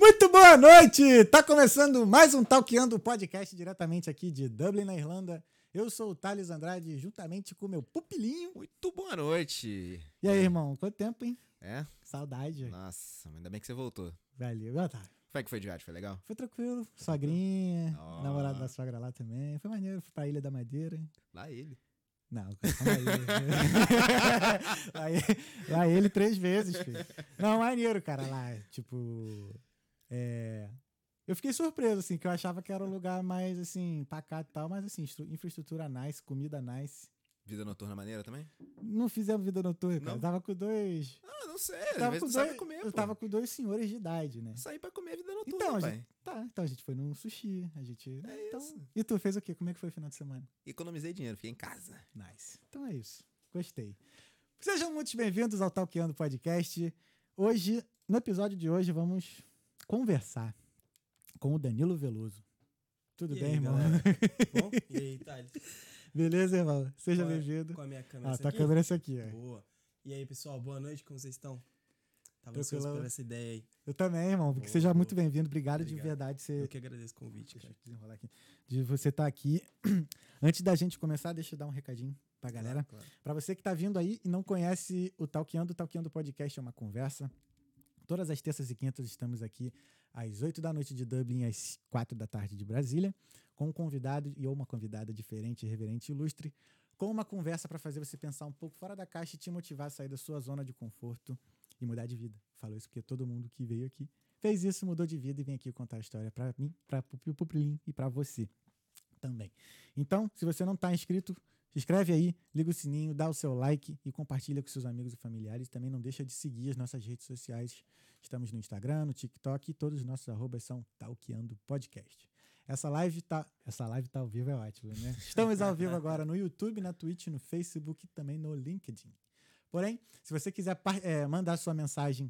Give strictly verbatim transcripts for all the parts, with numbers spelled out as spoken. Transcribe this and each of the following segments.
Muito boa noite! Tá começando mais um Talkando Podcast diretamente aqui de Dublin, na Irlanda. Eu sou o Thales Andrade, juntamente com o meu pupilinho. Muito boa noite! E aí, irmão? Quanto tempo, hein? É? Saudade. Nossa, ainda bem que você voltou. Valeu. Ah, tá. Como é que foi de viagem? Foi legal? Foi tranquilo. Sogrinha, Oh. namorado da sogra lá também. Foi maneiro. Fui pra Ilha da Madeira. Lá ele. Não, calma aí. lá, ele lá ele três vezes, filho. Não, maneiro, cara, lá. Tipo... É... Eu fiquei surpreso, assim, que eu achava que era um lugar mais, assim, pacato e tal, mas, assim, infraestrutura nice, comida nice. Vida noturna maneira também? Não fizemos vida noturna, cara. Não? Eu tava com dois... Ah, não sei. Eu tava, Às com vezes dois... sabe comer, eu pô. tava com dois senhores de idade, né? Sair pra comer vida noturna, Então, a pai. gente... Tá, então a gente foi num sushi. A gente... É então... isso. E tu fez o quê? Como é que foi o final de semana? Economizei dinheiro, fiquei em casa. Nice. Então é isso. Gostei. Sejam muito bem-vindos ao Talkando Podcast. Hoje, no episódio de hoje, vamos conversar com o Danilo Veloso. Tudo e bem, aí, irmão? Bom? E aí, Thales? Beleza, irmão? Seja Qual é- bem-vindo. Com a minha câmera Ah, essa tua aqui? câmera é essa aqui, ó. Boa. E aí, pessoal, boa noite, como vocês estão? Tava Tranquilão. ansioso por essa ideia aí. Eu também, irmão. Que Boa, seja boa. muito bem-vindo. Obrigado, de Obrigado. verdade. Você... Eu que agradeço o convite, Deixa cara. eu desenrolar aqui. De você estar aqui. Antes da gente começar, deixa eu dar um recadinho pra galera. Claro, claro. Pra você que tá vindo aí e não conhece o Talkando, o Talkando Podcast é uma conversa. Todas as terças e quintas estamos aqui às oito da noite de Dublin, às quatro da tarde de Brasília, com um convidado e ou uma convidada diferente, irreverente e ilustre, com uma conversa para fazer você pensar um pouco fora da caixa e te motivar a sair da sua zona de conforto e mudar de vida. Falo isso porque todo mundo que veio aqui fez isso, mudou de vida e vem aqui contar a história para mim, para o Pupilinho e para você também. Então, se você não está inscrito, se inscreve aí, liga o sininho, dá o seu like e compartilha com seus amigos e familiares. Também não deixa de seguir as nossas redes sociais. Estamos no Instagram, no TikTok e todos os nossos arrobas são Talkando Podcast. Essa live tá, essa live tá ao vivo, é ótimo, né? Estamos ao vivo agora no YouTube, na Twitch, no Facebook e também no LinkedIn. Porém, se você quiser é, mandar sua mensagem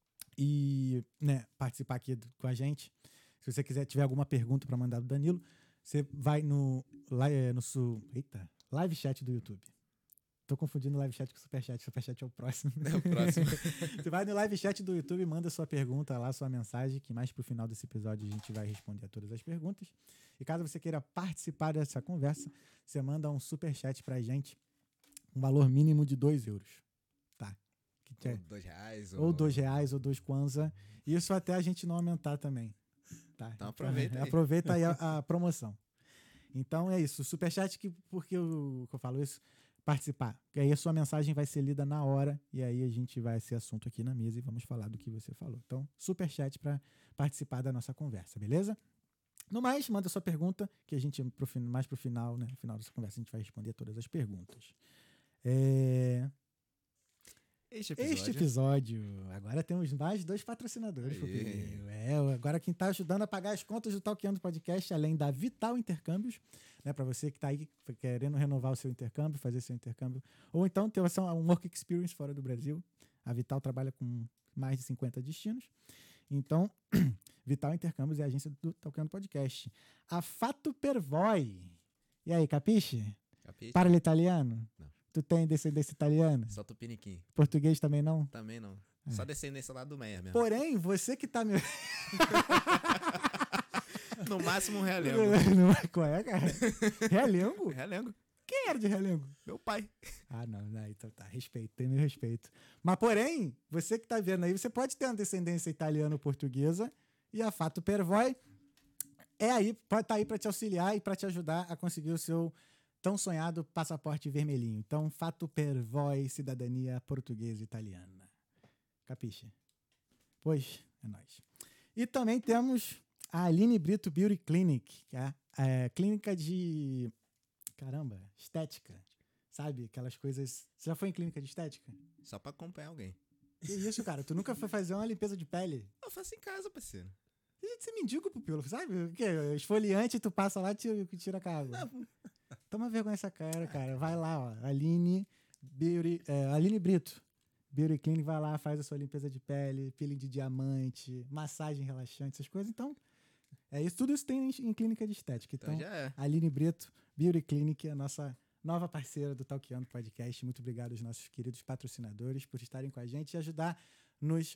e né, participar aqui do, com a gente, se você quiser tiver alguma pergunta para mandar do Danilo, você vai no, no, no eita, live chat do YouTube. Tô confundindo live chat com superchat. Superchat é o próximo. É o próximo. Você vai no live chat do YouTube, manda sua pergunta lá, sua mensagem, que mais pro final desse episódio a gente vai responder a todas as perguntas. E caso você queira participar dessa conversa, você manda um superchat pra gente, um valor mínimo de dois euros. Tá? Que Ou é, dois reais. ou dois reais, ou dois kwanza. Isso até a gente não aumentar também. Tá? Então aproveita aí. Aproveita aí a, a promoção. Então é isso. O superchat, que, porque eu, que eu falo isso, participar. Que aí a sua mensagem vai ser lida na hora e aí a gente vai ser assunto aqui na mesa e vamos falar do que você falou. Então, superchat para participar da nossa conversa, beleza? No mais, manda sua pergunta que a gente, pro, mais pro final, né? No final dessa conversa, a gente vai responder todas as perguntas. É... Este episódio. Este episódio, agora temos mais dois patrocinadores. É, agora quem está ajudando a pagar as contas do Talkando Podcast, além da Vital Intercâmbios, né, para você que está aí querendo renovar o seu intercâmbio, fazer seu intercâmbio, ou então ter um work experience fora do Brasil. A Vital trabalha com mais de cinquenta destinos. Então, Vital Intercâmbios é a agência do Talkando Podcast. A Fato Pervoi. E aí, capisce? Capisce? Para l'italiano? Não. Tu tem descendência italiana? Só tupiniquim. Português também não? Também não. É. Só descendência lá do Meia mesmo. Porém, você que tá me... No máximo um realengo. Qual é, cara? Realengo? Realengo. Quem era de Realengo? Meu pai. Ah, não, não, então tá, respeito, tem meu respeito. Mas, porém, você que tá vendo aí, você pode ter uma descendência italiana ou portuguesa e a Fato Pervoi é aí, pode estar tá aí para te auxiliar e para te ajudar a conseguir o seu tão sonhado passaporte vermelhinho. Então, Fato Pervoi, cidadania portuguesa e italiana. Capiche? Pois, é nóis. E também temos a Aline Brito Beauty Clinic, que é a clínica de... Caramba, estética. Sabe? Aquelas coisas... Você já foi em clínica de estética? Só pra acompanhar alguém. Que isso, cara? Tu nunca foi fazer uma limpeza de pele? Eu faço em casa, parceiro. Gente, você mendigo, pupilo, sabe? O quê? Esfoliante, tu passa lá e tira, tira com a água. Não. Toma vergonha essa cara, cara. Vai lá, ó. Aline, Beauty, é, Aline Brito. Beauty Clinic, vai lá, faz a sua limpeza de pele, peeling de diamante, massagem relaxante, essas coisas. Então, é isso. Tudo isso tem em, em clínica de estética. Então, Então já é. Aline Brito, Beauty Clinic, a nossa nova parceira do Talkando Podcast. Muito obrigado aos nossos queridos patrocinadores por estarem com a gente e ajudar nos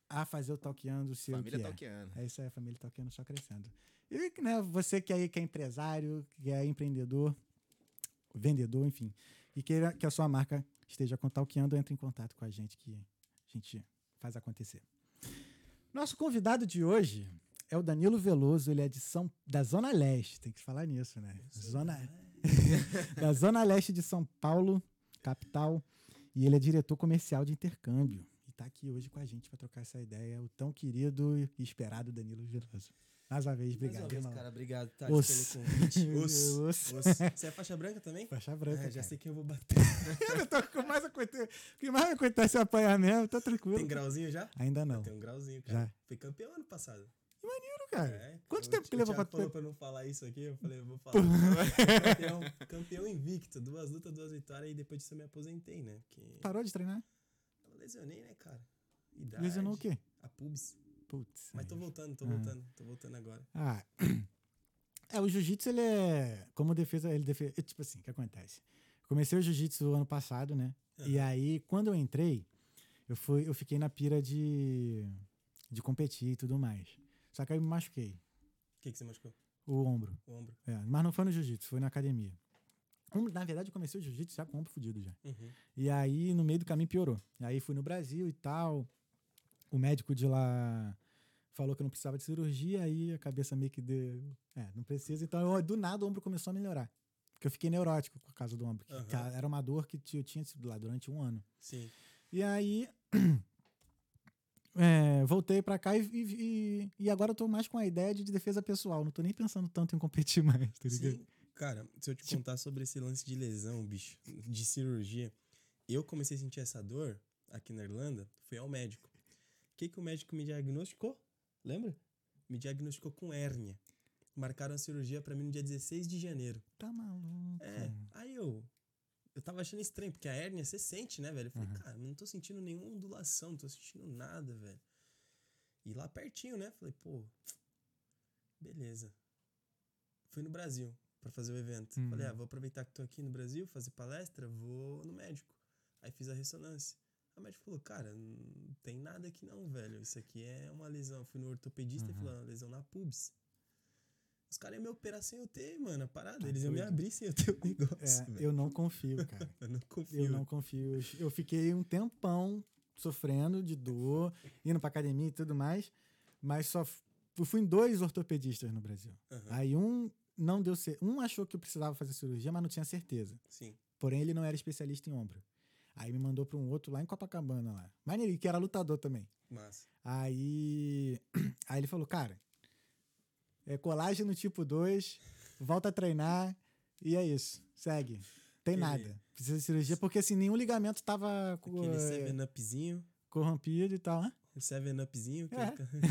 a fazer o Talkando ser Família o que é. Talkando. É isso aí, a família Talkando só crescendo. E né, você que aí que é empresário, que é empreendedor, vendedor, enfim, e queira que a sua marca esteja com o Talkando, entre em contato com a gente que a gente faz acontecer. Nosso convidado de hoje é o Danilo Veloso, ele é de São, da Zona Leste, tem que falar nisso, né? Zona, da Zona Leste de São Paulo, capital, e ele é diretor comercial de intercâmbio. E está aqui hoje com a gente para trocar essa ideia, o tão querido e esperado Danilo Veloso. Mais uma vez, obrigado, Mais uma vez, irmão. cara, obrigado, Tati, Os. pelo convite. Os. Os. Os. Você é faixa branca também? Faixa branca, É, já cara. sei quem eu vou bater. Eu tô com mais acontece, o que mais acontece é apanhar mesmo, tá tranquilo. Tem grauzinho já? Ainda não. Tem um grauzinho, cara. Já. Fui campeão ano passado. Cara, É, quanto o- tempo que o levou pra Thiago falou tu? pra não falar isso aqui, eu falei, eu vou falar. campeão, campeão invicto, duas lutas, duas vitórias, e depois disso eu me aposentei, né? Porque Parou de treinar? eu lesionei, né, cara? Idade. Lesionou o quê? A pubis. Putz. Mas aí. tô voltando, tô Ah. voltando, tô voltando agora. Ah, é, o jiu-jitsu, ele é, como defesa, ele defesa, tipo assim, o que acontece? Comecei o jiu-jitsu ano passado, né? E Aham. aí, quando eu entrei, eu, fui, eu fiquei na pira de, de competir e tudo mais. Só que aí eu me machuquei, O que, que você machucou? o ombro. O ombro. É, mas não foi no jiu-jitsu, foi na academia. Um, na verdade, eu comecei o jiu-jitsu já com o ombro fudido já. Uhum. E aí, no meio do caminho, piorou. E aí, fui no Brasil e tal. O médico de lá falou que eu não precisava de cirurgia, aí a cabeça meio que deu... É, não precisa. Então, eu, do nada, o ombro começou a melhorar. Porque eu fiquei neurótico por causa do ombro. que Aham. ca- Era uma dor que t- eu tinha sido lá durante um ano. Sim. E aí... é, voltei pra cá e, e, e agora eu tô mais com a ideia de defesa pessoal. Não tô nem pensando tanto em competir mais, tá ligado? Sim. Cara, se eu te contar sobre esse lance de lesão, bicho, de cirurgia, eu comecei a sentir essa dor aqui na Irlanda, fui ao médico. O que, que o médico me diagnosticou? Lembra? Me diagnosticou com hérnia. Marcaram a cirurgia pra mim no dia dezesseis de janeiro. Tá maluco. É, aí eu... Eu tava achando estranho, porque a hérnia você sente, né, velho? Eu falei, Uhum. cara, eu não tô sentindo nenhuma ondulação, não tô sentindo nada, velho. E lá pertinho, né? Falei, pô, beleza. Fui no Brasil pra fazer o evento. Uhum. Falei, ah, vou aproveitar que tô aqui no Brasil, fazer palestra, vou no médico. Aí fiz a ressonância. O médico falou, cara, não tem nada aqui não, velho. Isso aqui é uma lesão. Fui no ortopedista Uhum. e falou, uma lesão na pubis. Os caras iam me operar sem eu ter, mano, a parada. Tá Eles iam me doido. abrir sem eu ter o negócio, É, velho. eu não confio, cara. Eu não confio. Eu não confio. Eu- Eu fiquei um tempão sofrendo de dor, indo pra academia e tudo mais, mas só f- eu fui em dois ortopedistas no Brasil. Aham, Aí um não deu certo. Um achou que eu precisava fazer cirurgia, mas não tinha certeza. sim. Porém, ele não era especialista em ombro. Aí me mandou pra um outro lá em Copacabana lá. Maneirinho, que era lutador também. Massa. Aí, aí ele falou, cara, é colágeno tipo dois, volta a treinar e é isso. Segue. Tem Aquele- nada. Precisa de cirurgia, porque assim, nenhum ligamento tava co- Aquele é, seven upzinho. corrompido e tal, né? O seven upzinho. que É. ele tá-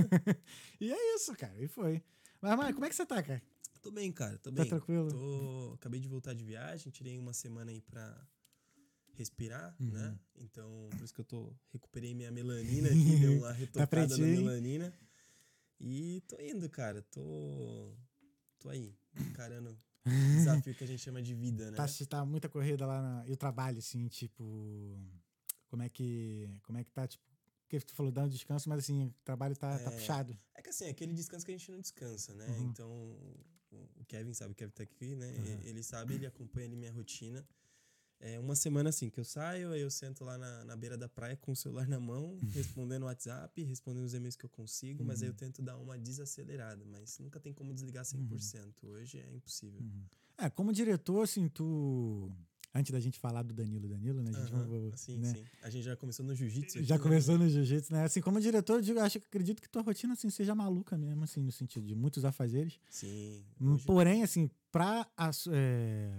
E é isso, cara. E foi. Mas, mãe, como é que você tá, cara? Tô bem, cara. Tô Tá bem. tranquilo? Tô... Acabei de voltar de viagem. Tirei uma semana aí pra respirar, Uhum. né? Então, por isso que eu tô... Recuperei minha melanina aqui. Deu uma retocada na pretinho, hein? melanina. E tô indo, cara. Tô... Tô aí. Encarando o desafio que a gente chama de vida, né? Tá, se tá muita corrida lá na... E o trabalho, assim, tipo... Como é que... Como é que tá, tipo... Porque tu falou dando descanso, mas assim, o trabalho tá, tá É. puxado. É que assim, é aquele descanso que a gente não descansa, né? Uhum. Então, o- o Kevin sabe, o Kevin tá aqui, né? Uhum. E- Ele sabe, ele acompanha ali minha rotina. É uma semana assim, que eu saio, aí eu sento lá na, na beira da praia com o celular na mão, respondendo o WhatsApp, respondendo os e-mails que eu consigo, mas aí eu tento dar uma desacelerada, mas nunca tem como desligar cem por cento. Hoje é impossível. Uhum. É, como diretor, assim, tu... Antes da gente falar do Danilo Danilo, né? A gente Aham, vai- sim, né? sim. A gente já começou no jiu-jitsu. Já aqui, né? começou no jiu-jitsu, né? Assim, como diretor, eu digo, acho, acredito que tua rotina, assim, seja maluca mesmo, assim, no sentido de muitos afazeres. Sim. Hum, Hoje, Porém, assim, pra, as- é,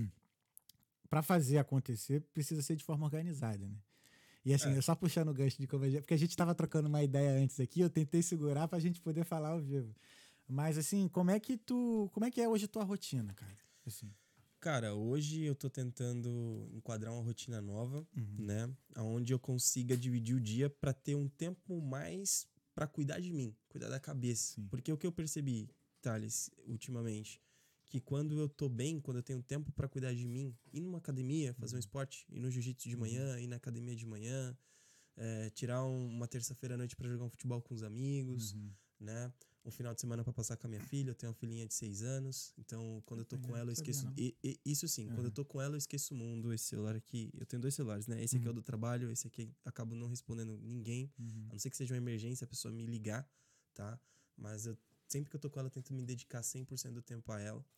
pra fazer acontecer, precisa ser de forma organizada, né? E assim, É. eu só puxando o gancho de como a gente... Porque a gente tava trocando uma ideia antes aqui, eu tentei segurar pra gente poder falar ao vivo. Mas, assim, como é que tu... Como é que é hoje tua rotina, cara? Assim, Cara, hoje eu tô tentando enquadrar uma rotina nova, Uhum. né? Onde eu consiga dividir o dia pra ter um tempo mais pra cuidar de mim, cuidar da cabeça. Sim. Porque o que eu percebi, Thales, ultimamente, que quando eu tô bem, quando eu tenho tempo pra cuidar de mim, ir numa academia, fazer um esporte, ir no jiu-jitsu de manhã, ir na academia de manhã, é, tirar um- uma terça-feira à noite pra jogar um futebol com os amigos, Uhum. né? Um final de semana pra passar com a minha filha. Eu tenho uma filhinha de seis anos, então quando eu tô com Não ela eu sabia, esqueço... não. e- e- isso sim, quando eu Uhum. tô com ela eu esqueço o mundo. Esse celular aqui, eu tenho dois celulares, né? Esse aqui é o Uhum. do trabalho, esse aqui acabo não respondendo ninguém, Uhum. a não ser que seja uma emergência, a pessoa me ligar, tá? Mas eu, sempre que eu tô com ela, eu tento me dedicar cem por cento do tempo a ela.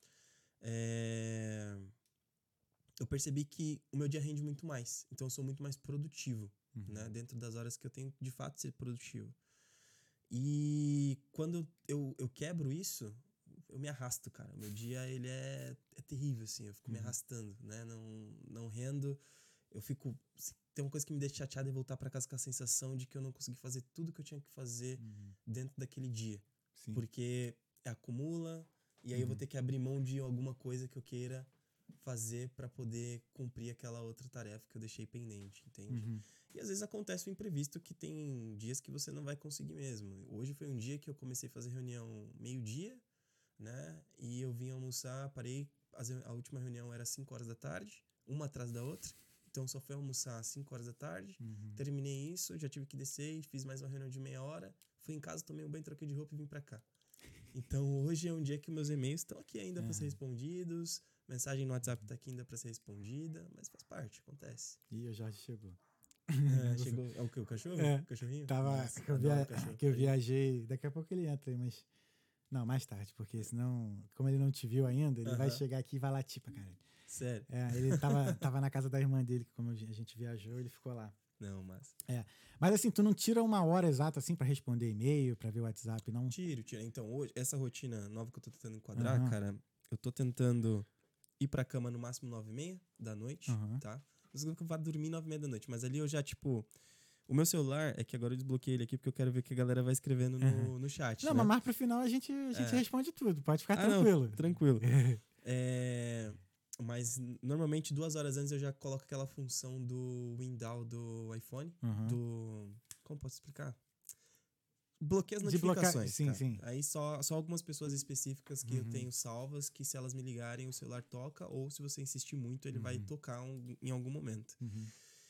É... Eu percebi que o meu dia rende muito mais, então eu sou muito mais produtivo, Uhum. né? Dentro das horas que eu tenho de fato ser produtivo. E quando eu, eu quebro isso, eu me arrasto, cara. Meu dia, ele é, é terrível, assim. Eu fico me Uhum. arrastando, né? Não, não rendo. Eu fico... se tem uma coisa que me deixa chateado é voltar pra casa com a sensação de que eu não consegui fazer tudo que eu tinha que fazer Uhum. dentro daquele dia. Sim. Porque acumula, e aí eu vou Uhum. ter que abrir mão de alguma coisa que eu queira fazer pra poder cumprir aquela outra tarefa que eu deixei pendente, entende? Uhum. E às vezes acontece o imprevisto, que tem dias que você não vai conseguir mesmo. Hoje foi um dia que eu comecei a fazer reunião meio-dia, né? E eu vim almoçar, parei, as- a última reunião era cinco horas da tarde, uma atrás da outra. Então só fui almoçar às cinco horas da tarde. Uhum. Terminei isso, já tive que descer e fiz mais uma reunião de meia hora. Fui em casa, tomei um banho, troquei de roupa e vim pra cá. Então hoje é um dia que meus e-mails estão aqui ainda pra ser Uhum. respondidos. Mensagem no WhatsApp tá aqui ainda pra ser respondida, mas faz parte, acontece. Ih, o Jorge chegou. É, chegou. É o que? O cachorro? É, O cachorrinho? Tava, Nossa, que, eu adoro via, cachorro. que eu Ele- viajei. Daqui a pouco ele entra aí, mas. Não, mais tarde, porque senão, como ele não te viu ainda, ele vai Aham. chegar aqui e vai latir pra caralho. Sério? É, ele tava, tava na casa da irmã dele, que como a gente viajou, ele ficou lá. Não, mas. Mas assim, tu não tira uma hora exata assim pra responder e-mail, pra ver o WhatsApp, não? Tiro, tiro. Então, hoje, essa rotina nova que eu tô tentando enquadrar, Aham. cara, eu tô tentando ir pra cama no máximo nove e meia da noite, Aham. tá? Não sei que eu vá dormir nove e meia da noite, mas ali eu já, tipo. O meu celular é que agora eu desbloqueei ele aqui porque eu quero ver o que a galera vai escrevendo no, Aham. no chat. Não, né? mas mais pro final a gente, a gente É. responde tudo, pode ficar Ah, não, tranquilo. tranquilo. É, mas n- normalmente duas horas antes eu já coloco aquela função do window do iPhone. Aham. Do. Como posso explicar? Bloqueia as De bloquear- notificações. sim, cara. sim. Aí só, só algumas pessoas específicas que eu Uhum. tenho salvas, que se elas me ligarem, o celular toca, ou se você insistir muito, ele vai Uhum. tocar um- em algum momento. Uhum.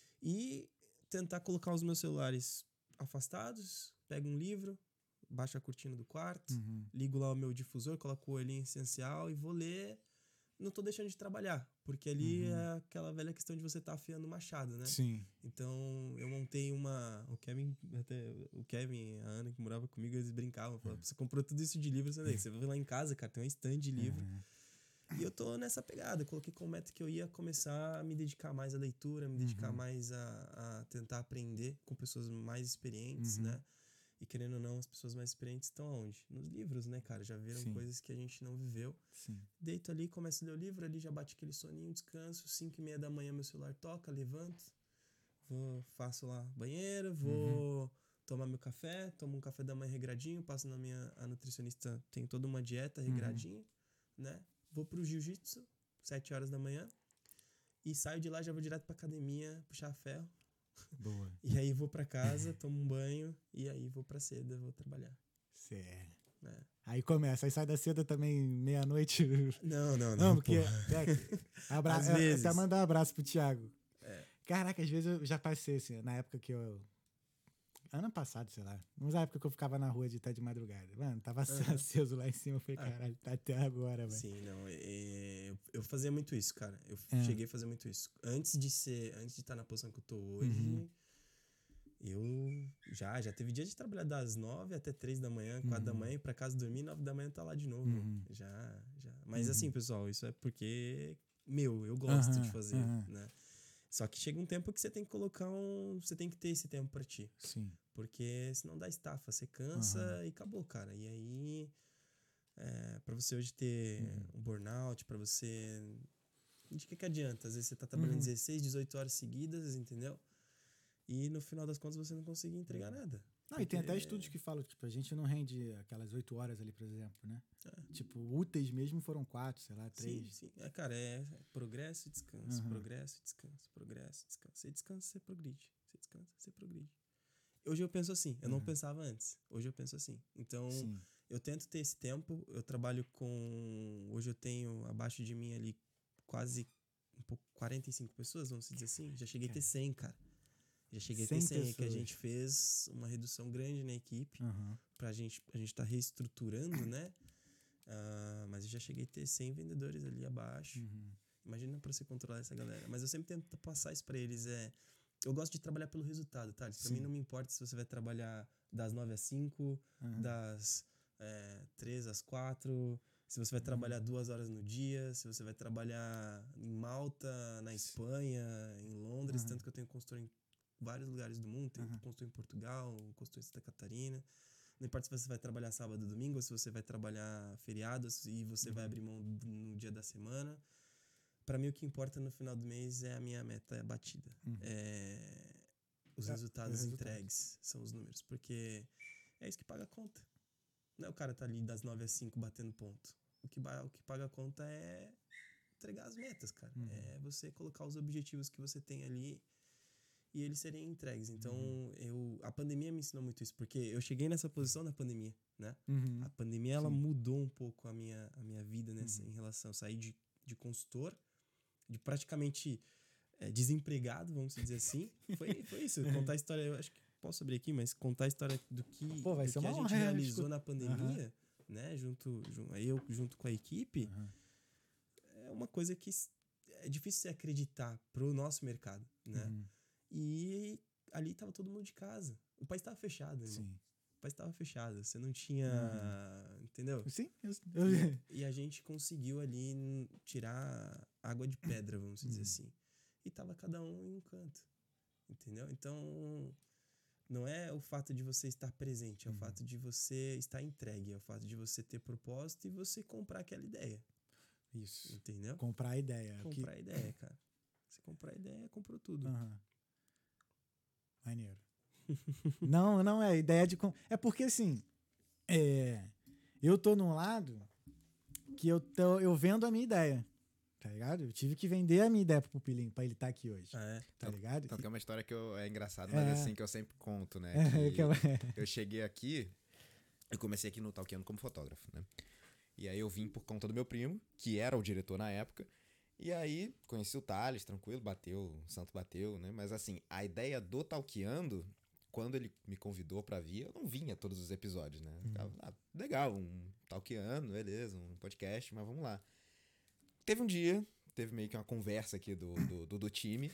E tentar colocar os meus celulares afastados, pego um livro, baixo a cortina do quarto, Uhum. ligo lá o meu difusor, coloco o olhinho essencial e vou ler. Não tô deixando de trabalhar, porque ali Uhum. é aquela velha questão de você estar tá afiando o machado, né? Sim. Então, eu montei uma... O Kevin, até, o Kevin, a Ana, que morava comigo, eles brincavam. Falavam, você comprou tudo isso de livro, você vê. Você vai lá em casa, cara, tem um stand de livro. Uhum. E eu tô nessa pegada. Eu coloquei como meta que eu ia começar a me dedicar mais à leitura, me dedicar Uhum. mais a, a tentar aprender com pessoas mais experientes, Uhum. né? E querendo ou não, as pessoas mais experientes estão onde? Nos livros, né, cara? Já viram Sim. coisas que a gente não viveu. Sim. Deito ali, começo a ler o livro, ali já bate aquele soninho, descanso. Cinco e meia da manhã meu celular toca, levanto. Vou, faço lá banheiro, vou Uhum. tomar meu café, tomo um café da manhã regradinho, passo na minha... A nutricionista tem toda uma dieta Uhum. regradinha, né? Vou pro jiu-jitsu, sete horas da manhã. E saio de lá, já vou direto pra academia, puxar ferro. Boa. E aí vou pra casa, tomo um banho, e aí vou pra seda, vou trabalhar. Certo. Né? Aí começa, aí sai da seda também meia-noite. Não, não, não. Não, porque. pô. É, que- abra... Às é, vezes. Até mandar um abraço pro Thiago. É. Caraca, às vezes eu já passei, assim, na época que eu. Ano passado, sei lá. Mas na época que eu ficava na rua de até de madrugada. Mano, tava Aham. aceso lá em cima. Eu falei, Ah. caralho, tá até agora, velho. Sim, não. é, eu, eu fazia muito isso, cara. Eu É. cheguei a fazer muito isso. Antes de ser, antes de estar na posição que eu tô hoje, Uhum. eu já, já teve dia de trabalhar das nove até três da manhã, quatro da Uhum. manhã, ir pra casa dormir, nove da manhã tá lá de novo. Uhum. Já, já. Mas Uhum. assim, pessoal, isso é porque, meu, eu gosto de Aham, fazer, aham. né? Só que chega um tempo que você tem que colocar um. Você tem que ter esse tempo pra ti. Sim. Porque senão dá estafa, você cansa Aham. e acabou, cara. E aí, é, pra você hoje ter Uhum. um burnout, pra você. De que que adianta? Às vezes você tá trabalhando Uhum. dezesseis, dezoito horas seguidas, entendeu? E no final das contas você não conseguir entregar nada. Não, e tem até Porque- estudos que falam que tipo, a gente não rende aquelas oito horas ali, por exemplo, né? É. Tipo, úteis mesmo foram quatro, sei lá, Sim, três. sim. É, cara, é progresso e descanso, Uhum. progresso e descanso, progresso e descanso. Você descansa, você progride. Você descansa, você progride. Hoje eu penso assim, eu não Uhum. pensava antes. Hoje eu penso assim. Então, Sim. eu tento ter esse tempo. Eu trabalho com. Hoje eu tenho abaixo de mim ali quase um pouco, quarenta e cinco pessoas, vamos dizer assim. Já cheguei a ter cem, cara. Já cheguei a ter cem cem, que a pessoas. gente fez uma redução grande na equipe. Aham. Pra gente, a gente tá reestruturando, né? Ah, mas eu já cheguei a ter cem vendedores ali abaixo. Uhum. Imagina pra você controlar essa galera. Mas eu sempre tento passar isso pra eles. É, eu gosto de trabalhar pelo resultado, tá? Pra Sim. mim não me importa se você vai trabalhar das nove às cinco, Aham. das é, três às quatro, se você vai trabalhar duas horas no dia, se você vai trabalhar em Malta, na Espanha, em Londres, Aham. tanto que eu tenho consultor em vários lugares do mundo, tenho Aham. consultor em Portugal, consultor em Santa Catarina. Não importa se você vai trabalhar sábado ou domingo, ou se você vai trabalhar feriados e você vai abrir mão no dia da semana. Pra mim, o que importa no final do mês é a minha meta batida. Uhum. É, os É, resultados os resultados. entregues são os números. Porque é isso que paga a conta. Não é o cara tá ali das nove às cinco batendo ponto. O que, ba- o que paga a conta é entregar as metas, cara. Uhum. É você colocar os objetivos que você tem ali e eles serem entregues. Então, Uhum. eu, a pandemia me ensinou muito isso. Porque eu cheguei nessa posição na pandemia, né? Uhum. A pandemia, ela Sim. mudou um pouco a minha, a minha vida nessa, Uhum. em relação a sair de, de consultor, de praticamente é, desempregado, vamos dizer assim. Foi, foi isso. Contar a história, eu acho que posso abrir aqui, mas contar a história do que, Pô, vai do ser que a uma gente honra, realizou escuta. na pandemia, né? Junto, jun- eu junto com a equipe, Aham. é uma coisa que s- é difícil você acreditar pro nosso mercado, né? Uhum. E ali tava todo mundo de casa. O país tava fechado, irmão. Sim. O país tava fechado. Você não tinha. Entendeu? Sim, eu, eu- E a gente conseguiu ali n- tirar água de pedra, vamos dizer Uhum. assim. E tava cada um em um canto. Entendeu? Então, não é o fato de você estar presente, é o Uhum. fato de você estar entregue, é o fato de você ter propósito e você comprar aquela ideia. Isso. Entendeu? Comprar a ideia. o que- Comprar a ideia, cara. Você comprar a ideia, comprou tudo. Aham. Maneiro. Não, não é ideia de... com- É porque, assim, é, eu tô num lado que eu, tô, eu vendo a minha ideia, tá ligado? Eu tive que vender a minha ideia pro Pupilinho pra ele estar aqui hoje, Ah, é? tá Tanto- ligado? Tanto que é uma história que eu, é engraçada, mas É. assim, que eu sempre conto, né? É, que que eu- eu cheguei aqui, eu comecei aqui no Talkando como fotógrafo, né? E aí eu vim por conta do meu primo, que era o diretor na época. E aí conheci o Thales, tranquilo, bateu, o santo bateu, né? Mas assim, a ideia do Talkando, quando ele me convidou pra vir, eu não vinha todos os episódios, né? Uhum. Ficava, ah, legal, um Talkando, beleza, um podcast, mas vamos lá. Teve um dia, teve meio que uma conversa aqui do, do, do, do time.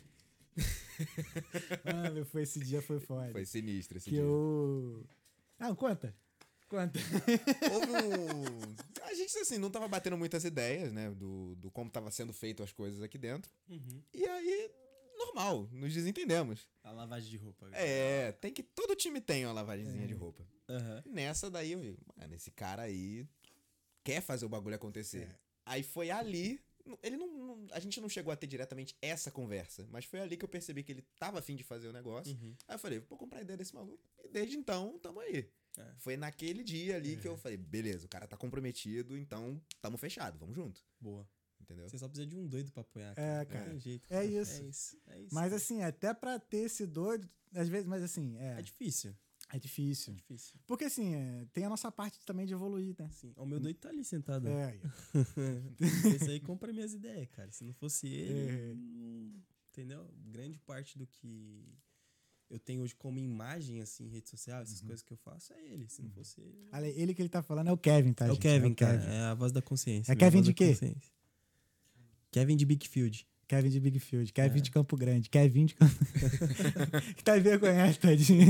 Mano, foi, esse dia foi foda. Foi sinistro esse que dia. eu... Ah, conta. Conta. Houve um... A gente, assim, não tava batendo muitas ideias, né? Do, do como tava sendo feito as coisas aqui dentro. Uhum. E aí, normal, nos desentendemos. A lavagem de roupa. É, tem que... Todo time tem uma lavagemzinha É. de roupa. Aham. Nessa daí, eu vi, mano, esse cara aí quer fazer o bagulho acontecer. É. Aí foi ali... Ele não, não- a gente não chegou a ter diretamente essa conversa, mas foi ali que eu percebi que ele tava afim de fazer o negócio. Uhum. Aí eu falei, vou comprar a ideia desse maluco. E desde então, tamo aí. É. Foi naquele dia ali É. que eu falei, beleza, o cara tá comprometido, então tamo fechado, vamos junto. Boa. Entendeu? Você só precisa de um doido pra apoiar. É, Não cara. tem jeito. É isso. É isso. É isso. Mas cara. assim, até pra ter esse doido, às vezes, mas assim, é, É difícil. é É difícil. difícil. Porque assim, é, tem a nossa parte também de evoluir, né? Sim. O meu doido tá ali sentado. ó. É, aí. Esse aí compra minhas ideias, cara. Se não fosse ele, É. não- entendeu? Grande parte do que eu tenho hoje como imagem, assim, em rede social, essas Uhum. coisas que eu faço, é ele. Se não fosse ele... não- Olha, ele que ele tá falando é o Kevin, tá, É o gente? Kevin, cara. Kevin. É a voz da consciência. É minha Kevin voz de da quê? consciência. Kevin de Big Field. Kevin de Big Field. Kevin É. de Campo Grande. Kevin de Campo... que tá envergonhado, tadinho.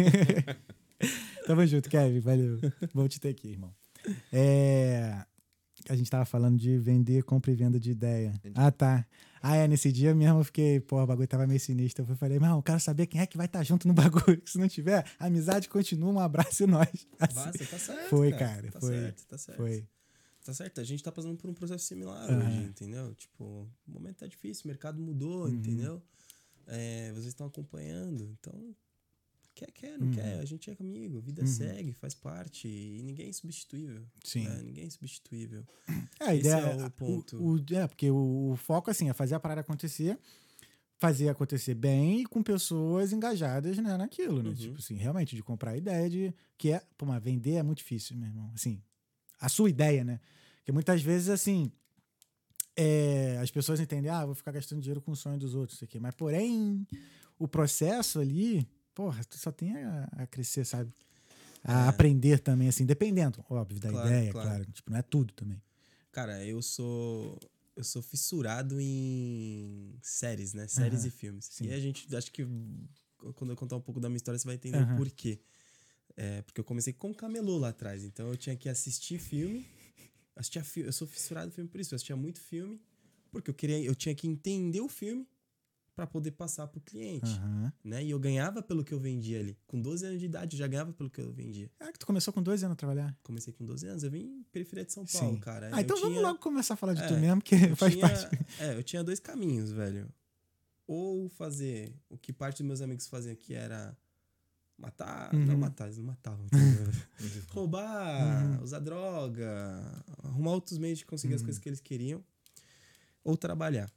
Tamo junto, Kevin. Valeu. Bom te ter aqui, irmão. É... A gente tava falando de vender, compra e venda de ideia. Entendi. Ah, tá. Ah, é, nesse dia mesmo eu fiquei, pô, o bagulho tava meio sinistro. Eu falei, mas eu quero saber quem é que vai estar junto no bagulho. Se não tiver, a amizade continua, um abraço e nós. Assim, Basta, tá certo, Foi, cara. cara, Tá foi. certo, tá certo. foi. Tá certo, a gente tá passando por um processo similar Aham. hoje, entendeu? Tipo, o momento tá difícil, o mercado mudou, Uhum. entendeu? É, vocês estão acompanhando, então, quer, quer, não Uhum. quer, a gente é amigo, a vida Uhum. segue, faz parte, e ninguém é insubstituível. Sim. Né? Ninguém é insubstituível. É, a Esse ideia, é o ponto. O, o- é, porque o, o foco, assim, é fazer a parada acontecer, fazer acontecer bem e com pessoas engajadas, né, naquilo, né? Uhum. Tipo assim, realmente, de comprar a ideia de... Que é, pô, mas vender é muito difícil, meu irmão. Assim, a sua ideia, né? Porque muitas vezes, assim, é, as pessoas entendem, ah, vou ficar gastando dinheiro com o sonho dos outros, isso aqui. Mas, porém, o processo ali porra, tu só tem a, a crescer, sabe? A É. aprender também, assim, dependendo, óbvio, da Claro, ideia, claro. claro. Tipo, não é tudo também. Cara, eu sou. Eu sou fissurado em séries, né? Séries Aham, e filmes. sim. E a gente, acho que quando eu contar um pouco da minha história, você vai entender Aham. o porquê. É, porque eu comecei com camelô lá atrás. Então eu tinha que assistir filme. Assistia fi eu sou fissurado em filme por isso. Eu assistia muito filme. Porque eu, queria, eu tinha que entender o filme para poder passar pro cliente. Aham. Né? E eu ganhava pelo que eu vendia ali. Com doze anos de idade, eu já ganhava pelo que eu vendia. É que tu começou com doze anos a trabalhar. Comecei com doze anos. Eu vim em periferia de São Paulo, Sim. cara. Ah, Eu então vamos tinha- logo começar a falar de tu É, mesmo, que Eu faz tinha, parte. é, eu tinha dois caminhos, velho. Ou fazer o que parte dos meus amigos faziam, que era matar. Uhum. Não matar, eles não matavam. entendeu? Roubar, usar droga, arrumar outros meios de conseguir as Uhum. coisas que eles queriam. Ou trabalhar.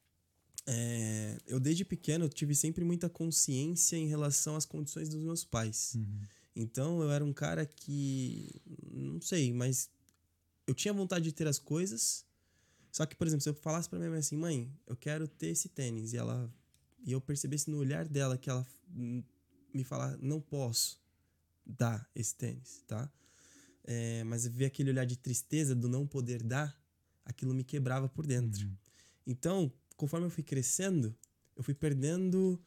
É, eu, desde pequeno, eu tive sempre muita consciência em relação às condições dos meus pais. Uhum. Então, eu era um cara que... Não sei, mas... Eu tinha vontade de ter as coisas. Só que, por exemplo, se eu falasse pra minha mãe assim... Mãe, eu quero ter esse tênis. E ela... E eu percebesse no olhar dela que ela hum, me falar... Não posso dar esse tênis, tá? É, mas ver aquele olhar de tristeza do não poder dar... Aquilo me quebrava por dentro. Uhum. Então, conforme eu fui crescendo... Eu fui perdendo...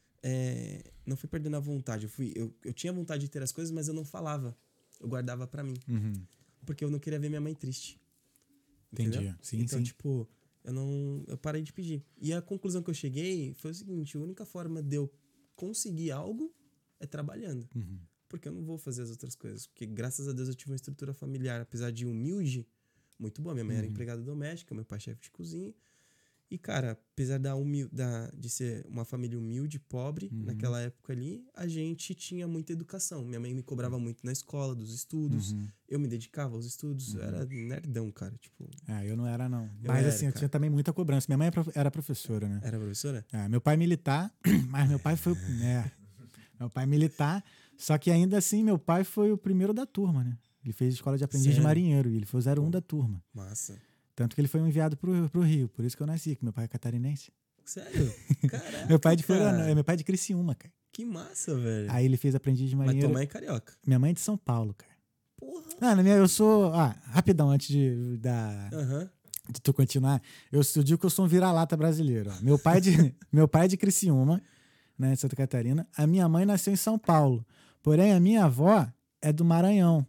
É, não fui perdendo a vontade. Eu, fui, eu, eu tinha vontade de ter as coisas, mas eu não falava. Eu guardava pra mim. Uhum. Porque eu não queria ver minha mãe triste. Entendi. Entendeu? Sim, então, sim. tipo, eu não. Eu parei de pedir. E a conclusão que eu cheguei foi o seguinte: a única forma de eu conseguir algo é trabalhando. Uhum. Porque eu não vou fazer as outras coisas. Porque, graças a Deus, eu tive uma estrutura familiar, apesar de humilde, muito boa. Minha mãe era Uhum. empregada doméstica, meu pai chefe de cozinha. E, cara, apesar da humil da, de ser uma família humilde, pobre, Uhum. naquela época ali, a gente tinha muita educação. Minha mãe me cobrava muito na escola, dos estudos. Uhum. Eu me dedicava aos estudos. Uhum. Eu era nerdão, cara. Tipo, Ah, eu não era, não. Eu Mas era, assim, eu cara. tinha também muita cobrança. Minha mãe é prof- era professora, né? era professora? É, meu pai é militar, mas meu pai foi. É, meu pai é militar, só que ainda assim, meu pai foi o primeiro da turma, né? Ele fez escola de aprendiz de Sério? marinheiro e ele foi o zero um Pô. da turma. Massa. Tanto que ele foi enviado pro, pro Rio, por isso que eu nasci, que meu pai é catarinense. Sério? Caraca, Meu pai é de Florianópolis, cara. meu pai é de Criciúma, cara. Que massa, velho. Aí ele fez aprendiz de Mas marinheiro. tua mãe é carioca. Minha mãe é de São Paulo, cara. Porra. Ah, na minha, eu sou. Ah, rapidão, antes de, da, Aham. de tu continuar. Eu, eu digo que eu sou um vira-lata brasileiro. Ó. Meu pai é de, meu pai é de Criciúma, né, de Santa Catarina. A minha mãe nasceu em São Paulo. Porém, a minha avó é do Maranhão.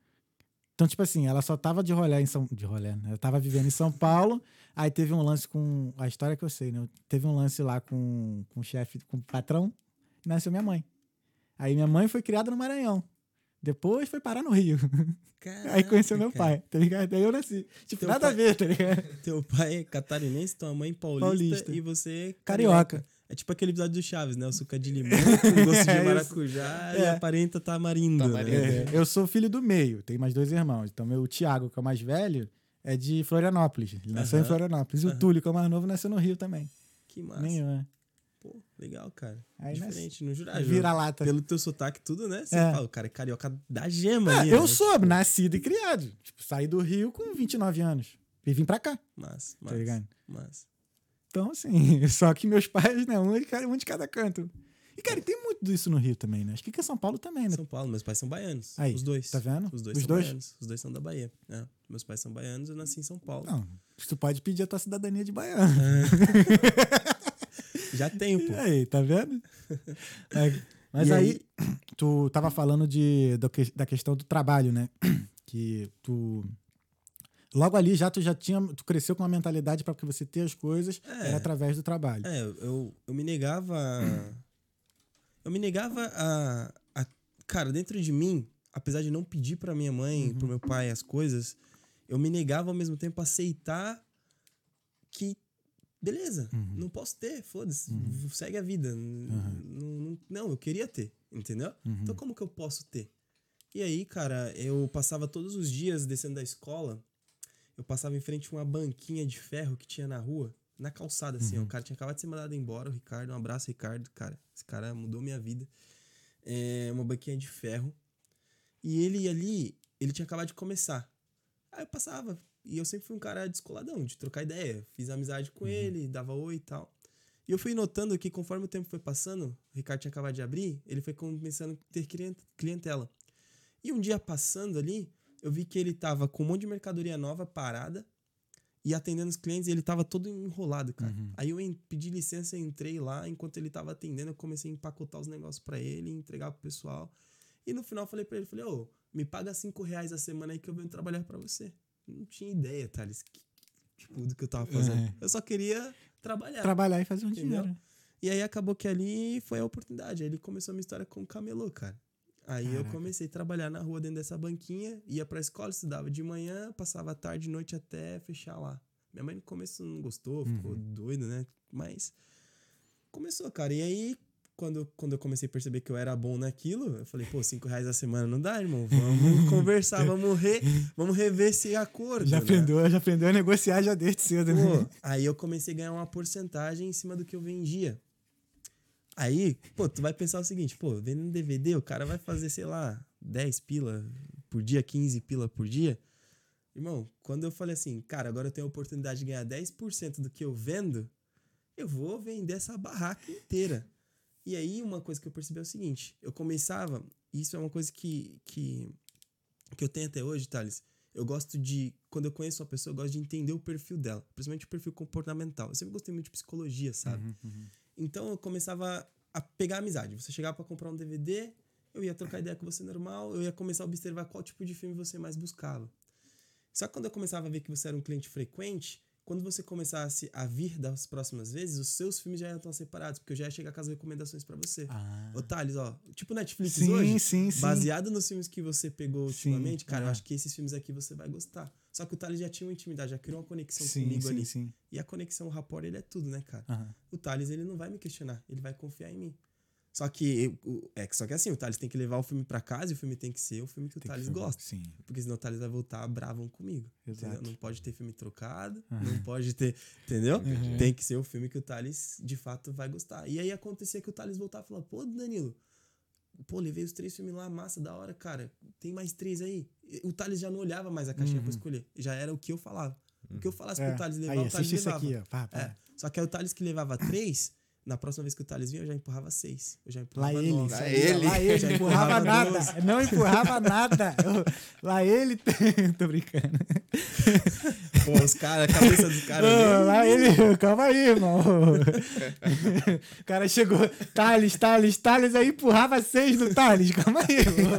Então, tipo assim, ela só tava de rolê em São... De rolê, né? Ela tava vivendo em São Paulo, aí teve um lance com... A história que eu sei, né? Teve um lance lá com, com o chefe, com o patrão, e nasceu minha mãe. Aí minha mãe foi criada no Maranhão. Depois foi parar no Rio. Caraca, Aí conheceu meu cara. pai, tá ligado? Aí eu nasci. Tipo, Teu nada pai- a ver, tá ligado? Teu pai é catarinense, tua mãe paulista, Paulista. e você Carioca. É tipo aquele episódio do Chaves, né? O suco de limão com gosto de É isso. maracujá e É. aparenta tamarindo. Tamarindo. Né? É, eu sou filho do meio, tenho mais dois irmãos. Então, meu, o Thiago, que é o mais velho, é de Florianópolis. Ele nasceu em Aham. Florianópolis. E o Aham. Túlio, que é o mais novo, nasceu no Rio também. Que massa. Nem eu, né? Pô, legal, cara. Aí Diferente, não jurava. Vira-lata. Pelo teu sotaque tudo, né? Você É. fala, o cara é carioca da gema Ah, ali, eu né? sou Tipo, nascido e criado. Tipo, saí do Rio com vinte e nove anos. E vim pra cá, Massa, tá massa, ligado? massa. Então, assim, só que meus pais, né? Um de cada, um de cada canto. E, cara, e tem muito disso no Rio também, né? Acho que aqui em São Paulo também, né? São Paulo, meus pais são baianos. Aí, os dois. tá vendo? Os dois Os são dois? baianos. Os dois são da Bahia. É. Meus pais são baianos, eu nasci em São Paulo. Não, tu pode pedir a tua cidadania de baiano. Já tenho, pô. E aí, tá vendo? É, mas E aí, tu tava falando de, do que- da questão do trabalho, né? Que tu... Logo ali já tu já tinha... Tu cresceu com uma mentalidade para que você ter as coisas É. era através do trabalho. É, eu, eu me negava. a- Eu me negava a, a. Cara, dentro de mim, apesar de não pedir pra minha mãe, Uhum. pro meu pai as coisas, eu me negava ao mesmo tempo a aceitar que. Beleza, Uhum. não posso ter, foda-se, segue a vida. Não, não, não, eu queria ter, entendeu? Uhum. Então como que eu posso ter? E aí, cara, eu passava todos os dias descendo da escola, eu passava em frente a uma banquinha de ferro que tinha na rua, na calçada, assim, ó. O cara tinha acabado de ser mandado embora, o Ricardo, um abraço, Ricardo, cara, esse cara mudou minha vida. É uma banquinha de ferro. E ele ali, ele tinha acabado de começar. Aí eu passava, e eu sempre fui um cara descoladão, de trocar ideia. Fiz amizade com ele, dava oi e tal. E eu fui notando que conforme o tempo foi passando, o Ricardo tinha acabado de abrir, ele foi começando a ter clientela. E um dia passando ali, eu vi que ele tava com um monte de mercadoria nova parada e atendendo os clientes, e ele tava todo enrolado, cara. Uhum. Aí eu pedi licença, entrei lá, enquanto ele tava atendendo, eu comecei a empacotar os negócios pra ele, entregar pro pessoal. E no final eu falei pra ele, falei, ô, me paga cinco reais a semana aí que eu venho trabalhar pra você. Não tinha ideia, Thales, que, tipo, do que eu tava fazendo. Uhum. Eu só queria trabalhar. Trabalhar e fazer um entendeu? dinheiro. E aí acabou que ali foi a oportunidade. Aí ele começou a minha história com o camelô, cara. Aí Caraca. eu comecei a trabalhar na rua dentro dessa banquinha, ia pra escola, estudava de manhã, passava a tarde e noite até fechar lá. Minha mãe no começo não gostou, ficou uhum. doida, né? Mas começou, cara. E aí, quando, quando eu comecei a perceber que eu era bom naquilo, eu falei, pô, cinco reais a semana não dá, irmão. Vamos conversar, vamos, re, vamos rever esse acordo. Já né? aprendeu, já aprendeu a negociar já desde cedo, né? Pô, aí eu comecei a ganhar uma porcentagem em cima do que eu vendia. Aí, pô, tu vai pensar o seguinte, pô, vendendo D V D, o cara vai fazer, sei lá, dez pila por dia, quinze pila por dia. Irmão, quando eu falei assim, cara, agora eu tenho a oportunidade de ganhar dez por cento do que eu vendo, eu vou vender essa barraca inteira. E aí, uma coisa que eu percebi é o seguinte, eu começava, isso é uma coisa que, que, que eu tenho até hoje, Thales, eu gosto de, quando eu conheço uma pessoa, eu gosto de entender o perfil dela, principalmente o perfil comportamental. Eu sempre gostei muito de psicologia, sabe? Uhum, uhum. Então, eu começava a pegar amizade. Você chegava pra comprar um D V D, eu ia trocar ideia com você normal, eu ia começar a observar qual tipo de filme você mais buscava. Só que quando eu começava a ver que você era um cliente frequente, quando você começasse a vir das próximas vezes, os seus filmes já iam estar separados, porque eu já ia chegar com as recomendações pra você. Ah. Ô, Thales, ó, tipo Netflix sim, hoje, sim, baseado sim. nos filmes que você pegou ultimamente, sim. cara, ah. eu acho que esses filmes aqui você vai gostar. Só que o Thales já tinha uma intimidade, já criou uma conexão sim, comigo sim, ali. Sim. E a conexão, o rapport, ele é tudo, né, cara? Uhum. O Thales, ele não vai me questionar, ele vai confiar em mim. Só que, é, só que assim, o Thales tem que levar o filme pra casa e o filme tem que ser o filme que o tem Thales gosta. Sim. Porque senão o Thales vai voltar bravão comigo. Exato. Entendeu? Não pode ter filme trocado, uhum. não pode ter... Entendeu? Uhum. Tem que ser o filme que o Thales, de fato, vai gostar. E aí acontecia que o Thales voltava e falava, pô, Danilo, pô, levei os três filmes lá, massa, da hora, cara. Tem mais três aí. O Thales já não olhava mais a caixinha uhum. pra escolher. Já era o que eu falava. O que eu falasse é. pro Thales levar, aí, o Thales levava. Isso aqui, ó. Pá, pá. É. Só que aí o Thales que levava três... Na próxima vez que o Thales vinha, eu já empurrava seis. Eu já empurrava lá ele, nove. lá ele, lá ele, já empurrava nada. doze. Não empurrava nada. Eu, lá ele... Tô brincando. Pô, os caras, a cabeça dos caras... Oh, lá ele... Calma aí, irmão. O cara chegou... Thales, Thales, Thales, aí empurrava seis no Thales. Calma aí, irmão.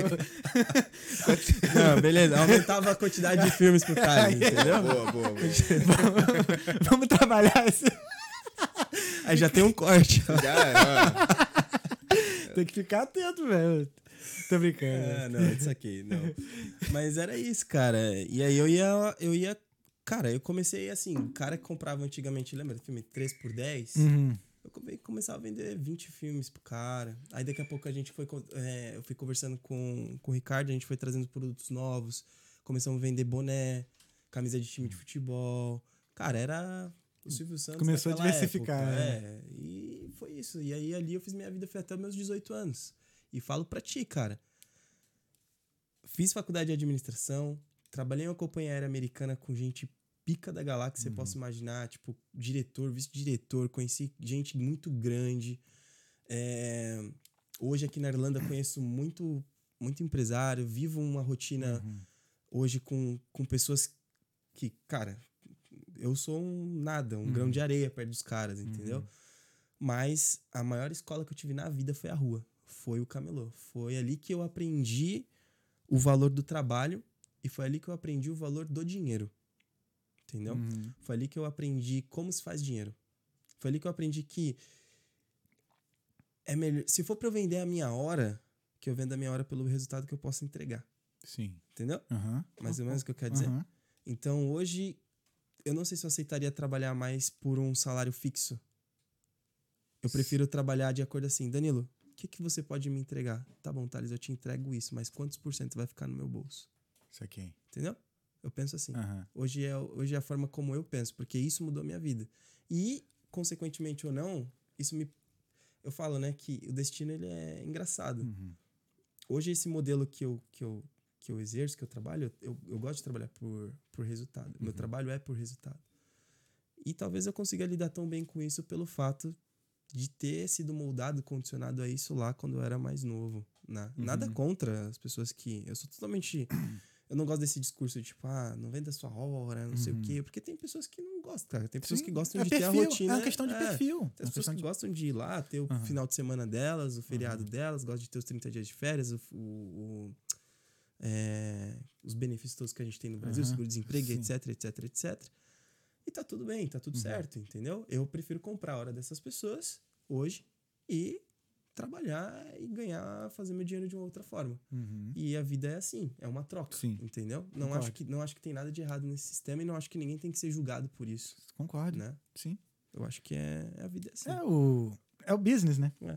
Não, beleza. Aumentava a quantidade de filmes pro Thales, entendeu? Boa, boa, boa. Vamos, vamos trabalhar esse... Aí já tem um corte. Já, tem que ficar atento, velho. Tô brincando. É, não, isso aqui, não. Mas era isso, cara. E aí eu ia, eu ia... Cara, eu comecei assim, o cara que comprava antigamente, lembra do filme três por dez? Uhum. Eu começava a vender vinte filmes pro cara. Aí daqui a pouco a gente foi... É, eu fui conversando com, com o Ricardo, a gente foi trazendo produtos novos. Começamos a vender boné, camisa de time de futebol. Cara, era... O Silvio Santos começou a diversificar. Época, é. E foi isso. E aí ali eu fiz minha vida, foi até os meus dezoito anos. E falo pra ti, cara. Fiz faculdade de administração, trabalhei em uma companhia aérea americana com gente pica da galáxia, uhum. Você possa imaginar, tipo, diretor, vice-diretor, conheci gente muito grande. É... Hoje aqui na Irlanda conheço muito, muito empresário, vivo uma rotina uhum. hoje com, com pessoas que, cara... Eu sou um nada, um uhum. grão de areia perto dos caras, entendeu? Uhum. Mas a maior escola que eu tive na vida foi a rua. Foi o camelô. Foi ali que eu aprendi o valor do trabalho e foi ali que eu aprendi o valor do dinheiro. Entendeu? Uhum. Foi ali que eu aprendi como se faz dinheiro. Foi ali que eu aprendi que é melhor... Se for pra eu vender a minha hora, que eu vendo a minha hora pelo resultado que eu posso entregar. Sim. Entendeu? Uhum. Mais ou menos o que eu quero dizer. Uhum. Então, hoje... Eu não sei se eu aceitaria trabalhar mais por um salário fixo. Eu prefiro trabalhar de acordo assim. Danilo, o que, que você pode me entregar? Tá bom, Thales, eu te entrego isso, mas quantos por cento vai ficar no meu bolso? Isso aqui. Entendeu? Eu penso assim. Uhum. Hoje, é, hoje é a forma como eu penso, porque isso mudou a minha vida. E, consequentemente ou não, isso me... Eu falo, né, que o destino ele é engraçado. Uhum. Hoje, esse modelo que eu... Que eu que eu exerço, que eu trabalho, eu, eu gosto de trabalhar por, por resultado. Uhum. Meu trabalho é por resultado. E talvez eu consiga lidar tão bem com isso pelo fato de ter sido moldado, condicionado a isso lá quando eu era mais novo. Né? Uhum. Nada contra as pessoas que... Eu sou totalmente... Eu não gosto desse discurso de, tipo, ah, não venda sua hora, não uhum. sei o quê. Porque tem pessoas que não gostam, cara. Tem pessoas Sim, que gostam é de perfil, ter a rotina. É uma questão de é, perfil. Tem as pessoas que de... gostam de ir lá, ter o uhum. final de semana delas, o feriado uhum. delas, gostam de ter os trinta dias de férias, o... o, o é, os benefícios todos que a gente tem no Brasil, uhum. seguro-desemprego, etc, etc, etc. E tá tudo bem, tá tudo uhum. certo, entendeu? Eu prefiro comprar a hora dessas pessoas hoje e trabalhar e ganhar, fazer meu dinheiro de uma outra forma. Uhum. E a vida é assim, é uma troca, Sim. entendeu? Não acho, que, não acho que tem nada de errado nesse sistema e não acho que ninguém tem que ser julgado por isso. Concordo, né? Sim. Eu acho que é, a vida é assim. É o, é o business, né? É.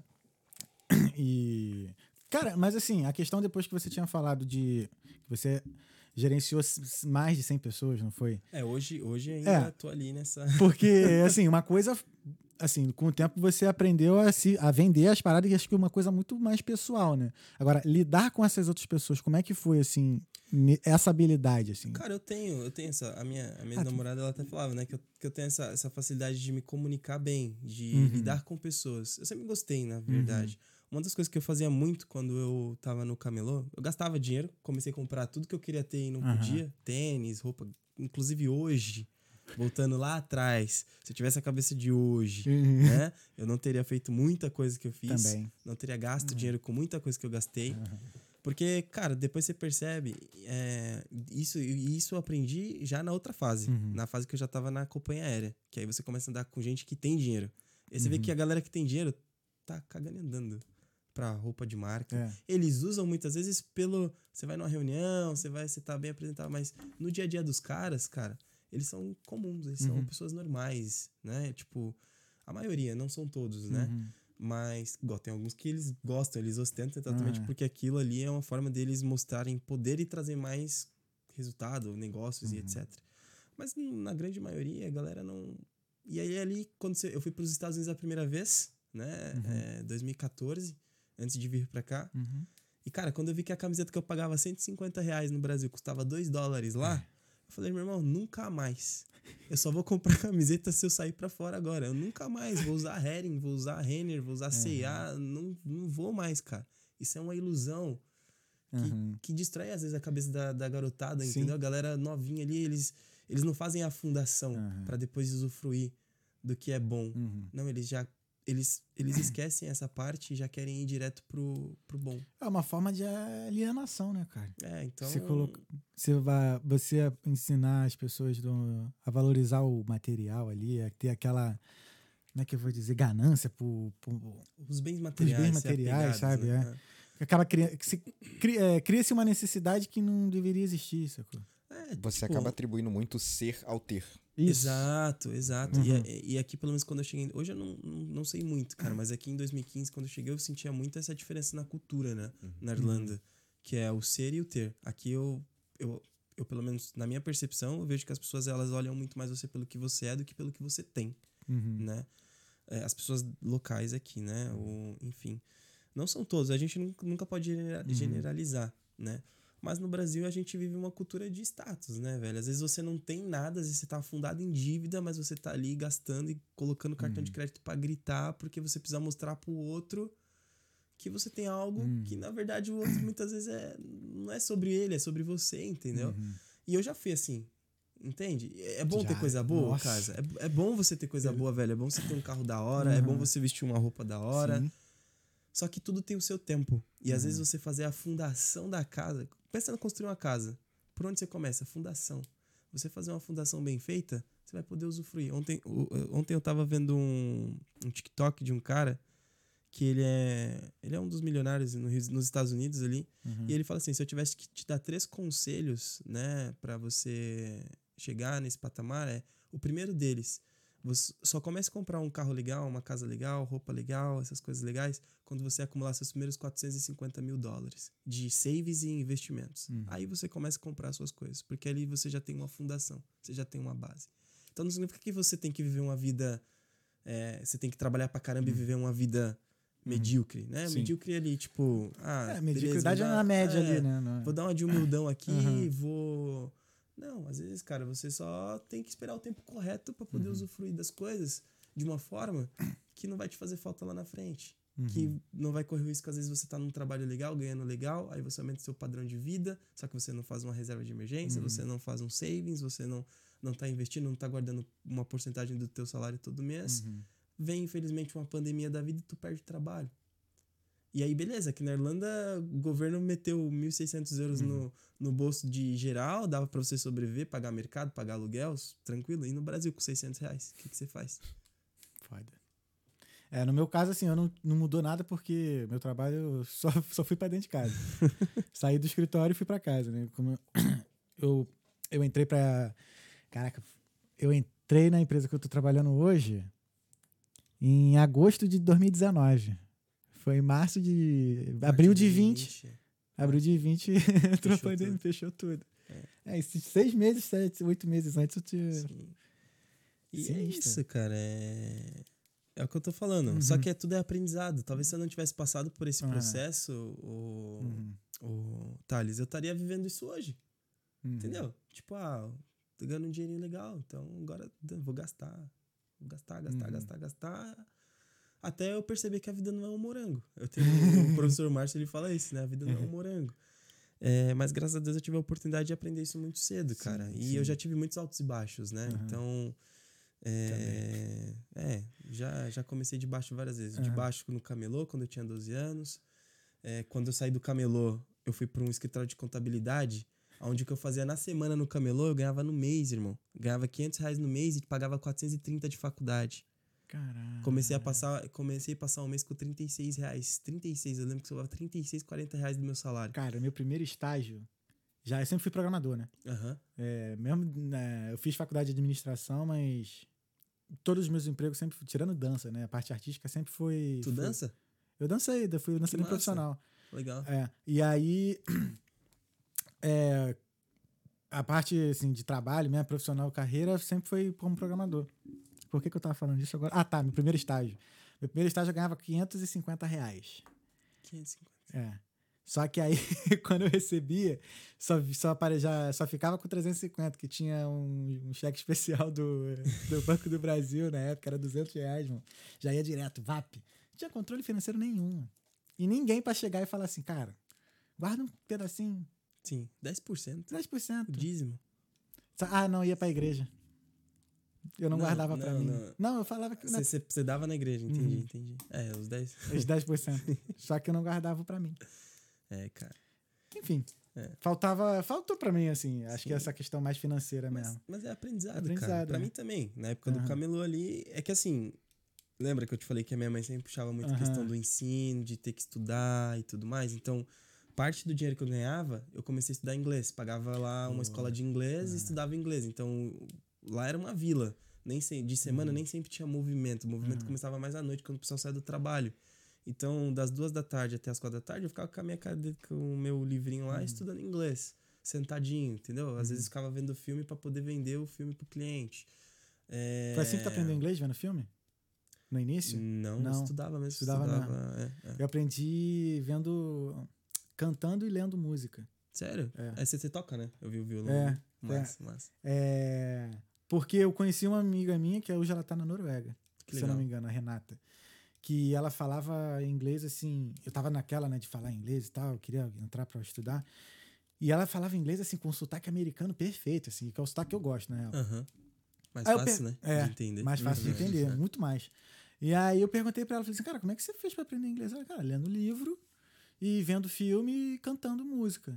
E... Cara, mas assim, a questão depois que você tinha falado de... que você gerenciou mais de cem pessoas, não foi? É, hoje, hoje ainda é, tô ali nessa... Porque, assim, uma coisa... Assim, com o tempo você aprendeu a, se, a vender as paradas e acho que é uma coisa muito mais pessoal, né? Agora, lidar com essas outras pessoas, como é que foi, assim, essa habilidade, assim? Cara, eu tenho, eu tenho essa... A minha, a minha ah, namorada, ela até falava, né? Que eu, que eu tenho essa, essa facilidade de me comunicar bem, de uhum. lidar com pessoas. Eu sempre gostei, na verdade. Uhum. Uma das coisas que eu fazia muito quando eu tava no camelô, eu gastava dinheiro, comecei a comprar tudo que eu queria ter e não uhum. podia. Tênis, roupa. Inclusive hoje... Voltando lá atrás, se eu tivesse a cabeça de hoje, uhum. né? Eu não teria feito muita coisa que eu fiz. Também. Não teria gasto uhum. dinheiro com muita coisa que eu gastei. Uhum. Porque, cara, depois você percebe... É, isso, isso eu aprendi já na outra fase. Uhum. Na fase que eu já tava na companhia aérea. Que aí você começa a andar com gente que tem dinheiro. E você uhum. vê que a galera que tem dinheiro tá cagando e andando pra roupa de marca. É. Eles usam muitas vezes pelo... Você vai numa reunião, você vai, você tá bem apresentado. Mas no dia a dia dos caras, cara... Eles são comuns, eles uhum. são pessoas normais, né? Tipo, a maioria, não são todos, né? Uhum. Mas, igual, tem alguns que eles gostam, eles ostentam exatamente uhum. porque aquilo ali é uma forma deles mostrarem poder e trazer mais resultado, negócios uhum. e etcétera. Mas na grande maioria, a galera não... E aí ali, quando você... eu fui para os Estados Unidos a primeira vez, né? Uhum. É, dois mil e catorze, antes de vir para cá. Uhum. E, cara, quando eu vi que a camiseta que eu pagava cento e cinquenta reais no Brasil custava dois dólares lá... É. Eu falei, meu irmão, nunca mais. Eu só vou comprar camiseta se eu sair pra fora agora. Eu nunca mais vou usar Hering, vou usar Renner, vou usar C e A. Uhum. Não, não vou mais, cara. Isso é uma ilusão que, uhum. que destrói, às vezes, a cabeça da, da garotada, Sim. entendeu? A galera novinha ali, eles, eles não fazem a fundação uhum. pra depois usufruir do que é bom. Uhum. Não, eles já... Eles, eles esquecem essa parte e já querem ir direto pro, pro bom. É uma forma de alienação, né, cara? É, então... Você, coloca, você vai você ensinar as pessoas do, a valorizar o material ali, a ter aquela, como é que eu vou dizer, ganância por... por os bens materiais. Os bens materiais, sabe? Né? É. Acaba cria, se, cria, é, cria-se uma necessidade que não deveria existir, sacou? É, você tipo, acaba atribuindo muito ser ao ter. Isso. Exato, exato. Uhum. E, e aqui, pelo menos, quando eu cheguei... Hoje eu não, não, não sei muito, cara. Mas aqui em dois mil e quinze, quando eu cheguei, eu sentia muito essa diferença na cultura, né? Uhum. Na Irlanda. Que é o ser e o ter. Aqui eu, eu... Eu, pelo menos, na minha percepção, eu vejo que as pessoas, elas olham muito mais você pelo que você é do que pelo que você tem, uhum. né? É, as pessoas locais aqui, né? O, enfim. Não são todos. A gente nunca, nunca pode generalizar, uhum. né? Mas no Brasil a gente vive uma cultura de status, né, velho? Às vezes você não tem nada, às vezes você tá afundado em dívida, mas você tá ali gastando e colocando cartão uhum. de crédito pra gritar, porque você precisa mostrar pro outro que você tem algo uhum. que, na verdade, o outro muitas vezes é, não é sobre ele, é sobre você, entendeu? Uhum. E eu já fui assim, entende? É bom já. ter coisa boa, Nossa. casa. É, é bom você ter coisa boa, velho. É bom você ter um carro da hora, uhum. é bom você vestir uma roupa da hora. Sim. Só que tudo tem o seu tempo. E às uhum. vezes você fazer a fundação da casa... Pensa em construir uma casa. Por onde você começa? Fundação. Você fazer uma fundação bem feita, você vai poder usufruir. Ontem, ontem eu tava vendo um, um TikTok de um cara que ele é, ele é um dos milionários no, nos Estados Unidos ali. Uhum. E ele fala assim, se eu tivesse que te dar três conselhos, né, pra você chegar nesse patamar, é o primeiro deles... Você só comece a comprar um carro legal, uma casa legal, roupa legal, essas coisas legais, quando você acumular seus primeiros quatrocentos e cinquenta mil dólares de saves e investimentos. Uhum. Aí você começa a comprar suas coisas, porque ali você já tem uma fundação, você já tem uma base. Então não significa que você tem que viver uma vida... É, você tem que trabalhar pra caramba uhum. e viver uma vida medíocre, né? Sim. Medíocre ali, tipo... Ah, é, mediocridade beleza, é na média é, ali, né? Não. Vou dar uma de humildão aqui, uhum. vou... Não, às vezes, cara, você só tem que esperar o tempo correto pra poder uhum. usufruir das coisas. de uma forma que não vai te fazer falta lá na frente. Uhum. Que não vai correr o risco, às vezes você tá num trabalho legal, ganhando legal, aí você aumenta o seu padrão de vida, só que você não faz uma reserva de emergência, Uhum. você não faz um savings, você não, não tá investindo, não tá guardando uma porcentagem do teu salário todo mês. Uhum. Vem, infelizmente, uma pandemia da vida e tu perde trabalho. E aí, beleza, aqui na Irlanda o governo meteu mil e seiscentos euros Uhum. no, no bolso de geral, dava pra você sobreviver, pagar mercado, pagar aluguel, tranquilo. E no Brasil, com seiscentos reais, o que, que você faz? Foda. É, no meu caso, assim, eu não, não mudou nada porque meu trabalho eu só, só fui pra dentro de casa. Saí do escritório e fui pra casa, né? Como eu, eu, eu entrei pra... Caraca, eu entrei na empresa que eu tô trabalhando hoje em agosto de dois mil e dezenove. Foi em março de... abril de vinte. Abril de vinte, entrou a pandemia, fechou tudo. É. é, esses seis meses, sete, oito meses antes eu tinha... Sim. E Sinistro. é isso, cara. É... É o que eu tô falando. Uhum. Só que é, tudo é aprendizado. Talvez se eu não tivesse passado por esse Ah. processo, o, Uhum. o Thales, eu estaria vivendo isso hoje. Uhum. Entendeu? Tipo, ah, tô ganhando um dinheirinho legal, então agora vou gastar. Vou gastar, gastar, Uhum. gastar, gastar. Até eu perceber que a vida não é um morango. Eu tenho o professor Márcio, ele fala isso, né? A vida não é um morango. É, mas graças a Deus eu tive a oportunidade de aprender isso muito cedo, cara. Sim, e sim. eu já tive muitos altos e baixos, né? Uhum. Então... É, é já, já comecei de baixo várias vezes. Uhum. De baixo no camelô, quando eu tinha doze anos. É, quando eu saí do camelô, eu fui para um escritório de contabilidade, onde o que eu fazia na semana no camelô, eu ganhava no mês, irmão. Ganhava quinhentos reais no mês e pagava quatrocentos e trinta de faculdade. Caralho. Comecei a passar, comecei a passar um mês com trinta e seis reais. trinta e seis, eu lembro que sobrava trinta e seis, quarenta reais do meu salário. Cara, meu primeiro estágio, já eu sempre fui programador, né? Aham. É, mesmo, né, eu fiz faculdade de administração, mas todos os meus empregos sempre, tirando dança, né? A parte artística sempre foi... Tu foi... dança? Eu dancei, eu fui dançarino massa. profissional. Legal. É, e aí, é, a parte assim, de trabalho, minha profissional, carreira, sempre foi como programador. Por que, que eu tava falando disso agora? Ah, tá, meu primeiro estágio. Meu primeiro estágio eu ganhava quinhentos e cinquenta reais. quinhentos e cinquenta. É. Só que aí, quando eu recebia, só, só, apare- já, só ficava com trezentos e cinquenta, que tinha um, um cheque especial do, do Banco do Brasil na época, era duzentos reais, mano. Já ia direto, V A P. Não tinha controle financeiro nenhum. E ninguém pra chegar e falar assim, cara, guarda um pedacinho, Sim, dez por cento. dez por cento. O dízimo. Ah, não, ia pra igreja. Eu não, Não, guardava pra não, mim. não. Não, eu falava que... Você dava na igreja, entendi, Uhum. entendi. É, os dez. Os dez por cento. Só que eu não guardava pra mim. É, cara. Enfim, É. faltava, faltou pra mim, assim. Acho Sim. que essa questão mais financeira Mas, mesmo. mas é aprendizado, Aprendizado, cara. Pra né? mim também. Na época Aham. do camelô ali, é que assim... Lembra que eu te falei que a minha mãe sempre puxava muito a Aham. questão do ensino, de ter que estudar e tudo mais? Então, parte do dinheiro que eu ganhava, eu comecei a estudar inglês. Pagava lá uma Boa. escola de inglês e estudava inglês. Então, lá era uma vila. Nem se- de semana nem sempre tinha movimento. O movimento Uhum. começava mais à noite, quando o pessoal saía do trabalho. Então, das duas da tarde até as quatro da tarde, eu ficava com a minha cadeira, com o meu livrinho lá, Uhum. estudando inglês. Sentadinho, entendeu? Às vezes ficava vendo filme pra poder vender o filme pro cliente. É... Foi assim que tu aprendeu inglês, vendo filme? No início? Não, Não. eu estudava mesmo. Estudava Estudava, é, é. Eu aprendi vendo... Cantando e lendo música. Sério? É. Aí você, você toca, né? Eu vi o violão. É, Massa, massa. É... Porque eu conheci uma amiga minha, que hoje ela tá na Noruega. Que se eu não legal. me engano, a Renata. Que ela falava inglês assim... Eu tava naquela, né, de falar inglês e tal. Eu queria entrar pra estudar. E ela falava inglês, assim, com um sotaque americano perfeito, assim. Que é o sotaque que eu gosto, né? Aham. Mais Aí eu fácil, per- né? É, de entender. mais fácil de Uhum. entender, É. muito mais. E aí eu perguntei pra ela, falei assim, cara, como é que você fez pra aprender inglês? Ela, cara, lendo livro e vendo filme e cantando música.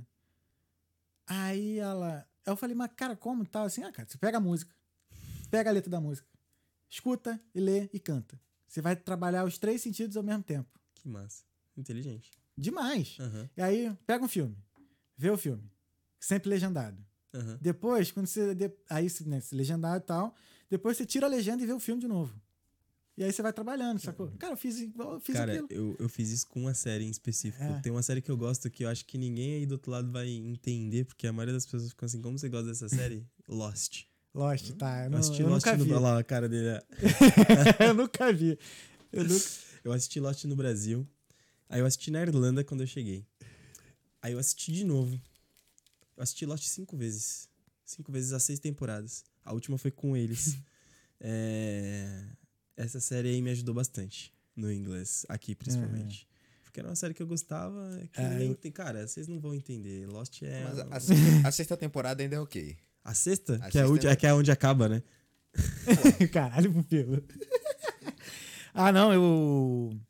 Aí ela... Eu falei, mas cara, como tal? Assim, ah, cara, você pega a música, pega a letra da música, escuta e lê e canta. Você vai trabalhar os três sentidos ao mesmo tempo. Que massa. Inteligente. Demais. Aham. E aí, pega um filme, vê o filme, sempre legendado. Aham. Depois, quando você... de- Aí, né, se legendado e tal, depois você tira a legenda e vê o filme de novo. E aí você vai trabalhando, sacou? Cara, eu fiz igual, eu fiz Cara, aquilo. eu, eu fiz isso com uma série em específico. É. Tem uma série que eu gosto que eu acho que ninguém aí do outro lado vai entender, porque a maioria das pessoas ficam assim, como você gosta dessa série? Lost. Lost, tá. Eu, Eu não, assisti eu Lost nunca no... vi. Olha lá a cara dele. é. Eu nunca vi. Eu nunca... Eu assisti Lost no Brasil. Aí eu assisti na Irlanda quando eu cheguei. Aí eu assisti de novo. Eu assisti Lost cinco vezes. Cinco vezes as seis temporadas. A última foi com eles. é... essa série aí me ajudou bastante no inglês, aqui principalmente. Uhum. Porque era uma série que eu gostava, que É, ninguém eu- tem. Cara, vocês não vão entender. Lost é. Mas um- a, a sexta, a sexta temporada ainda é ok. A sexta? A que, é a sexta última, é- é que é onde acaba, né? Caralho, Pupilo. Ah, não, eu.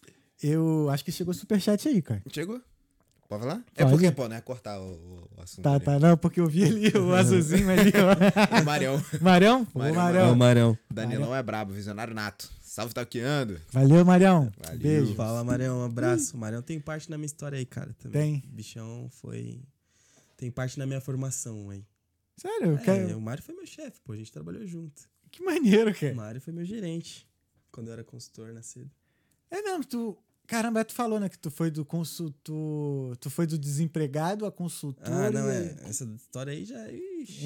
Eu acho que chegou superchat aí, cara. Chegou? Pode falar? É Pode. porque, pô, né? Cortar o, o assunto. Tá, ali. tá, não, porque eu vi ali o azulzinho ali, ó. O Marião. Marião? Pô, Marião, É o Marião. Marão. Danilão é brabo, visionário nato. Salve, talqueando. Valeu, Marião. Valeu. Beijo. Fala, Marão, um abraço. O Marão tem parte na minha história aí, cara. Também. Tem. Bichão foi. Tem parte na minha formação aí. Sério, eu É, quero... o Mário foi meu chefe, pô. A gente trabalhou junto. que maneiro, O cara. Mário foi meu gerente. Quando eu era consultor na cedo. É mesmo, tu. Caramba, tu falou, né, que tu foi do consultor. Tu foi do desempregado a consultor. Ah, não, e- é. Essa história aí já. Ixi.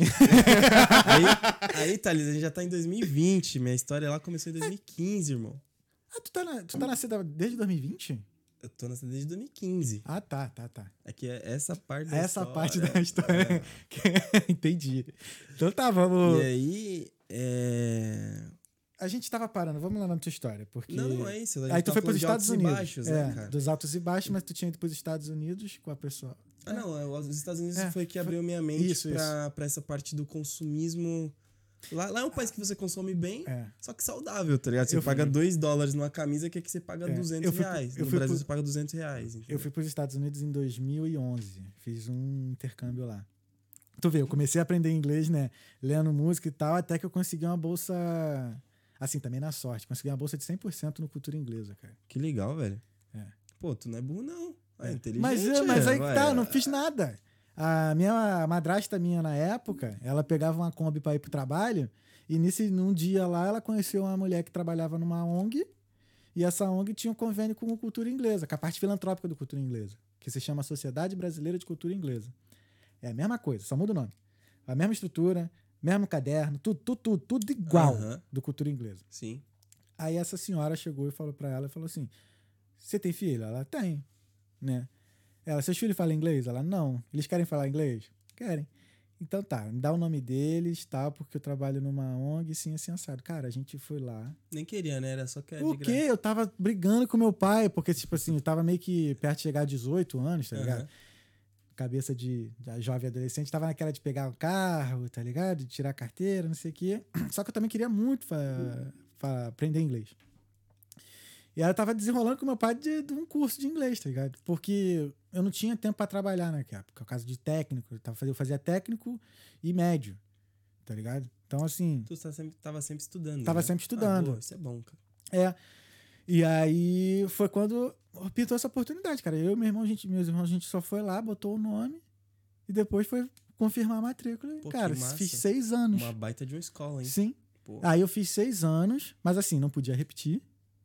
aí, aí, Thales, a gente já tá em dois mil e vinte. Minha história lá começou em dois mil e quinze, irmão. Ah, tu tá, na, tu tá nascida desde dois mil e vinte? Eu tô nessa desde dois mil e quinze. Ah, tá, tá, tá. É que é essa parte da Essa história. parte da história. é. Entendi. Então tá, vamos. E aí. É... A gente tava parando, vamos lá na tua história. Porque... Não, não é isso. A gente Aí tu tá foi pros falando de Estados altos e Unidos. baixos, é, né, cara? dos altos e baixos, mas tu tinha ido pros Estados Unidos com a pessoa. Ah, não. é, Os Estados Unidos É, foi que foi- abriu minha mente isso, pra, pra essa parte do consumismo. Lá, lá é um país que você consome bem, É. só que saudável, tá ligado? Você Eu fui- paga dois dólares numa camisa que aqui você paga É, duzentos eu fui pro- reais. eu No fui Brasil pro- você paga duzentos reais. entendeu? Eu fui pros Estados Unidos em dois mil e onze. Fiz um intercâmbio lá. Tu vê, eu comecei a aprender inglês, né? Lendo música e tal, até que eu consegui uma bolsa. Assim, também na sorte. Consegui uma bolsa de cem por cento no cultura inglesa, cara. Que legal, velho. É. Pô, tu não é burro, não. É, É. inteligente. Mas, é, mas aí que vai. tá, eu não fiz nada. A minha madrasta minha na época, ela pegava uma Kombi pra ir pro trabalho, e nesse, num dia lá ela conheceu uma mulher que trabalhava numa O N G, e essa O N G tinha um convênio com a cultura inglesa, com a parte filantrópica do cultura inglesa, que se chama Sociedade Brasileira de Cultura Inglesa. É a mesma coisa, só muda o nome. A mesma estrutura, mesmo caderno, tudo, tudo, tudo, tudo igual Aham. do cultura inglesa. Sim. Aí essa senhora chegou e falou pra ela, e falou assim, você tem filho? Ela, tem, né? Ela, seus filhos falam inglês? Ela, não. Eles querem falar inglês? Querem. Então tá, me dá o nome deles, tá? Porque eu trabalho numa O N G, sim, assim, assado. Cara, a gente foi lá. Nem queria, né? Era só que era O de quê? graça. Eu tava brigando com meu pai, porque, tipo assim, eu tava meio que perto de chegar a dezoito anos, tá ligado? Aham. Cabeça de, de jovem adolescente, tava naquela de pegar o carro, tá ligado? De tirar a carteira, não sei o quê. Só que eu também queria muito fa- fa- aprender inglês. E aí eu tava desenrolando com meu pai de, de um curso de inglês, tá ligado? Porque eu não tinha tempo pra trabalhar naquela época, por causa de técnico. Eu, tava, fazendo- eu fazia técnico e médio, tá ligado? Então, assim, Tu tá sempre, tava sempre estudando. Tava né? sempre estudando. Ah, boa, isso é bom, cara. é. E aí foi quando pintou essa oportunidade, cara. Eu e meu irmão, a gente, meus irmãos, a gente só foi lá, botou o nome e depois foi confirmar a matrícula. E, Pô, cara, que massa. fiz seis anos. Uma baita de uma escola, hein? Sim. Pô. Aí eu fiz seis anos, mas assim, não podia repetir.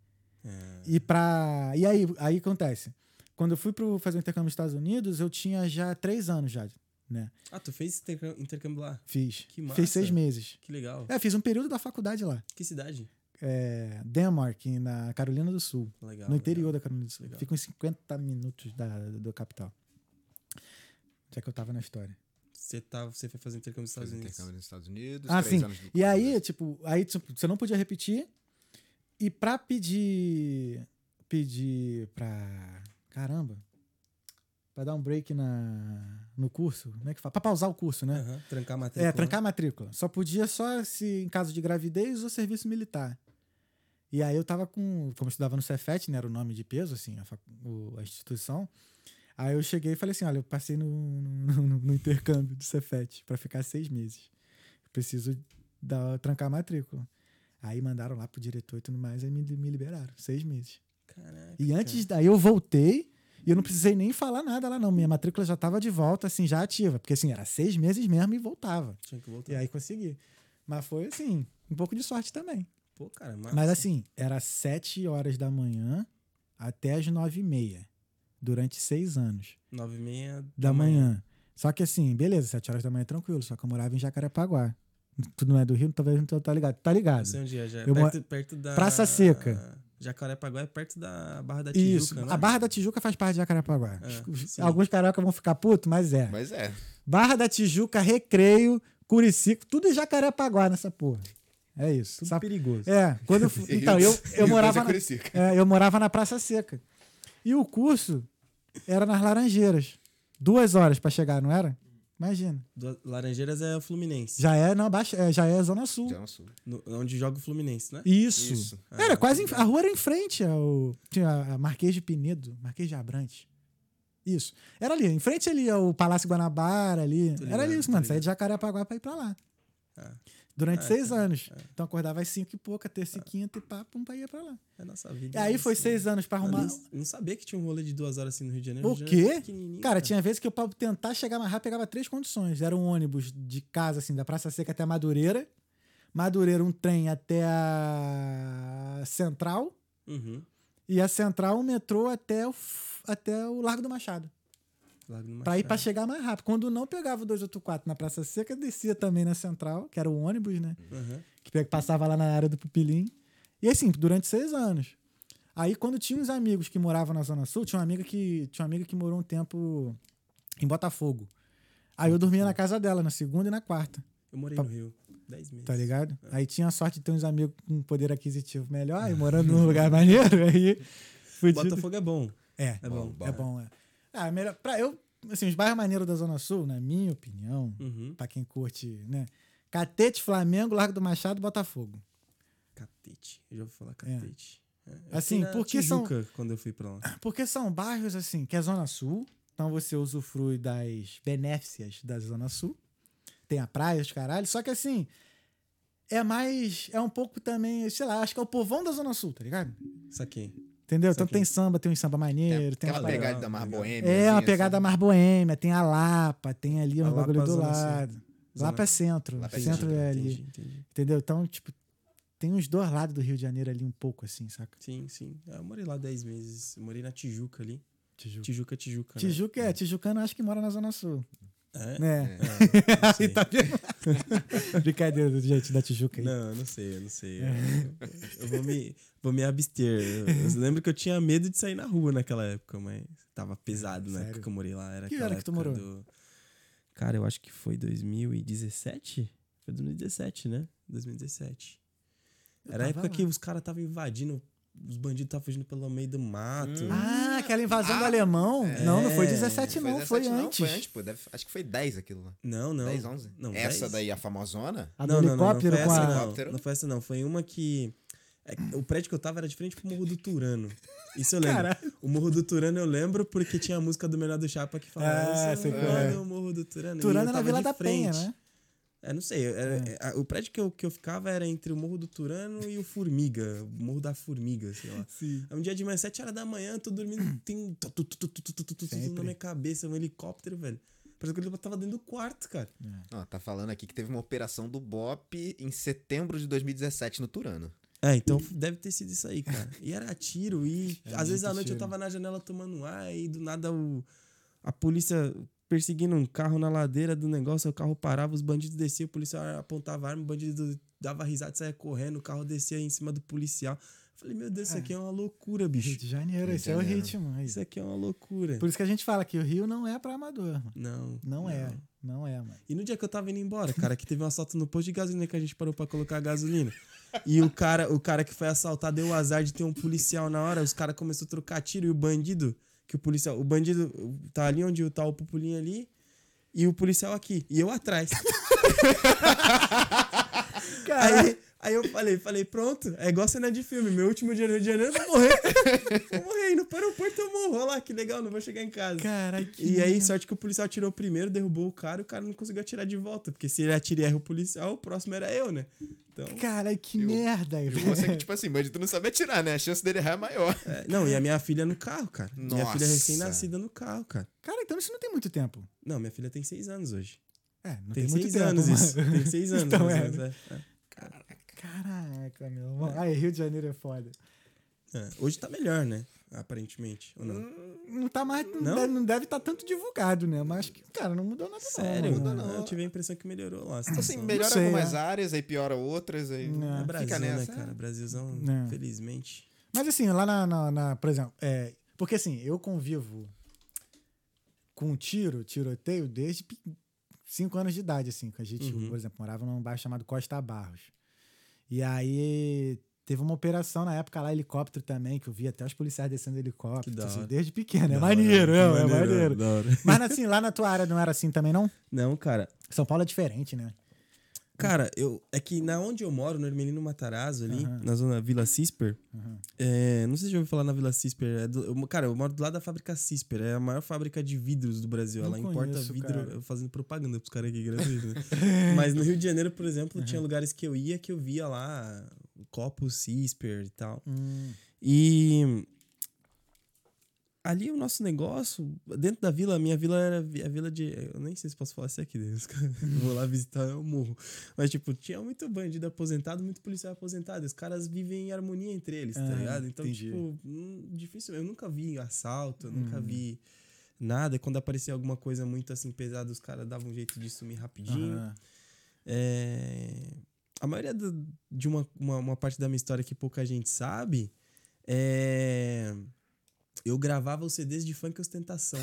É. E pra. E aí, aí acontece. Quando eu fui pro fazer o intercâmbio nos Estados Unidos, eu tinha já três anos já, né? Ah, tu fez intercâmbio, intercâmbio lá? Fiz. Que massa. Fiz seis meses. Que legal. É, fiz um período da faculdade lá. Que cidade? É, Denmark, na Carolina do Sul. Legal. no interior legal. da Carolina do Sul. Legal. Fica uns cinquenta minutos da, do capital. Já que eu tava na história. Você, tá, você foi fazer intercâmbio nos Estados Fez Unidos. intercâmbio nos Estados Unidos. Ah, três sim. anos do E aí, curso. tipo, aí tipo, você não podia repetir. E pra pedir. Pedir pra. Caramba. Pra dar um break na, no curso. Como é que fala? Pra pausar o curso, né? Aham, Trancar a matrícula. É, trancar a matrícula. Só podia só se em caso de gravidez ou serviço militar. E aí eu tava com. Como eu estudava no Cefet, né? Era o nome de peso, assim, a, fac- o- a instituição. Aí eu cheguei e falei assim: olha, eu passei no, no, no- no intercâmbio do Cefet pra ficar seis meses. Eu preciso dar, trancar a matrícula. Aí mandaram lá pro diretor e tudo mais, aí me, me liberaram. Seis meses. Caraca. E antes daí eu voltei e eu não precisei nem falar nada lá, não. Minha matrícula já tava de volta, assim, já ativa. Porque assim, era seis meses mesmo e voltava. Tinha que voltar. E aí consegui. Mas foi assim, um pouco de sorte também. Pô, cara, massa. Mas assim, era sete horas da manhã até as nove e meia. Durante seis anos Nove e meia da manhã. Só que assim, beleza, sete horas da manhã é tranquilo. Só que eu morava em Jacarepaguá. Tu não é do Rio, talvez não tá- tá ligado. Tá ligado? Não sei onde é, já. Eu perto, perto da... Praça Seca. Jacarepaguá é perto da Barra da Tijuca, Isso. né? A Barra da Tijuca faz parte de Jacarepaguá. É, Os- sim. Alguns carioca vão ficar putos, mas é. Mas é. Barra da Tijuca, Recreio, Curicica, tudo é Jacarepaguá nessa porra. É isso. Tudo Sabe? perigoso. É, quando eu, fui- E então, Rio eu, Doce- eu Rio morava Doce é na, Curicica. é, eu morava na Praça Seca. E o curso era nas Laranjeiras. Duas horas pra chegar, não era? Imagina. Do- Laranjeiras é o Fluminense. Já é, não, baixa, é, já é Zona Sul. Já no sul. No- onde joga o Fluminense, né? Isso. Isso. Era Ah, quase. tô Em, ligado. a rua era em frente ao. Tinha a Marquês de Pinedo, Marquês de Abrantes. Isso. Era ali, em frente ali ao Palácio Guanabara ali. Tô Era ligado, ali isso, tô mano. Saía ligado. de Jacarepaguá pra ir pra lá. Ah, Durante Ah, seis cara, anos. Então acordava às cinco e pouca, terça e quinta e pá, pum, pra ir pra lá. é a nossa vida. E aí é foi assim. seis anos pra Eu arrumar. nem- não sabia que tinha um rolê de duas horas assim no Rio de Janeiro. O Rio de Janeiro é quê? pequenininho, Cara, tinha vezes que eu, pra tentar chegar mais rápido, pegava três condições. Era um ônibus de casa, assim, da Praça Seca até Madureira. Madureira, um trem até a Central. Uhum. E a Central, um metrô até o, f- até o Largo do Machado. Largo do Pra ir pra Machado. chegar mais rápido. Quando não pegava o dois oito quatro na Praça Seca, descia também na Central, que era o ônibus, né? Uhum. Que pe- passava lá na área do Pupilim. E assim, durante seis anos. Aí, quando tinha uns amigos que moravam na Zona Sul, tinha uma amiga que, tinha uma amiga que morou um tempo em Botafogo. Aí eu dormia na casa dela, na segunda e na quarta, Eu morei Tá- no Rio. Dez meses. tá ligado? Aí tinha a sorte de ter uns amigos com poder aquisitivo melhor, e morando num lugar maneiro, aí... fudido. Botafogo é bom. É, É bom. é bom, é. Ah, melhor, pra eu, assim, os bairros maneiros da Zona Sul, na minha opinião, Uhum. pra quem curte, né? Catete, Flamengo, Largo do Machado, Botafogo. Catete. Eu já ouvi falar catete. É. Eu Assim, fui na porque são- Tijuca quando eu fui pra lá. Porque são bairros, assim, que é Zona Sul, então você usufrui das benéficias da Zona Sul. Tem a praia, os caralho. Só que, assim, é mais... É um pouco também, sei lá, acho que é o povão da Zona Sul, tá ligado? Saquei. Entendeu? Saquei. Então tem samba, tem um samba maneiro, tem, Aquela umas legal, pegada mais legal. boêmia. É, uma assim, pegada assim. mais boêmia, tem a Lapa, tem ali A um bagulho Lapa, do Zona Sul. lado. Zona- Lapa é centro, Lapa é centro centro, é ali, Entendi, entendi. entendeu? Então, tipo, tem uns dois lados do Rio de Janeiro ali um pouco assim, saca? Sim, sim. É, Eu morei lá dez meses. Eu morei na Tijuca ali. Tijuca. Tijuca, Tijuca. né? Tijuca é, Tijucano acho que mora na Zona Sul, É? né? É, não sei. Aí tá vendo? Brincadeira do gente da Tijuca aí. Não, eu não sei, eu não sei. É. Eu, eu vou, me, vou me abster. Eu, eu lembro que eu tinha medo de sair na rua naquela época, mas tava pesado na Sério? época que eu morei lá. Era Que aquela ano que tu época morou? do- Cara, eu acho que foi dois mil e dezessete? Foi dois mil e dezessete, né? dois mil e dezessete. Eu Era a tava época lá. que os caras estavam invadindo, os bandidos estavam fugindo pelo meio do mato. Hum. Ah, aquela invasão Ah, do alemão? é. Não, não foi É. dezessete não, foi dezessete, não, antes. Foi antes, pô. Deve- acho que foi dez aquilo lá. Não, não. dez, onze. Não, Essa dez? daí, a famosona? A do não, não, não, não helicóptero foi com essa, a... não. Helicóptero? Não foi essa, não. Foi uma que... é, o prédio que eu tava era de frente pro Morro do Turano. Isso eu lembro. Caralho. O Morro do Turano eu lembro porque tinha a música do Menor do Chapa que falava Ah, "Eu sou sei o qual é. mano, o Morro do Turano. E Turano eu é na tava Vila de da Penha, frente. né? É, não sei. era- é, a- o prédio que eu, que eu ficava era entre o Morro do Turano e o Formiga. O Morro da Formiga, sei lá. Sim. Aí um dia de manhã, sete horas da manhã, eu tô dormindo, tem um tu, tu, tu, tu, tu, tu, tu, tu, tu, Sempre. na minha cabeça, um helicóptero, velho. Parece que ele tava dentro do quarto, cara. Ó, tá falando aqui que teve uma operação do B O P em setembro de dois mil e dezessete no Turano. É, então deve ter sido isso aí, cara. E era tiro, e É às vezes muito à noite tiro. eu tava na janela tomando ar, e do nada o, a polícia perseguindo um carro na ladeira do negócio, o carro parava, os bandidos desciam, o policial apontava a arma, o bandido dava risada, saia correndo, o carro descia em cima do policial. Falei, meu Deus, isso É. aqui é uma loucura, Rio bicho. de Janeiro, Rio de esse é o Janeiro. ritmo. aí. Isso aqui é uma loucura. Por isso que a gente fala que o Rio não é pra amador, mano. Não. Não, é, não é, mano. E no dia que eu tava indo embora, cara, que teve um assalto no posto de gasolina que a gente parou pra colocar gasolina. E o cara, o cara que foi assaltar deu o azar de ter um policial na hora, os caras começaram a trocar tiro e o bandido, que o policial, o bandido tá ali onde tá o pupulinho ali e o policial aqui, e eu atrás. Aí, aí eu falei, falei, pronto, é igual cena de filme, meu último dia no Rio de Janeiro, eu vou morrer. Vou morrer, indo para o aeroporto eu morro, olha lá, que legal, não vou chegar em casa. Cara, que... E aí, sorte que o policial atirou primeiro, derrubou o cara e o cara não conseguiu atirar de volta. Porque se ele atira e erra o policial, o próximo era eu, né? Então. Cara, que Eu- merda. E você que, tipo assim, bandido não sabe atirar, né? A chance dele errar é maior. é, não, e a minha filha no carro, cara. Minha Nossa. filha recém-nascida no carro, cara. Cara, então isso não tem muito tempo. Não, minha filha tem seis anos hoje. É, não tem tem, muito seis tempo. anos mas- isso. Tem seis anos. Então mais é, ou menos, é, é. Caraca, meu irmão. Aí, Rio de Janeiro é foda. É, hoje tá melhor, né? Aparentemente. Ou não? Não tá mais. Não, Não? deve, não deve estar tanto divulgado, né? Mas, acho que, cara, não mudou nada. Sério? Não, não. Eu tive a impressão que melhorou lá. a Então, assim, situação. melhora sei, algumas é. áreas, aí piora outras, aí Não. É É Brasil, fica né, nessa. cara? Brasilzão, É. felizmente. Mas assim, lá na, na, na- por exemplo, é, porque assim, eu convivo com tiro, tiroteio, desde cinco anos de idade, assim, que a gente, Uhum. por exemplo, morava num bairro chamado Costa Barros. E aí teve uma operação na época lá, helicóptero também, que eu vi até os policiais descendo do helicóptero, Que da assim, hora. desde pequeno. É Da maneiro, hora, é, que é maneiro. da hora. Mas assim, lá na tua área não era assim também, não? Não, cara. São Paulo é diferente, né? Cara, eu, é que na onde eu moro, no Hermelino Matarazzo, ali, Aham. na zona Vila Cisper, Uhum. é, não sei se já ouviu falar na Vila Cisper. É do- eu- cara, eu moro do lado da fábrica Cisper, é a maior fábrica de vidros do Brasil. Não Ela importa conheço, vidro, cara. eu fazendo propaganda pros caras aqui, gratuito, né? Mas no Rio de Janeiro, por exemplo, tinha lugares que eu ia que eu via lá copos Cisper e tal. Hum. E ali o nosso negócio, dentro da vila, a minha vila era vi- a vila de. Eu nem sei se posso falar isso aqui, né? Os caras- vou lá visitar, eu morro. Mas, tipo, tinha muito bandido aposentado, muito policial aposentado. Os caras vivem em harmonia entre eles, tá Ah, ligado? Então, entendi. tipo, hum, difícil. Eu nunca vi assalto, eu nunca Uhum. vi nada. Quando aparecia alguma coisa muito assim pesada, os caras davam um jeito de sumir rapidinho. Aham. É, a maioria do- de uma, uma, uma parte da minha história que pouca gente sabe é. Eu gravava os C Ds de funk e ostentação.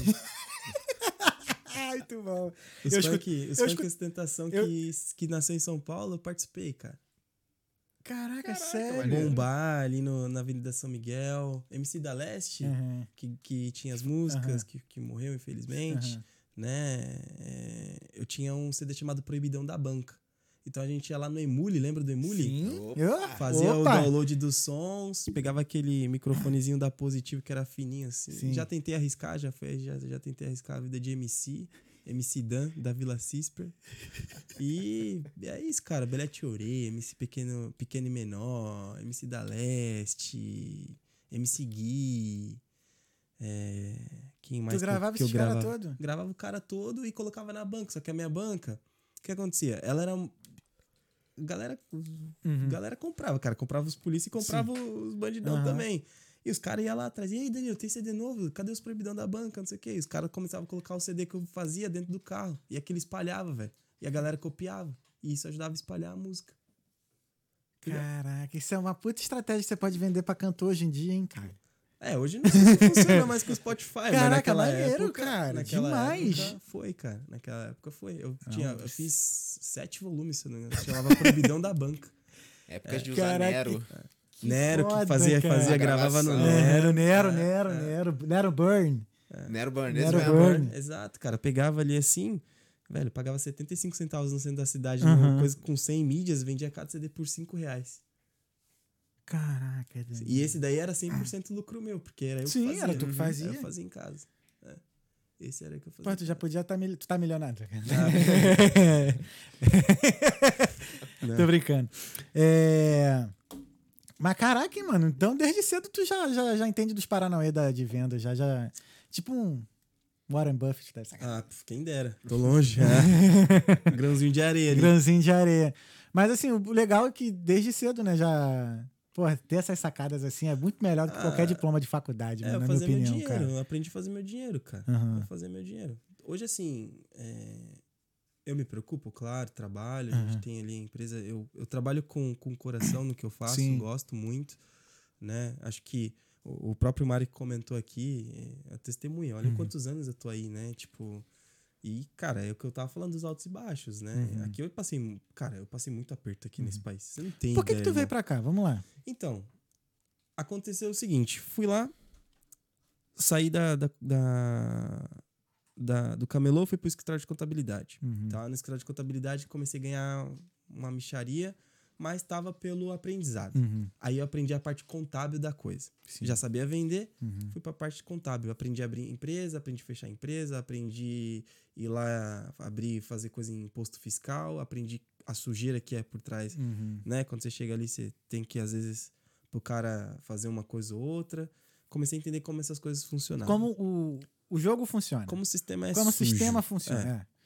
Ai, muito bom. Os Eu funk, escu- os eu funk escu- e ostentação eu- que, que nasceu em São Paulo, eu participei, cara. Caraca, Caraca, sério? maneiro. Bombar ali no, na Avenida São Miguel. M C da Leste, Uhum. que, que tinha as músicas, Aham. que, que morreu, infelizmente. Aham. Né? É, eu tinha um C D chamado Proibidão da Banca. Então a gente ia lá no Emule, lembra do Emule? Sim. Opa. Eu- Fazia o Opa! download dos sons, pegava aquele microfonezinho da Positivo que era fininho assim. Sim. Já tentei arriscar, já, foi, já, já tentei arriscar a vida de M C, M C Dan, da Vila Cisper. E é isso, cara. Belete Orê, M C Pequeno, Pequeno e Menor, M C da Leste, M C Gui. É, quem mais Tu gravava que eu, esses que eu caras gravava? todo? Gravava o cara todo e colocava na banca. Só que a minha banca, o que acontecia? Ela era. Galera, Uhum. galera comprava, cara. Comprava os polícia e comprava os bandidão Aham. também. E os caras iam lá atrás. E aí, Danilo, tem C D novo? Cadê os proibidão da banca? Não sei o quê. E os caras começavam a colocar o C D que eu fazia dentro do carro. E aquele espalhava, velho. E a galera copiava. E isso ajudava a espalhar a música. Entendeu? Caraca, isso é uma puta estratégia que você pode vender pra cantor hoje em dia, hein, cara? É, hoje não sei se funciona mais com o Spotify. mas Caraca, naquela maneiro, época, cara, naquela demais. época foi, cara. Naquela época foi. Eu, Não, tinha, eu mas- fiz sete volumes, se eu não me engano. Chamava Proibidão da Banca. Épocas de usar Caraca, Nero. Nero, que foda, fazia, cara. fazia A gravava no gravação. Nero. Nero, Nero, É, Nero, é. Nero, Nero Burn. Nero Burn, Nero esse mesmo. Burn. Exato, cara. Pegava ali assim, velho, pagava setenta e cinco centavos no centro da cidade, Aham. numa coisa com cem mídias, vendia cada C D por cinco reais. Caraca, Dani. E esse daí era cem por cento lucro meu, porque era eu Sim, que fazia. era tu que Uhum. fazia. Eu fazia em casa. É. Esse era o que eu fazia. Pô, tu já podia estar mil... tu tá milionário. Não. Tô brincando. É... Mas caraca, hein, mano. Então, desde cedo tu já, já, já entende dos paranauê da, de venda. Já, já... Tipo um Warren Buffett. Tá? Ah, pf, quem dera. Tô longe. É. Grãozinho de areia ali. Grãozinho de areia. Mas assim, o legal é que desde cedo, né, já... Pô, ter essas sacadas assim é muito melhor do que Ah, qualquer diploma de faculdade, É, mano, eu na minha fazer meu opinião, dinheiro. cara. Eu aprendi a fazer meu dinheiro, cara. Aham. Eu fazer meu dinheiro. Hoje, assim, é, eu me preocupo, claro, trabalho. A Aham. gente tem ali a empresa. Eu, eu trabalho com, com coração no que eu faço, Sim. gosto muito, né? Acho que o, o próprio Mário que comentou aqui é a testemunha. Olha Uhum. quantos anos eu tô aí, né? Tipo. E, cara, é o que eu tava falando dos altos e baixos, né? Uhum. Aqui eu passei. Cara, eu passei muito aperto aqui nesse país. Você não tem Por que, que ideia, tu veio irmão. pra cá? Vamos lá. Então, aconteceu o seguinte, fui lá, saí da, da, da, da- do camelô, fui pro escritório de contabilidade. Uhum. Tá? No escritório de contabilidade comecei a ganhar uma mixaria, mas estava pelo aprendizado. Uhum. Aí eu aprendi a parte contábil da coisa. Sim. Já sabia vender, Uhum. fui pra parte contábil. Aprendi a abrir empresa, aprendi a fechar empresa, aprendi ir lá abrir, fazer coisa em imposto fiscal, aprendi a sujeira que é por trás, Uhum. né? Quando você chega ali, você tem que, às vezes, pro cara fazer uma coisa ou outra. Comecei a entender como essas coisas funcionavam. Como o, o jogo funciona. Como o sistema é Como o sujo. sistema funciona. é.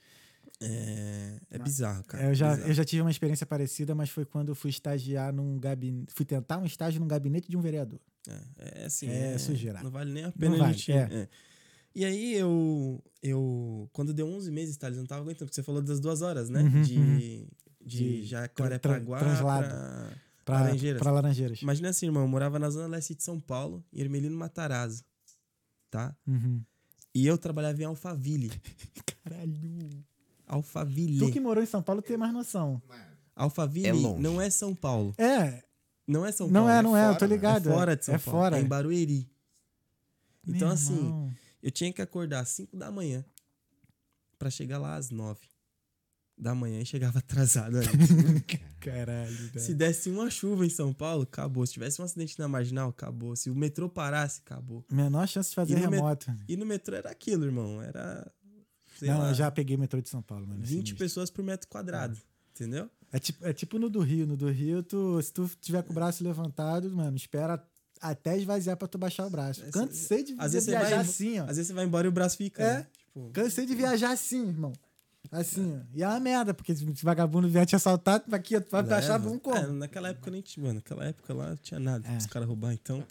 É, é bizarro, cara. É, eu, já, bizarro. eu já tive uma experiência parecida, mas foi quando eu fui estagiar num gabinete. Fui tentar um estágio num gabinete de um vereador. É, é assim, É sujeira. Não vale nem a pena Não a vale, gente... é. é. E aí, eu, eu... Quando deu onze meses, Thales, eu não tava aguentando, porque você falou das duas horas, né? Uhum, de, uhum. de, De Jacarepaguá tra- translado. pra, Pra, Laranjeiras. pra Laranjeiras. Imagina assim, irmão, eu morava na zona leste de São Paulo, em Hermelino Matarazzo, tá? Uhum. E eu trabalhava em Alphaville. Caralho. Alphaville. Tu que morou em São Paulo tem mais noção. Alphaville É longe. não é São Paulo. É, Não é São não Paulo. é, não é, fora, eu tô né? ligado. É fora de São é Paulo. fora. É em Barueri. Meu Então, assim, irmão. eu tinha que acordar às cinco da manhã pra chegar lá às nove da manhã e chegava atrasado ali. Caralho, velho. Se desse uma chuva em São Paulo, acabou. Se tivesse um acidente na Marginal, acabou. Se o metrô parasse, acabou. Menor chance de fazer E no met- remoto. E no metrô era aquilo, irmão. Era, sei Não, lá, eu já peguei metrô de São Paulo, mano. é vinte sinistro. pessoas por metro quadrado. Entendeu? É tipo, é tipo no do Rio. No do Rio, tu, se tu tiver com o braço levantado, mano, espera até esvaziar pra tu baixar o braço. Essa- Cansei de, às de vezes você viajar vai- assim, ó. Às vezes você vai embora e o braço fica. É. Né? Tipo, Cansei de viajar assim, irmão. Assim, ó. E é uma merda, porque se esse vagabundo vier te assaltar, tu vai aqui, tu vai leva. achar bom como? É, naquela época eu nem tinha. Mano, naquela época lá não tinha nada É. pros caras roubar, então.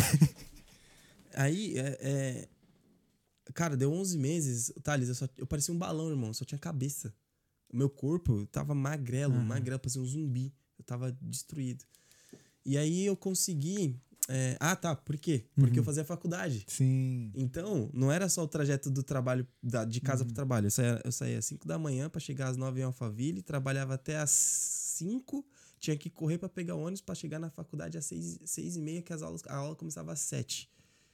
Aí, é, é, cara, deu onze meses. Thales, eu, só, eu parecia um balão, irmão. Só tinha cabeça. O meu corpo tava magrelo, Uhum. magrelo, parecia um zumbi. Eu tava destruído. E aí eu consegui. é, ah, tá. Por quê? Porque Uhum. eu fazia faculdade. Sim. Então, não era só o trajeto do trabalho, da, de casa Uhum. pro trabalho. Eu saía, eu saía às cinco da manhã pra chegar às nove em Alphaville, trabalhava até às cinco, tinha que correr pra pegar o ônibus pra chegar na faculdade às seis, seis e meia, que as aulas, a aula começava às sete.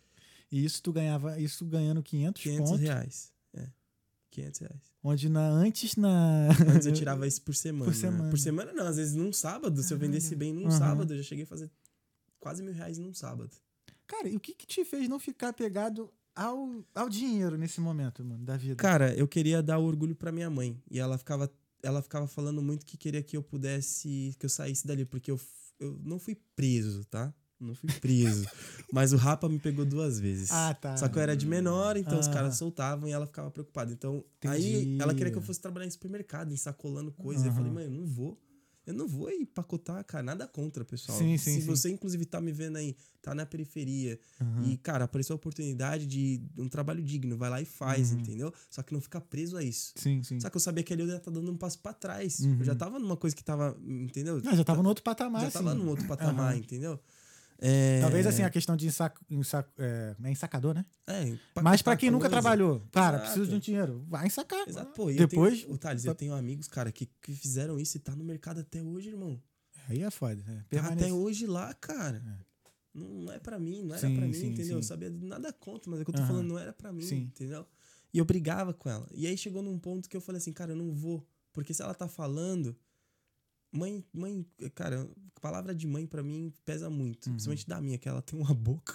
E isso tu ganhava, isso ganhando quinhentos, quinhentos pontos. reais. É, quinhentos reais. Onde na, antes na... Antes eu tirava isso por semana. Por né? semana. Por semana não, às vezes num sábado, se eu vendesse bem num Aham. sábado, eu já cheguei a fazer quase mil reais num sábado. Cara, e o que que te fez não ficar pegado ao, ao dinheiro nesse momento, mano, da vida? Cara, eu queria dar orgulho pra minha mãe. E ela ficava, ela ficava falando muito que queria que eu pudesse, que eu saísse dali. Porque eu, f- eu não fui preso, tá? Não fui preso. Mas o Rapa me pegou duas vezes. Ah, tá. Só que eu era de menor, então os Ah. caras soltavam e ela ficava preocupada. Então, aí Entendi. ela queria que eu fosse trabalhar em supermercado, ensacolando coisa. Eu Aham. falei, mãe, eu não vou. Eu não vou empacotar, cara. Nada contra, pessoal. Sim, sim, Se sim. você, inclusive, tá me vendo aí, tá na periferia Aham. e, cara, apareceu a oportunidade de um trabalho digno, vai lá e faz, Uhum. entendeu? Só que não fica preso a isso. Sim, sim. Só que eu sabia que ali eu já tá dando um passo pra trás. Uhum. Eu já tava numa coisa que tava, entendeu? Não, já tava no outro patamar, já tava assim. num outro patamar, Aham. entendeu? É... Talvez, assim, a questão de ensaco, ensaco, é, é ensacador, né? É, Mas pra empacotar quem nunca coisa. trabalhou, cara, Exato. preciso de um dinheiro, vai ensacar. Exato, pô. E Depois, eu tenho, ô, Thales, eu tenho amigos, cara, que, que fizeram isso e tá no mercado até hoje, irmão. aí é foda. É, Tá permanece. até hoje lá, cara. Não, não é pra mim, não era Sim, pra mim, sim, entendeu? sim. Eu sabia nada contra, mas é o que eu tô Aham. falando, não era pra mim, Sim. entendeu? E eu brigava com ela. E aí chegou num ponto que eu falei assim, cara, eu não vou. Porque se ela tá falando. Mãe, mãe, cara, palavra de mãe pra mim pesa muito. Uhum. Principalmente da minha, que ela tem uma boca.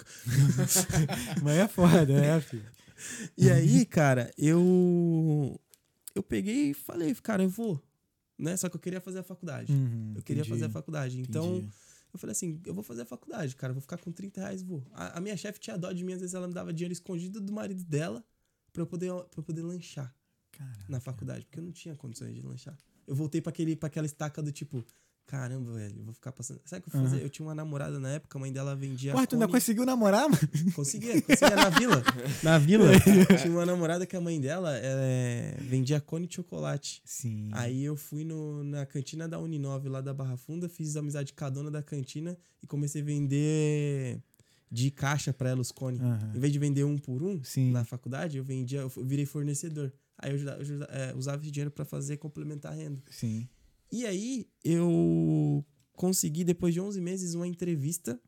Mas é foda, é, filho. E aí, cara, eu. Eu peguei e falei, cara, eu vou. Né? Só que eu queria fazer a faculdade. Uhum, eu queria entendi, fazer a faculdade. Então. entendi. Eu falei assim, eu vou fazer a faculdade, cara, eu vou ficar com trinta reais, vou. A, a minha chefe tinha dó de mim, às vezes ela me dava dinheiro escondido do marido dela pra eu poder, pra eu poder lanchar Caraca. na faculdade, porque eu não tinha condições de lanchar. Eu voltei pra, aquele, pra aquela estaca do tipo, caramba, velho, eu vou ficar passando... Sabe o que eu fui fazer? Eu tinha uma namorada na época, a mãe dela vendia Porra, tu ainda cone... conseguiu namorar, mano? Conseguia, conseguia na vila. Na vila. Tinha uma namorada que a mãe dela é, vendia cone de chocolate. Sim. Aí eu fui no, na cantina da Uninove lá da Barra Funda, fiz amizade com a dona da cantina e comecei a vender de caixa pra ela os cones. Aham. Em vez de vender um por um Sim. na faculdade, eu vendia, eu virei fornecedor. Aí eu, ajuda- eu ajuda- é, usava esse dinheiro pra fazer complementar a renda. Sim. E aí eu consegui, depois de onze meses, uma entrevista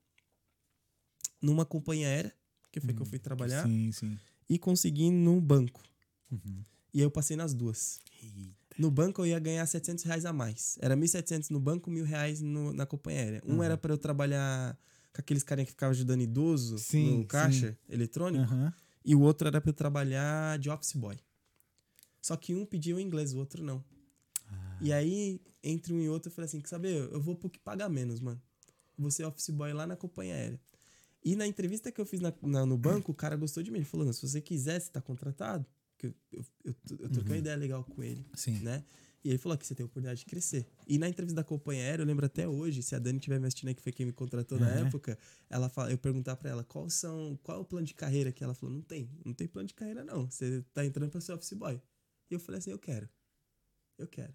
numa companhia aérea, que foi que eu fui trabalhar, Sim, sim. e consegui no banco. Uhum. E aí eu passei nas duas. No banco eu ia ganhar setecentos reais a mais. Era mil e setecentos no banco, mil reais no, na companhia aérea. Um Uhum. era pra eu trabalhar com aqueles carinha que ficavam ajudando idoso Sim, no caixa eletrônico. Aham. E o outro era pra eu trabalhar de office boy. Só que um pediu o inglês, o outro não. Ah. E aí, entre um e outro, eu falei assim, quer saber? Eu vou pro que paga menos, mano. Vou ser office boy lá na companhia aérea. E na entrevista que eu fiz na, na- no banco, o cara gostou de mim. Ele falou, não, se você quiser, você tá contratado. Porque eu, eu, eu, eu troquei uma ideia legal com ele, Sim. né? E ele falou que você tem a oportunidade de crescer. E na entrevista da companhia aérea, eu lembro até hoje, se a Dani estiver me assistindo aí, que foi quem me contratou na Uhum. época, ela fala, eu perguntar pra ela, qual são, qual é o plano de carreira que ela falou, não tem, não tem plano de carreira não, você tá entrando pra ser office boy. E eu falei assim, eu quero, eu quero.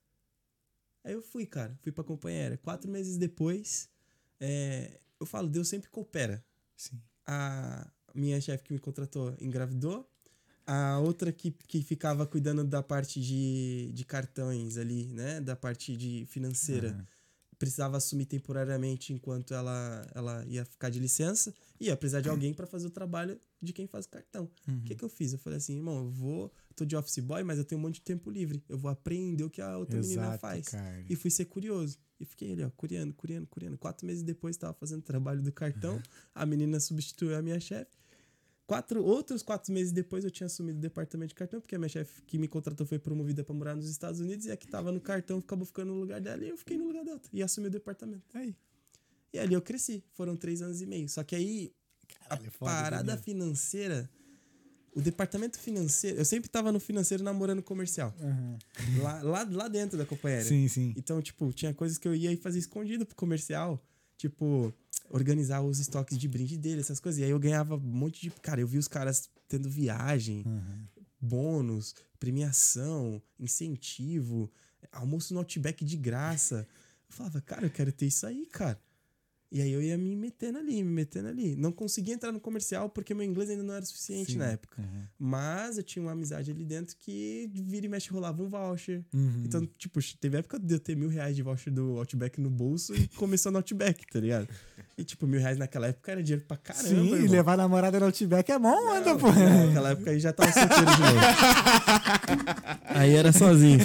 Aí eu fui, cara, fui pra companhia aérea. Quatro meses depois, é, eu falo, Deus sempre coopera. Sim. A minha chefe que me contratou engravidou, A outra que, que ficava cuidando da parte de, de cartões ali, né? Da parte de financeira. Uhum. Precisava assumir temporariamente enquanto ela, ela ia ficar de licença. E ia precisar de alguém para fazer o trabalho de quem faz o cartão. O Uhum. que que eu fiz? Eu falei assim, irmão, eu vou... Tô de office boy, mas eu tenho um monte de tempo livre. Eu vou aprender o que a outra Exato, menina faz. cara. E fui ser curioso. E fiquei ali, ó, curiando, curiando, curiando. Quatro meses depois, tava fazendo trabalho do cartão. A menina substituiu a minha chefe. Quatro, outros quatro meses depois eu tinha assumido o departamento de cartão, porque a minha chefe que me contratou foi promovida para morar nos Estados Unidos e a que tava no cartão acabou ficando no lugar dela e eu fiquei no lugar dela e assumi o departamento. Aí. E ali eu cresci. Foram três anos e meio. Só que aí Caralho, a foda, parada Danilo. financeira, o departamento financeiro, eu sempre tava no financeiro namorando comercial. Uhum. Lá, lá, lá dentro da companhia. Sim, sim. Então, tipo, tinha coisas que eu ia e fazia escondido pro comercial. Tipo, organizar os estoques de brinde dele, essas coisas. E aí eu ganhava um monte de... Cara, eu vi os caras tendo viagem, Uhum. bônus, premiação, incentivo, almoço no Outback de graça. Eu falava, cara, eu quero ter isso aí, cara. E aí eu ia me metendo ali, me metendo ali. Não conseguia entrar no comercial porque meu inglês ainda não era suficiente Sim. na época. Uhum. Mas eu tinha uma amizade ali dentro que vira e mexe rolava um voucher. Uhum. Então, tipo, teve época de eu ter mil reais de voucher do Outback no bolso e começou no Outback, tá ligado? E, tipo, mil reais naquela época era dinheiro pra caramba, Sim, e irmão. levar a namorada no Outback é bom, anda, Não, pô. naquela época aí já tava solteiro de novo. Aí era sozinho.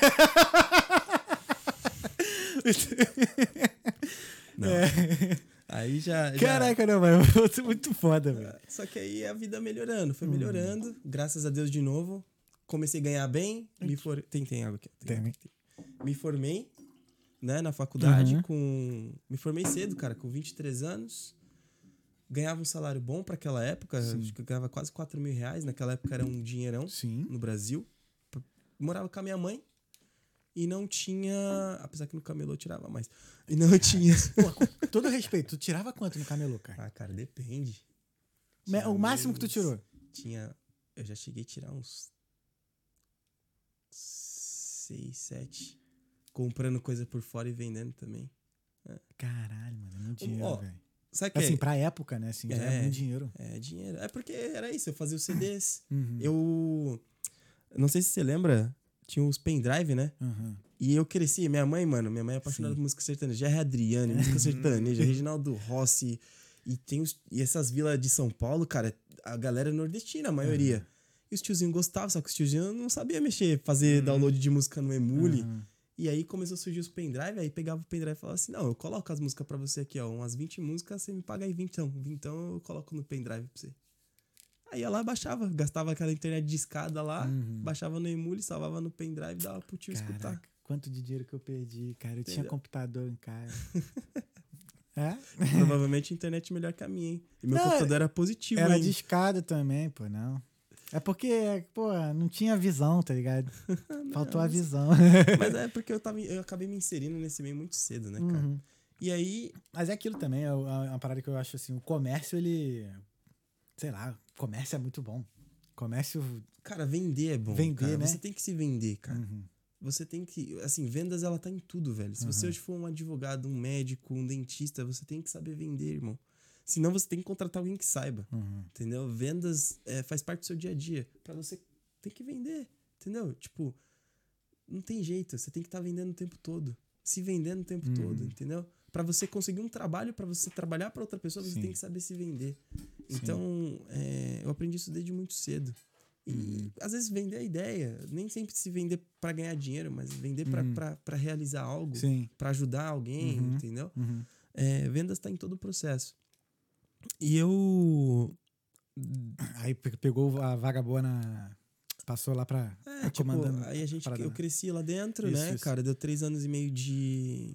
Não. É. Aí já... já... Caraca, não, mas é muito foda, velho. Só que aí a vida melhorando, foi Hum. melhorando. Graças a Deus de novo. Comecei a ganhar bem. Me for... Tem, tem água aqui. Tem Tem. água aqui. Me formei, né, na faculdade. Uhum. com Me formei cedo, cara, com vinte e três anos. Ganhava um salário bom pra aquela época. Sim. Acho que eu ganhava quase quatro mil reais. Naquela época era um dinheirão Sim. no Brasil. Morava com a minha mãe. E não tinha... Apesar que no camelô eu tirava mais. E não tinha... Pô, com todo respeito, tu tirava quanto no camelô, cara? Ah, cara, depende. Me- Tinha o máximo que tu menos- tirou? Tinha... Eu já cheguei a tirar uns... Seis, sete. Comprando coisa por fora e vendendo também. Caralho, mano, é muito dinheiro, Ó, velho. Sabe o que Assim, é? pra época, né, assim, já é É. muito dinheiro. É dinheiro. É porque era isso, eu fazia os C Ds. Uhum. Eu... Não sei se você lembra, tinha os pendrive, né? Uhum. E eu cresci, minha mãe, mano, minha mãe é apaixonada Sim. por música sertaneja. Jerry Adriane, música sertaneja, Reginaldo Rossi. E tem os, e essas vilas de São Paulo, cara, a galera é nordestina, a maioria. Uhum. E os tiozinhos gostavam, só que os tiozinhos não sabiam mexer, fazer download de música no Emule. Uhum. E aí começou a surgir os pendrive, aí pegava o pendrive e falava assim, não, eu coloco as músicas pra você aqui, ó, umas vinte músicas, você me paga aí vinte, então. Então eu coloco no pendrive pra você. Aí ia lá, baixava, gastava aquela internet de escada lá, Uhum. baixava no Emule, salvava no pendrive e dava pro tio escutar. Caraca, quanto de dinheiro que eu perdi, cara. Eu tinha Entendeu? computador em casa. É? Provavelmente a internet melhor que a minha, hein? E meu Não, computador era positivo, Era hein? de escada também, pô, não. É porque, pô, não tinha visão, tá ligado? Faltou a mas- visão. Mas é porque eu, tava, eu acabei me inserindo nesse meio muito cedo, né, cara? Uhum. E aí, Mas é aquilo também, é uma parada que eu acho assim, o comércio, ele... Sei lá, comércio é muito bom. Comércio... cara, vender é bom, Vender, cara. né? Você tem que se vender, cara. Uhum. Você tem que... Assim, vendas, ela tá em tudo, velho. Se você Uhum. hoje for um advogado, um médico, um dentista, você tem que saber vender, irmão. Senão você tem que contratar alguém que saiba, Uhum. entendeu? Vendas é, faz parte do seu dia a dia. Pra você, tem que vender, entendeu? Tipo, não tem jeito. Você tem que estar vendendo o tempo todo. Se vendendo o tempo Uhum. todo, entendeu? Pra você conseguir um trabalho, pra você trabalhar pra outra pessoa, você Sim. tem que saber se vender. Então, é, eu aprendi isso desde muito cedo. E Uhum. às vezes vender a ideia, nem sempre se vender pra ganhar dinheiro, mas vender pra Uhum. pra- pra realizar algo, Sim. pra ajudar alguém, Uhum. entendeu? Uhum. É, vendas tá em todo o processo. E eu. Aí pe- pegou a vaga boa na... Passou lá pra... É, pra tipo, comandando aí a gente, parada, eu né? cresci lá dentro, Isso, né, isso. cara? Deu três anos e meio de.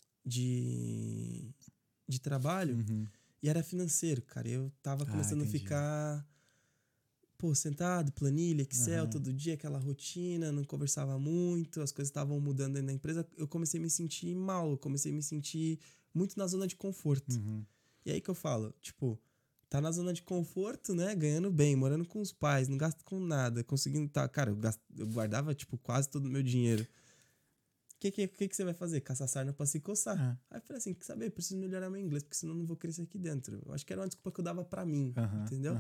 de. de trabalho. Uhum. E era financeiro, cara. Eu tava Ah, começando a entendi. ficar. Pô, sentado, planilha, Excel, Aham. todo dia, aquela rotina, não conversava muito, as coisas estavam mudando dentro da empresa. Eu comecei a me sentir mal, eu comecei a me sentir muito na zona de conforto. Uhum. E aí que eu falo, tipo, tá na zona de conforto, né? Ganhando bem, morando com os pais, não gasto com nada, conseguindo tá. Cara, eu, gasto, eu guardava, tipo, quase todo o meu dinheiro. O que, que, que, que você vai fazer? Caçar sarna pra se coçar. Ah. Aí eu falei assim: quer saber? Preciso melhorar meu inglês, porque senão eu não vou crescer aqui dentro. Eu acho que era uma desculpa que eu dava pra mim, Aham, entendeu? aham.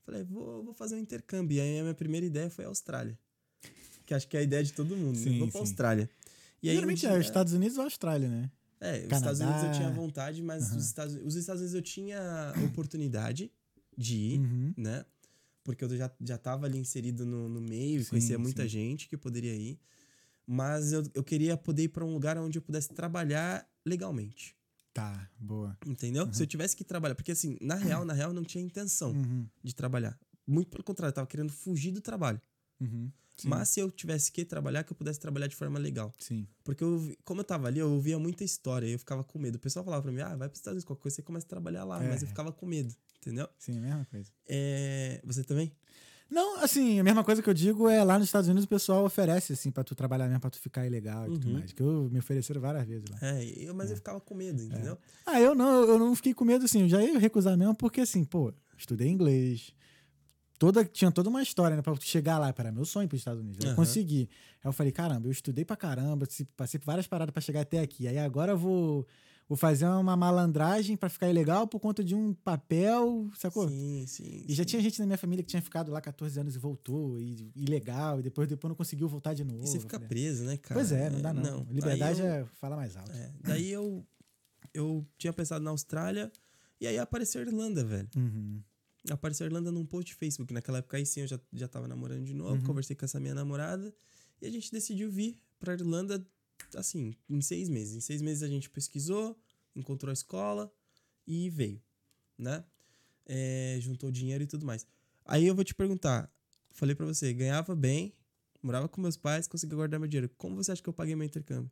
Falei, vou, vou fazer um intercâmbio. E aí a minha primeira ideia foi a Austrália. Que acho que é a ideia de todo mundo. Sim, né? Vou pra sim. Austrália. E aí, geralmente um é dia... os Estados Unidos ou a Austrália, né? É, os Canadá. Estados Unidos eu tinha vontade, mas uhum. os, Estados, os Estados Unidos eu tinha oportunidade de ir, uhum. né? Porque eu já, já tava ali inserido no, no meio e conhecia muita sim. gente que poderia ir. Mas eu, eu queria poder ir para um lugar onde eu pudesse trabalhar legalmente. Tá, boa. Entendeu? Uhum. Se eu tivesse que trabalhar... Porque assim, na real, na real, eu não tinha intenção uhum. de trabalhar. Muito pelo contrário, eu tava querendo fugir do trabalho. Uhum. Mas se eu tivesse que trabalhar, que eu pudesse trabalhar de forma legal. Sim. Porque eu, como eu tava ali, eu ouvia muita história e eu ficava com medo. O pessoal falava pra mim, ah, vai pros Estados Unidos, qualquer coisa você começa a trabalhar lá. É. Mas eu ficava com medo, entendeu? Sim, a mesma coisa. É... Você também? Não, assim, a mesma coisa que eu digo é lá nos Estados Unidos o pessoal oferece, assim, pra tu trabalhar mesmo, pra tu ficar ilegal e uhum. tudo mais. Que eu me ofereceram várias vezes lá. É, eu, mas é. eu ficava com medo, entendeu? É. Ah, eu não, eu não fiquei com medo, assim, eu já ia recusar mesmo, porque assim, pô, estudei inglês. Toda, tinha toda uma história, né? Pra chegar lá, para meu sonho para os Estados Unidos. Eu uhum. consegui. Aí eu falei, caramba, eu estudei pra caramba, passei por várias paradas pra chegar até aqui. Aí agora eu vou, vou fazer uma malandragem pra ficar ilegal por conta de um papel, sacou? Sim, sim. E sim. já tinha gente na minha família que tinha ficado lá catorze anos e voltou, e ilegal, e depois, depois não conseguiu voltar de novo. E você fica falei, preso, né, cara? Pois é, não dá não. não. Liberdade eu, é fala mais alto. É, daí eu, eu tinha pensado na Austrália, e aí apareceu a Irlanda, velho. Uhum. Apareceu a Irlanda num post de Facebook. Naquela época aí sim eu já, já tava namorando de novo. Uhum. Conversei com essa minha namorada. E a gente decidiu vir pra Irlanda, assim, em seis meses. Em seis meses a gente pesquisou, encontrou a escola e veio, né? É, juntou dinheiro e tudo mais. Aí eu vou te perguntar. Falei pra você, ganhava bem, morava com meus pais, conseguia guardar meu dinheiro. Como você acha que eu paguei meu intercâmbio?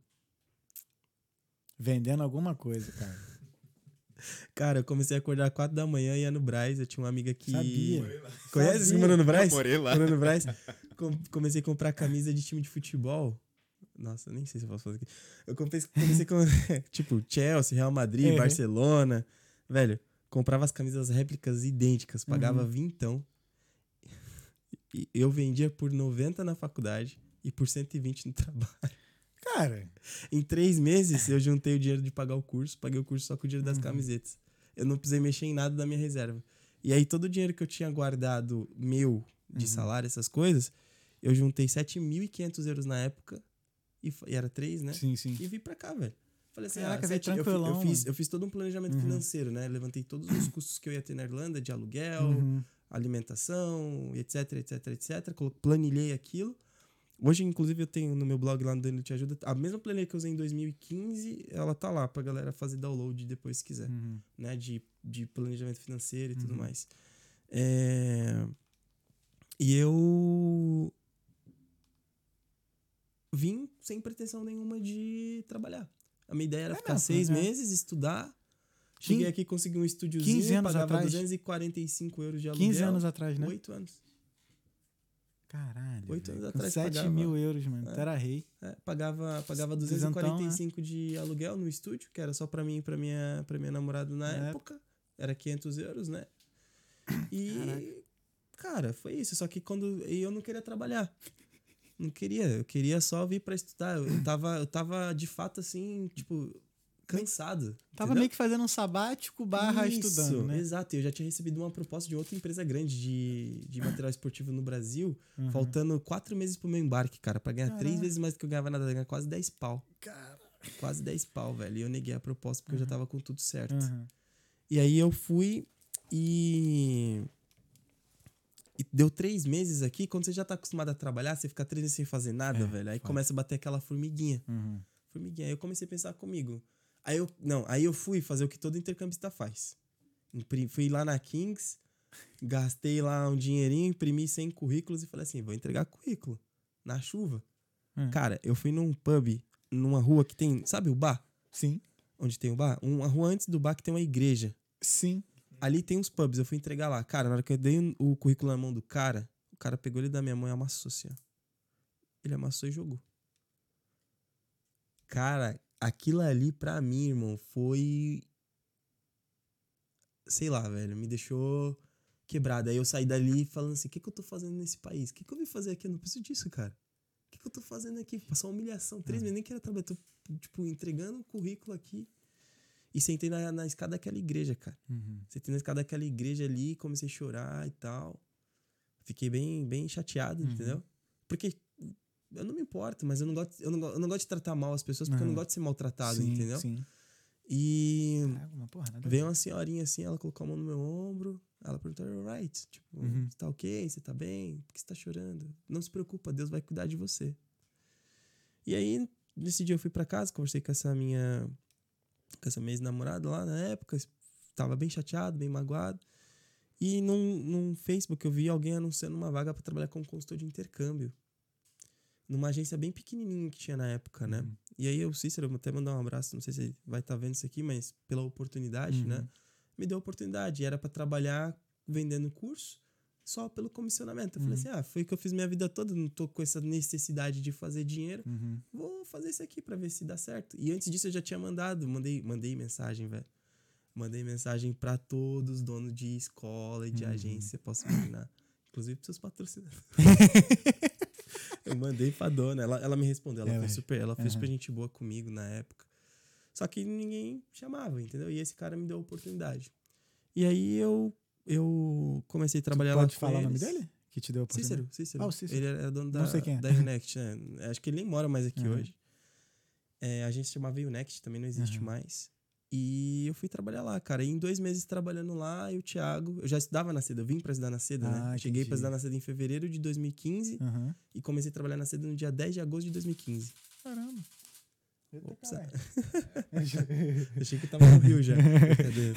Vendendo alguma coisa, cara. Cara, eu comecei a acordar às quatro da manhã e ia no Brás. Eu tinha uma amiga que... Sabia. Conhece esse que morou no Brás? Eu morei lá. Morou no Brás. Comecei a comprar camisa de time de futebol. Nossa, nem sei se eu posso fazer aqui. Eu comecei, comecei com... tipo, Chelsea, Real Madrid, uhum. Barcelona. Velho, comprava as camisas réplicas idênticas. Pagava uhum. vintão. E eu vendia por noventa na faculdade e por cento e vinte no trabalho. Cara, em três meses eu juntei o dinheiro de pagar o curso, paguei o curso só com o dinheiro das uhum. camisetas. Eu não precisei mexer em nada da minha reserva. E aí todo o dinheiro que eu tinha guardado meu de uhum. salário, essas coisas, eu juntei sete mil e quinhentos euros na época, e, e era três, né? Sim, sim. E vim pra cá, velho. Falei assim, Caraca, ah, sete, eu, eu, fiz, eu fiz todo um planejamento uhum. financeiro, né? Levantei todos os custos que eu ia ter na Irlanda, de aluguel, uhum. alimentação, etc, etc, etc. Planilhei aquilo. Hoje, inclusive, eu tenho no meu blog lá no Danilo Te Ajuda, a mesma planilha que eu usei em dois mil e quinze, ela tá lá pra galera fazer download depois se quiser, uhum. né? De, de planejamento financeiro e uhum. tudo mais. É... E eu vim sem pretensão nenhuma de trabalhar. A minha ideia era é ficar mesmo, seis é. meses, estudar. Cheguei aqui, consegui um estúdiozinho, quinze anos pagava atrás. duzentos e quarenta e cinco euros de aluguel. quinze anos atrás, né? oito anos. Caralho. Oito anos com atrás sete pagava, mil euros, mano. É, Tu era rei. É, pagava, pagava duzentos e quarenta e cinco de aluguel no estúdio, que era só pra mim e pra minha, pra minha namorada na é. época. Era quinhentos euros, né? E, Caraca. cara, foi isso. Só que quando e eu não queria trabalhar. Não queria. Eu queria só vir pra estudar. Eu tava, eu tava de fato, assim, tipo... cansado. Tava entendeu? meio que fazendo um sabático barra Isso, estudando, né? Exato. Eu já tinha recebido uma proposta de outra empresa grande de, de material esportivo no Brasil, uhum. faltando quatro meses pro meu embarque, cara, pra ganhar Caraca. três vezes mais do que eu ganhava nada, ganhar quase dez pau. Cara. Quase dez pau, velho. E eu neguei a proposta porque uhum. eu já tava com tudo certo. Uhum. E aí eu fui e... e deu três meses aqui. Quando você já tá acostumado a trabalhar, você fica três meses sem fazer nada, é, velho. Aí foda. Começa a bater aquela formiguinha. Uhum. Formiguinha. Aí eu comecei a pensar comigo. Aí eu, não, aí eu fui fazer o que todo intercambista faz. Imprim, fui lá na Kings, gastei lá um dinheirinho, imprimi cem currículos e falei assim, vou entregar currículo na chuva. Hum. Cara, eu fui num pub, numa rua que tem, sabe o bar? Sim. Onde tem o bar? Uma rua antes do bar que tem uma igreja. Sim. Ali tem uns pubs, eu fui entregar lá. Cara, na hora que eu dei o currículo na mão do cara, o cara pegou ele da minha mão e amassou assim, ó. Ele amassou e jogou. Cara... Aquilo ali, pra mim, irmão, foi... Sei lá, velho, me deixou quebrado. Aí eu saí dali falando assim, o que, que eu tô fazendo nesse país? O que, que eu vim fazer aqui? Eu não preciso disso, cara. O que, que eu tô fazendo aqui? Passar uma humilhação. Três meses, nem queria trabalhar. Tô, tipo, entregando um currículo aqui. E sentei na, na escada daquela igreja, cara. Uhum. Sentei na escada daquela igreja ali, comecei a chorar e tal. Fiquei bem, bem chateado, Uhum. entendeu? Porque eu não me importo, mas eu não gosto, eu não, go- eu não gosto de tratar mal as pessoas, porque eu não Uhum. gosto de ser maltratado, Sim, entendeu? sim. E Caraca, mas porra, nada a veio ver. uma senhorinha assim, ela colocou a mão no meu ombro, ela perguntou, "You're right?" Tipo, Uhum. você tá ok? Você tá bem? Por que você tá chorando? Não se preocupa, Deus vai cuidar de você. E aí, nesse dia eu fui pra casa, conversei com essa minha, com essa minha ex-namorada lá na época, tava bem chateado, bem magoado. E num, num Facebook eu vi alguém anunciando uma vaga pra trabalhar como consultor de intercâmbio. Numa agência bem pequenininha que tinha na época, né? Uhum. E aí o Cícero, vou até mandar um abraço, não sei se ele vai estar vendo isso aqui, mas pela oportunidade, Uhum. né? Me deu a oportunidade. Era pra trabalhar vendendo curso só pelo comissionamento. Eu Uhum. falei assim, ah, foi o que eu fiz minha vida toda, não tô com essa necessidade de fazer dinheiro. Uhum. Vou fazer isso aqui pra ver se dá certo. E antes disso eu já tinha mandado, mandei, mandei mensagem, velho. Mandei mensagem pra todos os donos de escola e de Uhum. agência, posso imaginar. Inclusive pros seus patrocinadores. Eu mandei pra dona, ela, ela me respondeu, ela, Ela- foi super, ela foi Aham. super gente boa comigo na época. Só que ninguém chamava, entendeu? E esse cara me deu a oportunidade. E aí eu, eu comecei a trabalhar Tu lá pode com falar o nome eles. dele? Que te deu a oportunidade? Cícero, Cícero. Ah, o Cícero. Ele era dono Não da, sei quem é. da Unext. né? Acho que ele nem mora mais aqui Uhum. hoje. É, a gente se chamava Unext, também não existe Uhum. mais. E eu fui trabalhar lá, cara. E em dois meses trabalhando lá, e o Thiago... Eu já estudava na Seda, eu vim pra estudar na Seda, né? Ah, Eu cheguei pra entendi. estudar na Seda em fevereiro de dois mil e quinze Aham. e comecei a trabalhar na Seda no dia dez de agosto de dois mil e quinze. Caramba. Eita, Ops. caralho. Achei que eu tava no Rio já. Brincadeira.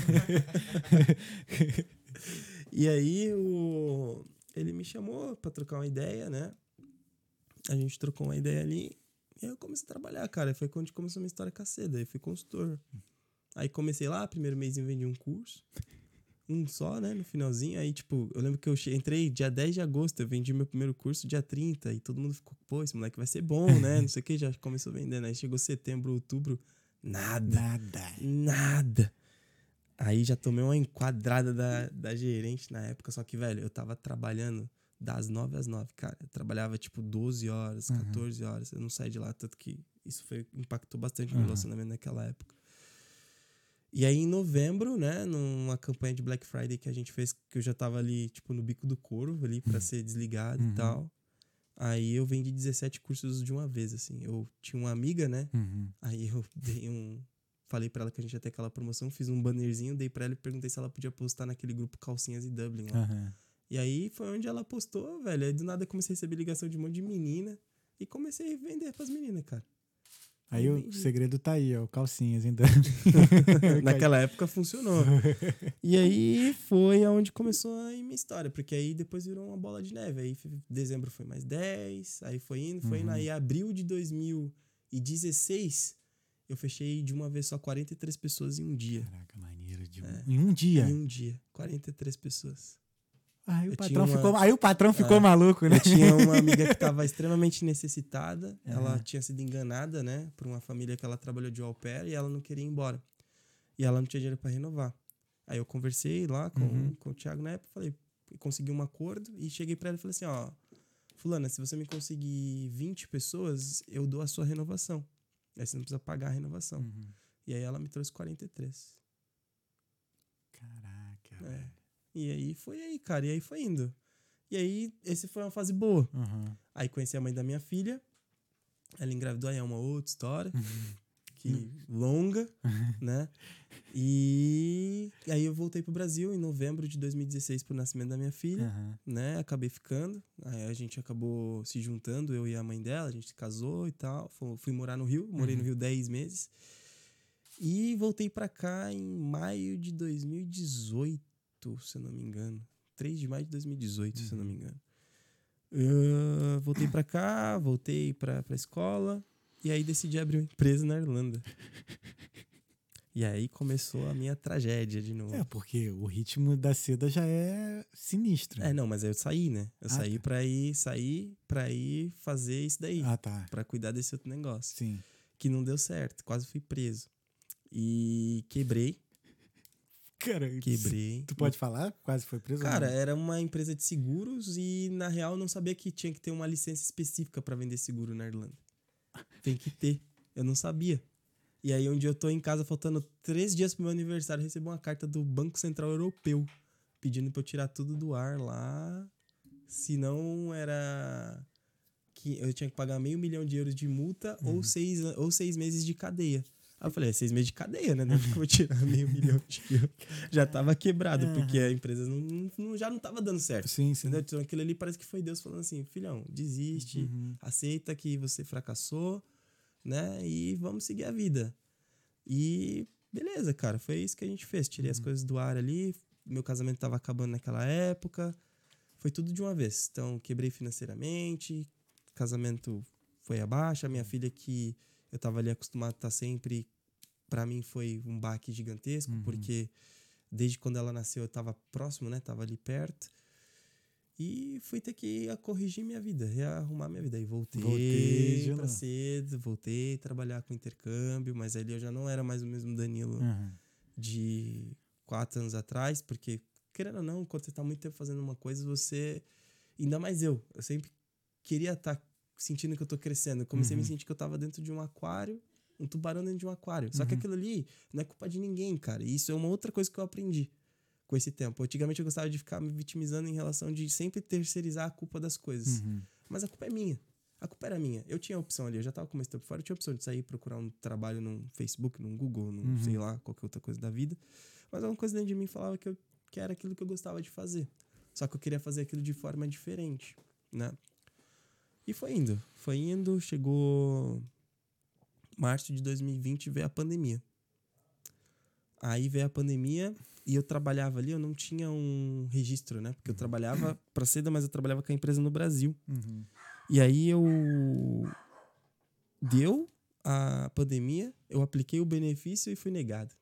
E aí, o... ele me chamou pra trocar uma ideia, né? A gente trocou uma ideia ali. E aí eu comecei a trabalhar, cara. Foi quando começou a minha história com a Seda. Aí fui consultor. Aí comecei lá, primeiro mês eu vendi um curso. Um só, né? No finalzinho. Aí, tipo, eu lembro que eu che- entrei dia dez de agosto. Eu vendi meu primeiro curso dia trinta. E todo mundo ficou, pô, esse moleque vai ser bom, né? Não sei o que. Já começou vendendo. Aí chegou setembro, outubro. Nada. Nada. Nada. Aí já tomei uma enquadrada da, da gerente na época. Só que, velho, eu tava trabalhando das nove às nove, cara. Eu trabalhava, tipo, doze horas, Uhum. catorze horas. Eu não saí de lá, tanto que isso foi, impactou bastante o Uhum. meu relacionamento naquela época. E aí, em novembro, né, numa campanha de Black Friday que a gente fez, que eu já tava ali, tipo, no bico do corvo ali pra ser desligado Uhum. e tal. Aí eu vendi dezessete cursos de uma vez, assim. Eu tinha uma amiga, né? Uhum. Aí eu dei um... Falei pra ela que a gente ia ter aquela promoção, fiz um bannerzinho, dei pra ela e perguntei se ela podia postar naquele grupo Calcinhas e Dublin lá. Aham. E aí foi onde ela postou, velho. Aí do nada eu comecei a receber ligação de um monte de menina e comecei a vender pras meninas, cara. Aí Aí o vendi. segredo tá aí, ó. Calcinhas ainda. Naquela época funcionou. E aí foi aonde começou a ir minha história, porque aí depois virou uma bola de neve. Aí fe- dezembro foi mais dez, aí foi indo, foi indo. Uhum. Aí abril de dois mil e dezesseis eu fechei de uma vez só quarenta e três pessoas em um dia. Caraca, maneiro. De um... É. Em um dia. Em um dia. quarenta e três pessoas. Aí, o Eu patrão tinha uma- ficou... Aí o patrão ficou Ah, maluco, né? Eu tinha uma amiga que estava extremamente necessitada. Ela Aham. tinha sido enganada, né? Por uma família que ela trabalhou de au pair e ela não queria ir embora. E ela não tinha dinheiro para renovar. Aí eu conversei lá com, Uhum. com o Thiago na época, falei, consegui um acordo e cheguei para ela e falei assim, ó, fulana, se você me conseguir vinte pessoas, eu dou a sua renovação. Aí você não precisa pagar a renovação. Uhum. E aí ela me trouxe quarenta e três. Caraca, É. velho. E aí foi aí, cara. E aí foi indo. E aí, esse foi uma fase boa. Uhum. Aí conheci a mãe da minha filha. Ela engravidou, aí é uma outra história. Que longa, né? E aí eu voltei pro Brasil em novembro de dois mil e dezesseis pro nascimento da minha filha, Uhum. né? Acabei ficando. Aí a gente acabou se juntando, eu e a mãe dela. A gente se casou e tal. Fu- Fui morar no Rio. Morei no Rio dez meses. E voltei pra cá em maio de dois mil e dezoito, se eu não me engano. três de maio de dois mil e dezoito, se eu não me engano. Eu voltei pra cá, voltei pra, pra escola. E aí decidi abrir uma empresa na Irlanda. E aí começou a minha tragédia de novo. É, porque o ritmo da seda já é sinistro. É, não, mas aí eu saí, né? Eu Ah, saí tá. pra ir, sair pra ir fazer isso daí. Ah, tá. Pra cuidar desse outro negócio. Sim. Que não deu certo, quase fui preso. E quebrei, Cara, quebrei. tu pode falar? Quase foi preso? ou Cara, não? era uma empresa de seguros e, na real, não sabia que tinha que ter uma licença específica pra vender seguro na Irlanda. Tem que ter. Eu não sabia. E aí, um dia eu tô em casa, faltando três dias pro meu aniversário, eu recebo uma carta do Banco Central Europeu pedindo pra eu tirar tudo do ar lá. Senão era que eu tinha que pagar meio milhão de euros de multa Uhum. ou, seis, ou seis meses de cadeia. Aí eu falei, é seis meses de cadeia, né? De onde que eu vou tirar meio milhão de euros? Já tava quebrado, porque a empresa não, não, já não tava dando certo. Sim, sim. Entendeu? Então aquilo ali parece que foi Deus falando assim, filhão, desiste, Uhum. aceita que você fracassou, né? E vamos seguir a vida. E beleza, cara, foi isso que a gente fez. Tirei Uhum. as coisas do ar ali, meu casamento tava acabando naquela época, foi tudo de uma vez. Então, quebrei financeiramente, casamento foi abaixo, a minha filha que eu tava ali acostumado a estar sempre, pra mim foi um baque gigantesco, Uhum. porque desde quando ela nasceu eu tava próximo, né? Tava ali perto. E fui ter que corrigir minha vida, rearrumar minha vida. Aí voltei, Voltei de pra novo. cedo, voltei a trabalhar com intercâmbio, mas ali eu já não era mais o mesmo Danilo Uhum. de quatro anos atrás, porque, querendo ou não, quando você tá muito tempo fazendo uma coisa, você... Ainda mais eu, eu sempre queria estar sentindo que eu tô crescendo. Eu comecei Uhum. a me sentir que eu tava dentro de um aquário, um tubarão dentro de um aquário. Só que Uhum. aquilo ali não é culpa de ninguém, cara. E isso é uma outra coisa que eu aprendi com esse tempo. Antigamente eu gostava de ficar me vitimizando em relação de sempre terceirizar a culpa das coisas. Uhum. Mas a culpa é minha. A culpa era minha. Eu tinha a opção ali, eu já tava com o meu tempo fora, eu tinha a opção de sair e procurar um trabalho num Facebook, num Google, num Uhum. sei lá, qualquer outra coisa da vida. Mas alguma coisa dentro de mim falava que, eu, que era aquilo que eu gostava de fazer. Só que eu queria fazer aquilo de forma diferente, né? E foi indo. Foi indo, chegou março de dois mil e vinte, veio a pandemia. Aí veio a pandemia e eu trabalhava ali, eu não tinha um registro, né? Porque eu trabalhava pra cedo, mas eu trabalhava com a empresa no Brasil. Uhum. E aí eu... Deu a pandemia, eu apliquei o benefício e fui negado.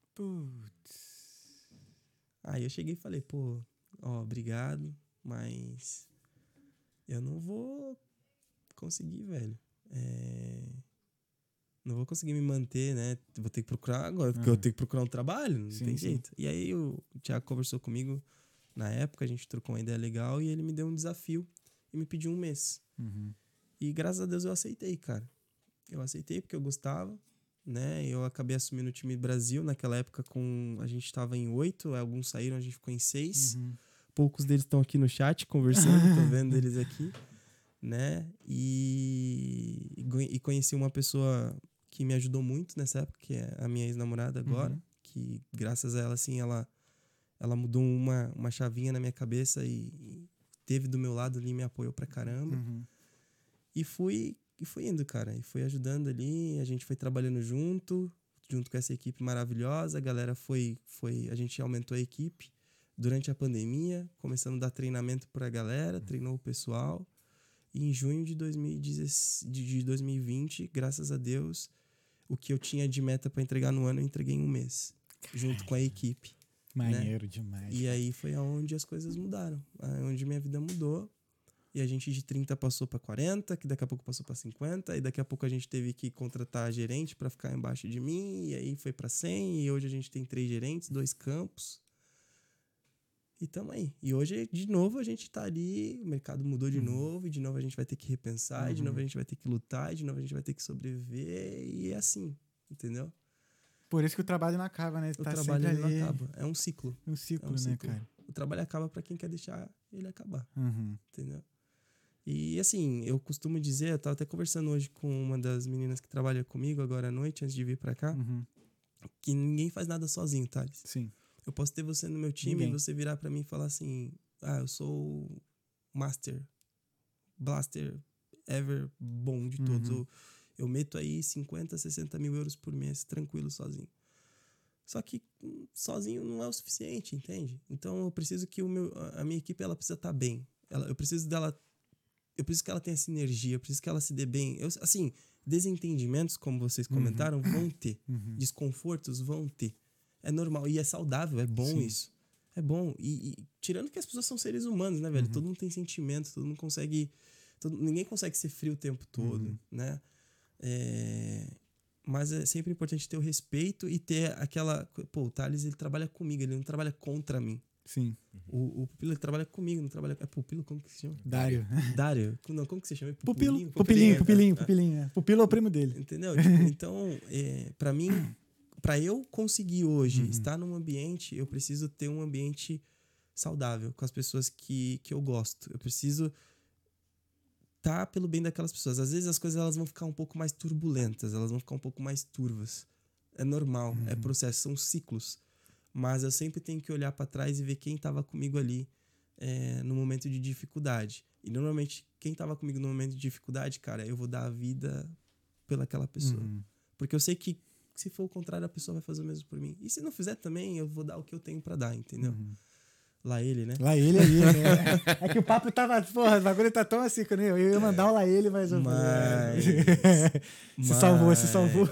Putz. Aí eu cheguei e falei, pô, ó, obrigado, mas eu não vou conseguir, velho. É... Não vou conseguir me manter, né? Vou ter que procurar agora, porque Uhum. eu tenho que procurar um trabalho, não Sim, tem sim. jeito. E aí o Thiago conversou comigo na época, a gente trocou uma ideia legal e ele me deu um desafio e me pediu um mês. Uhum. E graças a Deus eu aceitei, cara. Eu aceitei porque eu gostava, né? Eu acabei assumindo o time Brasil naquela época com... A gente tava em oito, alguns saíram, a gente ficou em seis. Uhum. Poucos deles estão aqui no chat conversando, tô vendo eles aqui, né? E, e conheci uma pessoa que me ajudou muito nessa época, que é a minha ex-namorada agora, Uhum. que graças a ela, assim, ela, ela mudou uma, uma chavinha na minha cabeça e, e teve do meu lado ali e me apoiou pra caramba. Uhum. E fui, e fui indo, cara. E fui ajudando ali, a gente foi trabalhando junto, junto com essa equipe maravilhosa. A galera foi, foi... A gente aumentou a equipe durante a pandemia, começando a dar treinamento pra galera, treinou o pessoal. E em junho de, dois mil e dezesseis, de dois mil e vinte, graças a Deus, o que eu tinha de meta pra entregar no ano, eu entreguei em um mês. Junto com a equipe. Maneiro demais. E cara. aí foi aonde as coisas mudaram. Onde minha vida mudou. E a gente de trinta passou para quarenta, que daqui a pouco passou para cinquenta, e daqui a pouco a gente teve que contratar gerente para ficar embaixo de mim, e aí foi para cem, e hoje a gente tem três gerentes, dois campos. E tamo aí. E hoje, de novo, a gente tá ali, o mercado mudou de Uhum. novo, e de novo a gente vai ter que repensar, Uhum. e de novo a gente vai ter que lutar, e de novo a gente vai ter que sobreviver, e é assim, entendeu? Por isso que o trabalho não acaba, né? O Tá trabalho sempre ele não ali. acaba. É um ciclo. Um ciclo, É um né, ciclo. cara? O trabalho acaba para quem quer deixar ele acabar, Uhum. entendeu? E assim, eu costumo dizer, eu tava até conversando hoje com uma das meninas que trabalha comigo agora à noite, antes de vir pra cá, Uhum. que ninguém faz nada sozinho, Thales. Sim. Eu posso ter você no meu time Ninguém. e você virar pra mim e falar assim, ah, eu sou o master, blaster, ever bom de todos. Uhum. Eu, eu meto aí cinquenta, sessenta mil euros por mês, tranquilo, sozinho. Só que hum, sozinho não é o suficiente, entende? Então eu preciso que o meu, a minha equipe ela precisa estar bem. Ela, eu preciso dela Eu preciso que ela tenha sinergia, eu preciso que ela se dê bem. Eu, assim, desentendimentos, como vocês comentaram, Uhum. vão ter. Uhum. Desconfortos vão ter. É normal. E é saudável, é bom Sim. isso. É bom. E, e tirando que as pessoas são seres humanos, né, velho? Uhum. Todo mundo tem sentimento, todo mundo consegue... Todo, ninguém consegue ser frio o tempo todo, Uhum. né? É, mas é sempre importante ter o respeito e ter aquela... Pô, o Thales, ele trabalha comigo, ele não trabalha contra mim. Sim. O, o Pupilo ele trabalha comigo, não trabalha... É Pupilo? Como que se chama? Dário. Dário. Não, como que se chama? Pupilo. Pupilinho? Pupilinho, é, pupilinho, tá. pupilinho. É. Pupilo é o primo dele. Entendeu? Tipo, então, é, pra mim, pra eu conseguir hoje Uhum. estar num ambiente, eu preciso ter um ambiente saudável com as pessoas que, que eu gosto. Eu preciso estar pelo bem daquelas pessoas. Às vezes as coisas elas vão ficar um pouco mais turbulentas, elas vão ficar um pouco mais turvas. É normal, Uhum. é processo, são ciclos. Mas eu sempre tenho que olhar pra trás e ver quem tava comigo ali é, no momento de dificuldade. E normalmente, quem tava comigo no momento de dificuldade, cara, eu vou dar a vida pelaquela pessoa. Uhum. Porque eu sei que se for o contrário, a pessoa vai fazer o mesmo por mim. E se não fizer também, eu vou dar o que eu tenho pra dar, entendeu? Uhum. Lá ele, né? Lá ele aí, né? É que o papo tava. Porra, o bagulho tá tão assim que eu, nem- eu ia mandar um lá ele, mas eu Mas- se salvou, se salvou.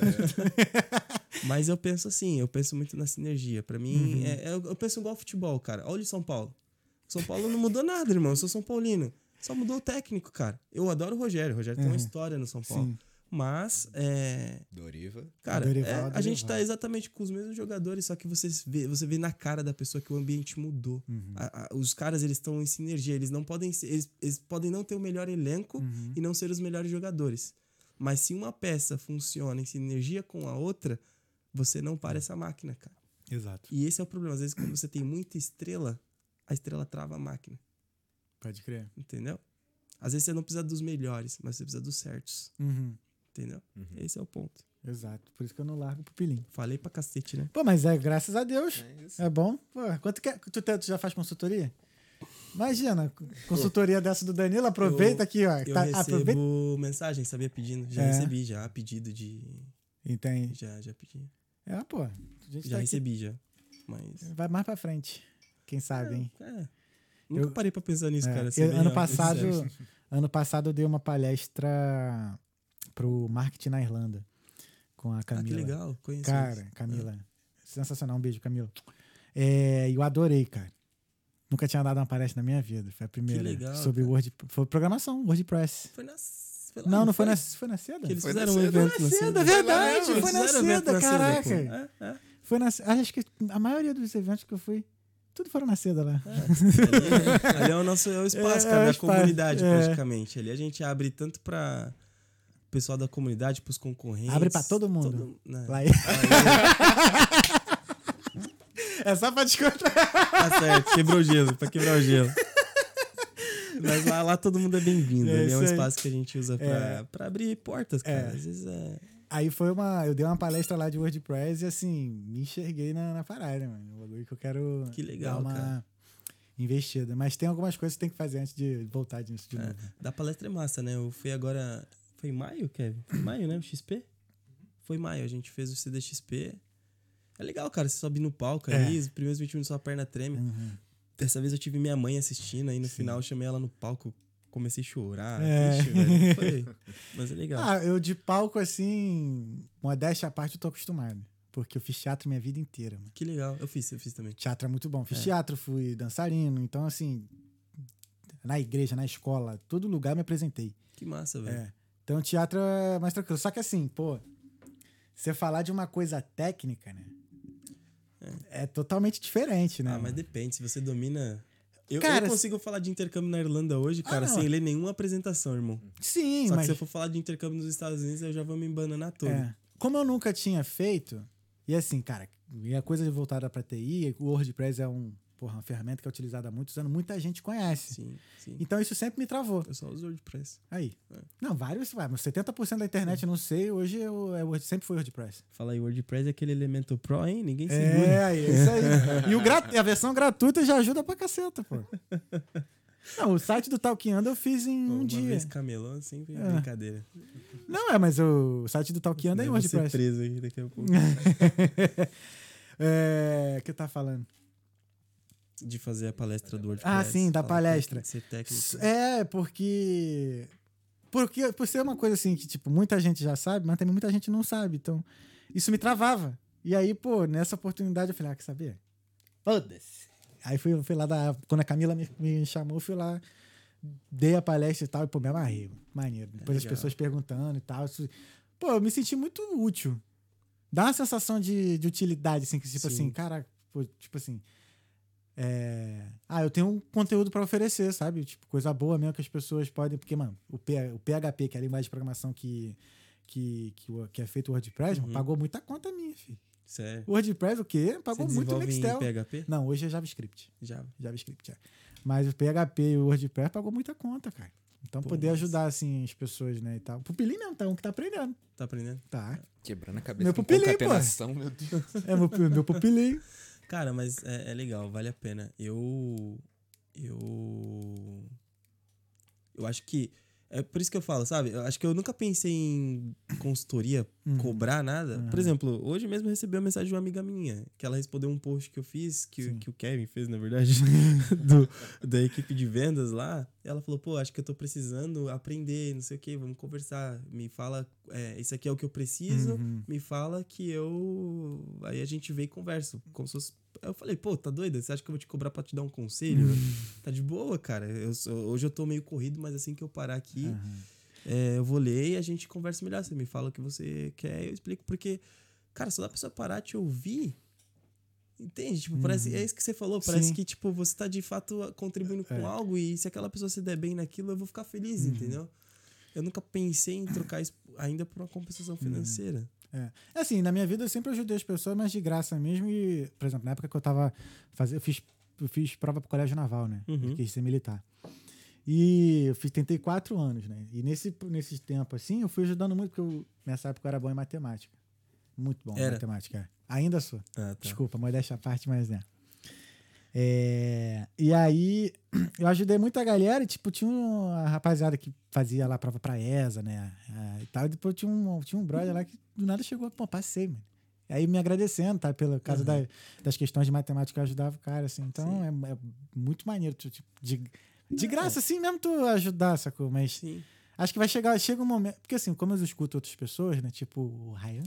Mas eu penso assim, eu penso muito na sinergia. Pra mim, Uhum. é, eu, eu penso igual futebol, cara. Olha o São Paulo. São Paulo não mudou nada, irmão. Eu sou São Paulino. Só mudou o técnico, cara. Eu adoro o Rogério. O Rogério tem uma Uhum. história no São Paulo. Sim. Mas, é, Doriva. cara, Dorival, é, a Dorival. gente tá exatamente com os mesmos jogadores, só que você vê, você vê na cara da pessoa que o ambiente mudou. Uhum. A- a- os caras, eles estão em sinergia. Eles não podem ser, eles, eles podem não ter o melhor elenco Uhum. e não ser os melhores jogadores. Mas se uma peça funciona em sinergia com a outra, você não para essa máquina, cara. Exato. E esse é o problema. Às vezes, quando você tem muita estrela, a estrela trava a máquina. Pode crer. Entendeu? Às vezes você não precisa dos melhores, mas você precisa dos certos. Uhum. Entendeu? Uhum. Esse é o ponto. Exato. Por isso que eu não largo o pupilinho. Falei pra cacete, né? Pô, mas é graças a Deus. É isso. É bom. Pô, quanto que é- tu, tu já faz consultoria? Imagina, consultoria dessa do Danilo, aproveita Eu- aqui, ó. Eu Tá- recebo aproveita. mensagem, sabia? Pedindo. Já É. recebi, já. Pedido de... Entende? Já, já pedi. É, pô. A gente Já tá aqui. recebi, já. Mas... Vai mais pra frente. Quem sabe, hein? É. Nunca Eu- parei pra pensar nisso, É, cara. eu- ser bem ano real, passado, sincero. ano passado eu dei uma palestra pro marketing na Irlanda com a Ah, Camila. que legal. Conheci. Cara, Camila, sensacional. Um beijo, Camila. É, eu adorei, cara. Nunca tinha dado uma palestra na minha vida. Foi a primeira. legal, Sobre cara. Word, foi programação, WordPress. Foi na... Foi lá, Não, não foi na, foi na seda? Que eles Foi fizeram na um seda. evento Foi na seda, seda. verdade, Eles foi na fizeram um evento seda, na caraca. pô. É, é. Foi na, acho que a maioria dos eventos que eu fui, tudo foram na seda lá. Ali, ali é o nosso é o espaço, É, cara, é o da espaço, comunidade, é. praticamente. Ali a gente abre tanto pra o pessoal da comunidade, pros concorrentes. Abre pra todo mundo. né? Lá- Aí, É só pra descontar. tá certo, quebrou o gelo, pra quebrar o gelo. Mas lá, lá todo mundo é bem-vindo. É Ali é um isso aí. espaço que a gente usa pra, É. pra abrir portas, cara. É. Às vezes é. Aí foi uma. Eu dei uma palestra lá de WordPress e assim, me enxerguei na, na parada, mano. Um bagulho que eu quero Que legal, dar uma cara. investida. Mas tem algumas coisas que tem que fazer antes de voltar nisso de É. novo. Da palestra é massa, né? Eu fui agora. Foi em maio, Kevin? Foi em maio, né? O X P? Foi em maio. A gente fez o C D X P. É legal, cara. Você sobe no palco É. ali, os primeiros vinte minutos sua perna treme. Uhum. Dessa vez eu tive minha mãe assistindo, aí no Sim. final eu chamei ela no palco, comecei a chorar. É. Ixi, velho. Foi. Mas é legal. Ah, eu de palco, assim, modéstia à parte, eu tô acostumado. Porque eu fiz teatro minha vida inteira, mano. Que legal. Eu fiz, eu fiz também. Teatro é muito bom. Fiz É. teatro, fui dançarino. Então, assim, na igreja, na escola, todo lugar me apresentei. Que massa, velho. É. Então, teatro é mais tranquilo. Só que, assim, pô, você falar de uma coisa técnica, né? É, totalmente diferente, né? Ah, mas mano? depende. Se você domina. Eu, Cara, eu consigo falar de intercâmbio na Irlanda hoje, cara, Ah, não. sem ler nenhuma apresentação, irmão. Sim, Só mas... que se eu for falar de intercâmbio nos Estados Unidos, eu já vou me embananar todo. É. Como eu nunca tinha feito, e assim, cara, e a coisa voltada pra T I, o WordPress é um, porra, uma ferramenta que é utilizada há muitos anos, muita gente conhece. Sim, sim. Então isso sempre me travou. Eu só uso WordPress. Aí. É. Não, vários, vai, mas setenta por cento da internet eu não sei, hoje eu, é Word- sempre foi WordPress. Fala aí, WordPress é aquele elemento pro, hein? Ninguém segura. É, aí, é isso aí. E o gra- e a versão gratuita já ajuda pra caceta, pô. Não, o site do Talkando eu fiz em Pô, um uma dia. vez camelô, assim, foi É. brincadeira. Não, é, mas o site do Talkando é em Eu vou ser WordPress. preso aqui daqui a pouco. É, o que eu tava falando? De fazer a palestra do WordPress. Ah, sim, da Falar palestra. que tem que ser técnico. É, porque. Porque por ser uma coisa assim que, tipo, muita gente já sabe, mas também muita gente não sabe. Então, isso me travava. E aí, pô, nessa oportunidade eu falei, ah, quer saber? Foda-se. Aí fui, fui lá da. Quando a Camila me, me chamou, eu fui lá, dei a palestra e tal, e, pô, me amarrei. Maneiro. Depois as legal. pessoas perguntando e tal. Isso, pô, eu me senti muito útil. Dá uma sensação de, de utilidade, assim, que, tipo Sim. assim, cara, pô, tipo assim. É... Ah, eu tenho um conteúdo para oferecer, sabe? Tipo, coisa boa mesmo que as pessoas podem... Porque, mano, o, P... o P H P, que é a linguagem de programação que, que, que, o- que é feito o WordPress, Uhum. mano, pagou muita conta minha, filho. Sério. O WordPress, o quê? Pagou Você muito desenvolve Nextel. em P H P? Não, hoje é JavaScript. Java. JavaScript, é. Mas o P H P e o WordPress pagou muita conta, cara. Então, Pô, poder mas- ajudar, assim, as pessoas, né, e tal. O Pupilinho mesmo, tá um que tá aprendendo. Tá aprendendo? Tá. Quebrando a cabeça Meu com pupilinho, pô. concatenação, meu Deus. É meu, meu Pupilinho. Cara, mas é, é legal, vale a pena. Eu. Eu. Eu acho que. É por isso que eu falo, sabe? Eu acho que eu nunca pensei em consultoria, Uhum. cobrar nada. Uhum. Por exemplo, hoje mesmo eu recebi uma mensagem de uma amiga minha, que ela respondeu um post que eu fiz, que, Sim. que o Kevin fez, na verdade, do, da equipe de vendas lá. Ela falou, pô, acho que eu tô precisando aprender, não sei o quê, vamos conversar. Me fala, é, isso aqui é o que eu preciso, Uhum. me fala que eu... Aí a gente vem e conversa, como se fosse... Eu falei, pô, tá doida? Você acha que eu vou te cobrar pra te dar um conselho? Tá de boa, cara. Eu sou- hoje eu tô meio corrido, mas assim que eu parar aqui, Aham. é, eu vou ler e a gente conversa melhor. Você me fala o que você quer, eu explico. Porque, cara, só dá pra pessoa parar te ouvir. Entende? Tipo, parece, é isso que você falou. Parece Sim. que, tipo, você tá de fato contribuindo com É. algo e se aquela pessoa se der bem naquilo, eu vou ficar feliz, entendeu? Eu nunca pensei em trocar isso ainda por uma compensação financeira. É. É assim, na minha vida eu sempre ajudei as pessoas, mas de graça mesmo. E, por exemplo, na época que eu tava fazendo, eu fiz, eu fiz prova pro colégio naval, né? Uhum. Eu quis ser militar. E eu fiz, tentei quatro anos, né? E nesse, nesse tempo, assim, eu fui ajudando muito, porque eu, nessa época eu era bom em matemática. Muito bom em Era? matemática. é. Ainda sou. Ah, tá. Desculpa, modéstia à parte, mas né. É, e aí, eu ajudei muita galera e, tipo, tinha uma rapaziada que fazia lá prova pra E S A, né? é, E tal. E depois tinha um, tinha um brother lá que do nada chegou, pô, passei, mano. E aí me agradecendo, tá? Pelo caso Uhum. da- das questões de matemática que eu ajudava o cara, assim. Então Sim. é, é muito maneiro, tu, tipo, de, de graça, assim mesmo, tu ajudar, sacou? Mas Sim. acho que vai chegar, chega um momento. Porque assim, como eu escuto outras pessoas, né? Tipo o Ryan.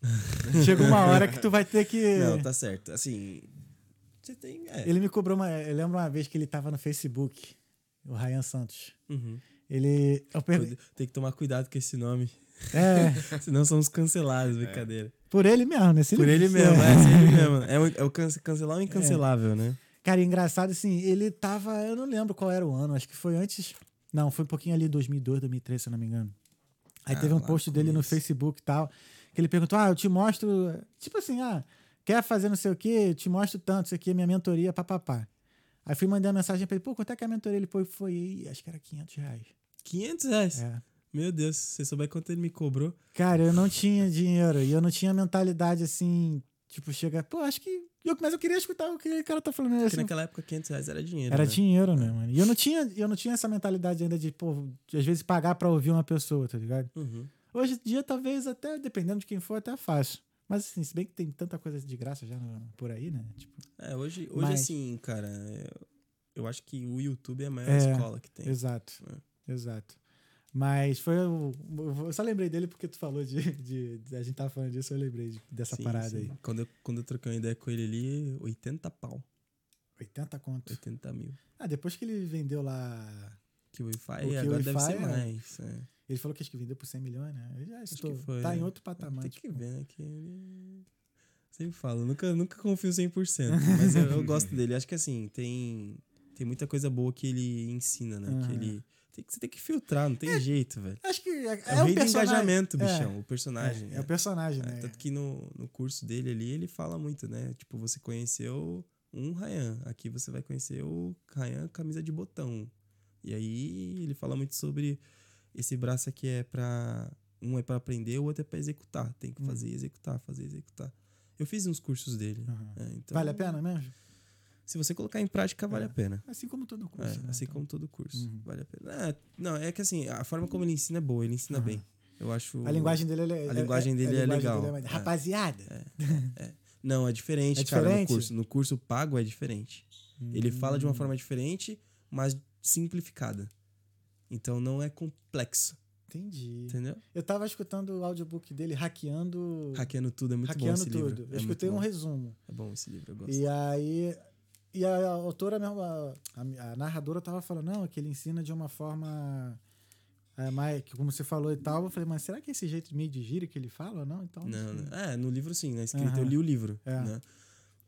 Chega uma hora que tu vai ter que. Não, tá certo. Assim, você tem... É. Ele me cobrou uma. Eu lembro uma vez que ele tava no Facebook, o Ryan Santos. Uhum. Ele. Eu pergun- Tem que tomar cuidado com esse nome. É, Senão somos cancelados, brincadeira. por ele mesmo, né? Se Por ele se- mesmo, é, sim, ele mesmo. É o, é o cance- cancelar o incancelável, né? Cara, engraçado assim, ele tava. Eu não lembro qual era o ano, acho que foi antes. Não, foi um pouquinho ali, dois mil e dois, dois mil e três, se eu não me engano. Aí Ah, teve um lá post no dele no começo. Facebook e tal, que ele perguntou: Ah, eu te mostro. Tipo assim, ah, quer fazer não sei o quê? Eu te mostro tanto, isso aqui é minha mentoria, papapá. Aí fui mandar uma mensagem pra ele: Pô, quanto é que é a mentoria? Ele foi, foi acho que era quinhentos reais. quinhentos reais? É. Meu Deus, se você souber quanto ele me cobrou. Cara, eu não tinha dinheiro e eu não tinha mentalidade assim, tipo, chegar, pô, acho que. Eu, mas eu queria escutar o que o cara tá falando. Porque Assim, naquela época quinhentos reais era dinheiro. era né? dinheiro, né, mano? E eu não tinha, eu não tinha essa mentalidade ainda de, pô, de, às vezes pagar pra ouvir uma pessoa, tá ligado? Uhum. Hoje em dia, talvez até, dependendo de quem for, até fácil. Mas assim, se bem que tem tanta coisa de graça já no- por aí, né? Tipo, É, hoje, hoje Mas- assim, cara, eu, eu acho que o YouTube é a maior É, escola que tem. exato, É. exato. Mas foi. o- Eu só lembrei dele porque tu falou de. de, de- a gente tava falando disso, eu lembrei de- dessa Sim, parada sim. aí. Quando eu, quando eu troquei uma ideia com ele ali, oitenta pau. oitenta conto. oitenta mil. Ah, depois que ele vendeu lá. Que o Wi-Fi O que agora o deve Wi-Fi ser é- mais. É. Ele falou que acho que vendeu por cem milhões, né? Eu já Acho estou. que foi. Tá é. em outro patamar. Tem que tipo. ver, né? Que ele... Sempre falo, nunca, nunca confio cem por cento. Mas eu, eu gosto dele. Acho que assim, tem, tem muita coisa boa que ele ensina, né? Aham. Que ele. Tem, que- você tem que filtrar, não tem jeito, velho. Acho que é, É, é o rei do personagem. engajamento, É, bichão. O personagem. É, é o personagem, É, né? tanto que no, no curso dele ali, ele fala muito, né? Tipo, você conheceu um Ryan. Aqui você vai conhecer o Ryan camisa de botão. E aí ele fala muito sobre esse braço aqui é pra... Um é pra aprender, o outro é pra executar. Tem que Hum. fazer e executar, fazer e executar. Eu fiz uns cursos dele. Aham. É, então, Vale a pena mesmo? Se você colocar em prática, vale É. a pena. Assim como todo curso. É, né? assim Então, como todo curso. Uhum. Vale a pena. É, não, é que assim, a forma como ele ensina é boa. Ele ensina Aham. bem. Eu acho... A linguagem dele é, A linguagem dele é legal. mais- É. Rapaziada. Não, é diferente, É cara, diferente? no curso. No curso pago é diferente. Ele fala de uma Hum. forma diferente, mas simplificada. Então não é complexo, Entendi. entendeu? Eu tava escutando o audiobook dele, hackeando. Hackeando tudo é muito hackeando bom esse tudo. livro. Eu É escutei muito um bom. resumo. É bom esse livro, eu gosto. E aí. E a autora mesmo, a, a- a narradora tava falando, não, que ele ensina de uma forma. É, mais, que como você falou e tal. Eu falei, mas será que é esse jeito meio de gíria que ele fala ou não? Então. Não, acho que- não. É, no livro sim, na escrita Aham. eu li o livro. É. Né?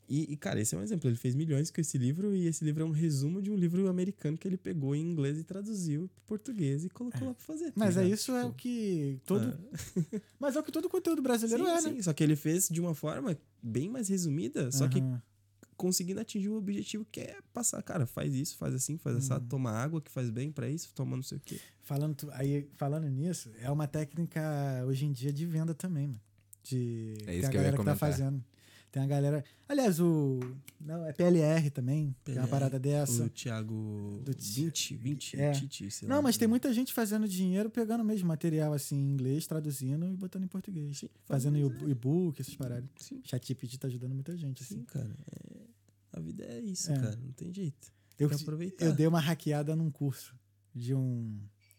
E, e, cara, esse é um exemplo. Ele fez milhões com esse livro e esse livro é um resumo de um livro americano que ele pegou em inglês e traduziu pro português e colocou É. lá pra fazer. Mas tá é ligado? isso é Tipo, o que todo... ah. Mas é o que todo conteúdo brasileiro sim, é, sim. né? Só que ele fez de uma forma bem mais resumida, só que Aham. conseguindo atingir o objetivo que é passar. Cara, faz isso, faz assim, faz assado, Uhum. toma água que faz bem pra isso, toma não sei o quê. Falando, tu- aí, falando nisso, é uma técnica hoje em dia de venda também, mano. De, É tem isso a que eu ia galera que tá comentar. fazendo. Tem a galera. Aliás, o. Não, é P L R também. Tem uma parada dessa. O Thiago Do Ti- vinte, vinte, É. Tite, sei Não, lá. mas tem muita gente fazendo dinheiro pegando mesmo material assim em inglês, traduzindo e botando em português. Sim, Fazendo faz, e- e-book, essas paradas. Sim, ChatGPT tá ajudando muita gente, sim, assim. cara. É, a vida é isso, É. cara. Não tem jeito. Eu, Tem que aproveitar. eu dei uma hackeada num curso de um.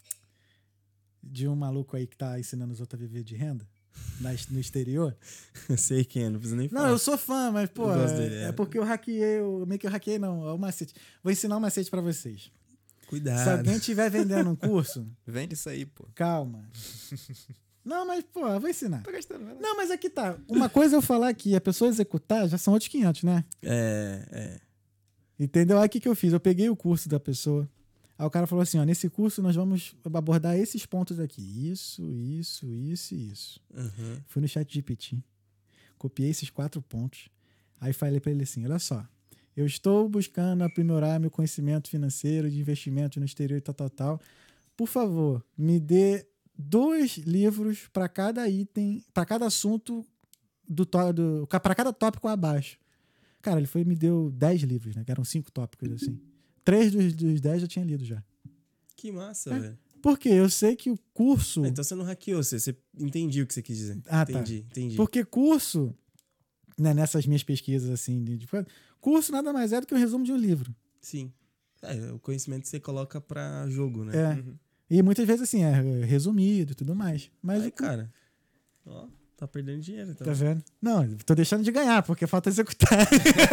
De um maluco aí que tá ensinando os outros a viver de renda na, no exterior. Eu sei quem é, não precisa nem Não, falar. eu sou fã, mas, pô, Eu gosto é, dele, é é. porque eu hackeei, eu, meio que eu hackeei, não, é o macete. Vou ensinar um macete pra vocês. Cuidado. Se alguém estiver vendendo um curso, Vende isso aí, pô. calma. Não, mas, pô, eu vou ensinar. Tá gastando, vai lá. Não, mas aqui tá. Uma coisa eu falar aqui, a pessoa executar, já são outros quinhentos, né? É, é. Entendeu? Aí o que, que eu fiz? Eu peguei o curso da pessoa. Aí o cara falou assim, ó, nesse curso nós vamos abordar esses pontos aqui. Isso, isso, isso e isso. Uhum. Fui no chat G P T, copiei esses quatro pontos. Aí falei pra ele assim, olha só, eu estou buscando aprimorar meu conhecimento financeiro de investimento no exterior e tal, tal, tal. Por favor, me dê dois livros para cada item, para cada assunto, do, to- do para cada tópico abaixo. Cara, ele foi e me deu dez livros, né? Que eram cinco tópicos, assim. Três dos, dos dez eu tinha lido já. Que massa, É. velho. Por quê? Eu sei que o curso... Ah, então você não hackeou, você, você entendi o que você quis dizer. Ah, tá. entendi, entendi. Porque curso, né, nessas minhas pesquisas, assim, de, de- curso nada mais é do que um resumo de um livro. Sim. É, o conhecimento que você coloca pra jogo, né? É. Uhum. E muitas vezes, assim, é resumido e tudo mais. Mas, Aí, o cu- cara, ó, tá perdendo dinheiro, então. tá vendo? Não, tô deixando de ganhar, porque falta executar.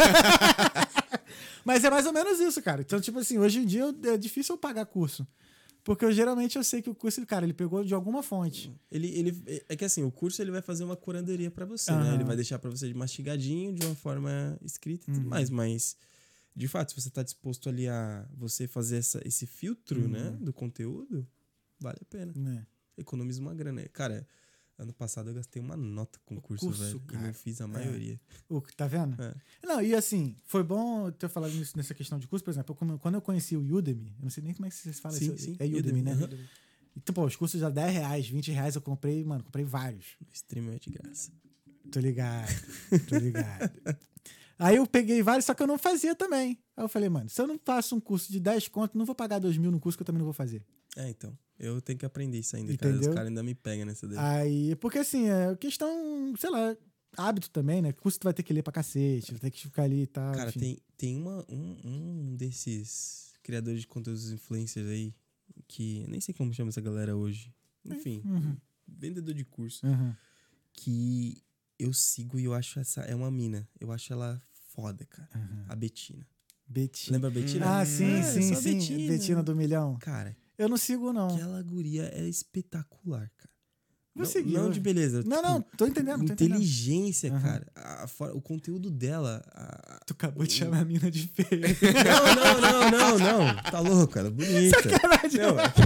Mas é mais ou menos isso, cara. Então, tipo assim, hoje em dia eu- é difícil eu pagar curso. Porque eu, geralmente eu sei que o curso, cara, ele pegou de alguma fonte. Ele, ele, é que assim, o curso ele vai fazer uma curadoria pra você, Aham. né? Ele vai deixar pra você mastigadinho, de uma forma escrita e tudo Uhum. mais, mas de fato, se você tá disposto ali a você fazer essa, esse filtro, Uhum. né, do conteúdo, vale a pena. Né? Economiza uma grana. Cara, ano passado eu gastei uma nota com o curso, curso, velho, e cara. não fiz a maioria. O, tá vendo? É. Não, e assim, foi bom ter falado nisso, nessa questão de curso, por exemplo, eu come- quando eu conheci o Udemy, eu não sei nem como é que vocês falam Sim, isso. sim, É Udemy, Udemy, né? aham. Então, pô, os cursos já dez reais, vinte reais eu comprei, mano, comprei vários. O stream é de graça. Tô ligado, tô ligado. Aí eu peguei vários, só que eu não fazia também. Aí eu falei, mano, se eu não faço um curso de dez conto, não vou pagar dois mil no curso que eu também não vou fazer. É, então. Eu tenho que aprender isso ainda, cara. Entendeu? Os caras ainda me pegam nessa daí. Aí, porque assim, é questão, sei lá, hábito também, né? Curso tu vai ter que ler pra cacete, vai ter que ficar ali e tal. Cara, enfim. tem, tem uma, um, um desses criadores de conteúdos influencers aí, que eu nem sei como chama essa galera hoje. Enfim, Uhum. vendedor de curso, Uhum. que eu sigo e eu acho essa. É uma mina. Eu acho ela foda, cara. Uhum. A Betina. Betina. Lembra a Betina? Ah, sim, É, sim, só a sim. Betina. Betina do milhão. Cara, Eu não sigo, não. aquela guria é espetacular, cara. Vou não, seguir, não ué. de beleza. Não, tipo, não, tô entendendo, tô entendendo. inteligência, Aham. cara. A for- o conteúdo dela. a- Tu acabou de chamar a mina de feia. Não, não, não, não, não. Tá louco, cara. Bonita. Sacanagem. Não, é...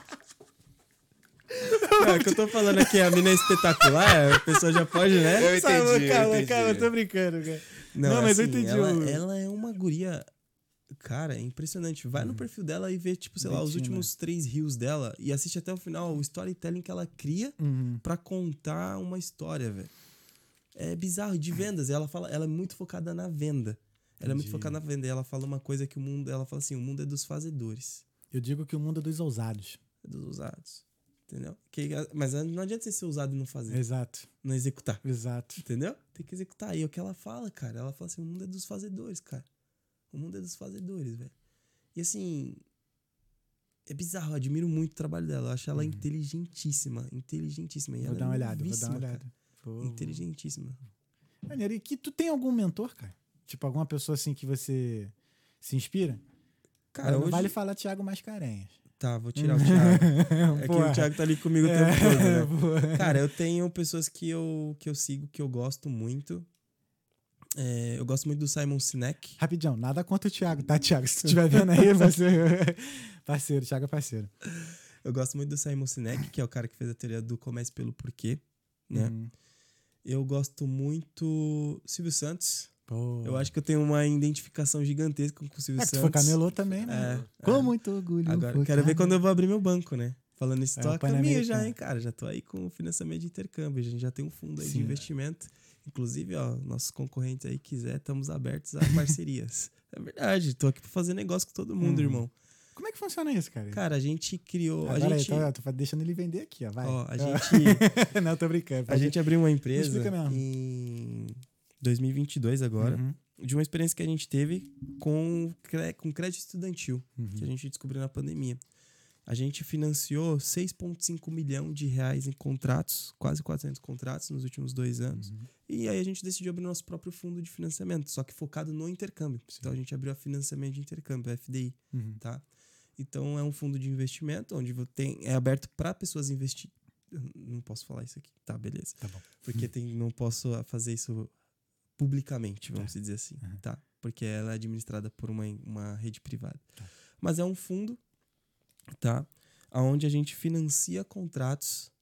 Não, é que eu tô falando aqui, a mina é espetacular, a pessoa já pode, né? Eu entendi, Sabe, eu calma, entendi. calma, eu tô brincando, cara. Não, Não, mas eu assim, entendi Ela, o- ela é uma guria. Cara, é impressionante. Vai no perfil dela e vê, tipo, sei lá, os Betina. últimos três reels dela e assiste até o final o storytelling que ela cria Uhum. pra contar uma história, velho. É bizarro, de vendas. Ela fala, ela é muito focada na venda. Ela é muito Entendi. focada na venda. E ela fala uma coisa que o mundo. Ela fala assim: o mundo é dos fazedores, Eu digo que o mundo é dos ousados. é dos ousados. Entendeu? Que, mas não adianta você ser ousado e não fazer, Exato, não executar. exato. Entendeu? Tem que executar. E é o que ela fala, cara. Ela fala assim: o mundo é dos fazedores, cara. O mundo é dos fazedores, velho. E assim. É bizarro, eu admiro muito o trabalho dela. Eu acho ela inteligentíssima. Inteligentíssima. E Vou ela dar é uma olhada, vou dar novíssima, uma olhada. cara. Vou- Inteligentíssima. Maneiro. E que tu tem algum mentor, cara? Tipo, alguma pessoa assim que você se inspira? Cara, Mas não hoje. vale falar Thiago Mascarenhas. Tá, vou tirar o Thiago. É que Porra. o Thiago tá ali comigo o tempo todo, né? Porra. Cara, eu tenho pessoas que eu, que eu sigo, que eu gosto muito. É, eu gosto muito do Simon Sinek. Rapidão, nada contra o Thiago, tá, Thiago? Se tu estiver vendo aí, parceiro, parceiro, Thiago é parceiro. Eu gosto muito do Simon Sinek, que é o cara que fez a teoria do comece pelo porquê, né? Uhum. Eu gosto muito Silvio Santos. Pô. Eu acho que eu tenho uma identificação gigantesca com o Silvio É que tu Santos. foi camelô também, né? É, Com é. muito orgulho. Agora, foi quero ver camelô. quando eu vou abrir meu banco, né? Falando isso, É, tô o a caminho já, Pan-Americano. hein, cara? Já tô aí com o financiamento de intercâmbio. A gente já tem um fundo aí Sim. de investimento. Inclusive, ó, nossos concorrentes aí quiser, estamos abertos a parcerias. É verdade, tô aqui pra fazer negócio com todo mundo, Uhum. irmão. Como é que funciona isso, cara? Cara, a gente criou... A Agora gente, aí, tô, tô deixando ele vender aqui, ó, vai. ó, a Ó. gente, Não, tô brincando. a pode- gente abriu uma empresa explica mesmo. em dois mil e vinte e dois agora, Uhum, de uma experiência que a gente teve com, cre- com crédito estudantil, uhum. que a gente descobriu na pandemia. A gente financiou seis vírgula cinco milhões de reais em contratos, quase quatrocentos contratos nos últimos dois anos. Uhum. E aí a gente decidiu abrir nosso próprio fundo de financiamento, só que focado no intercâmbio. Sim. Então a gente abriu a financiamento de intercâmbio, a F D I, Uhum. tá? Então é um fundo de investimento onde vo- tem, é aberto para pessoas investir. Eu não posso falar isso aqui, tá? Beleza. Tá bom. Porque tem, não posso fazer isso publicamente, vamos dizer assim, Uhum. tá? Porque ela é administrada por uma, uma rede privada. Tá. Mas é um fundo, tá? Onde a gente financia contratos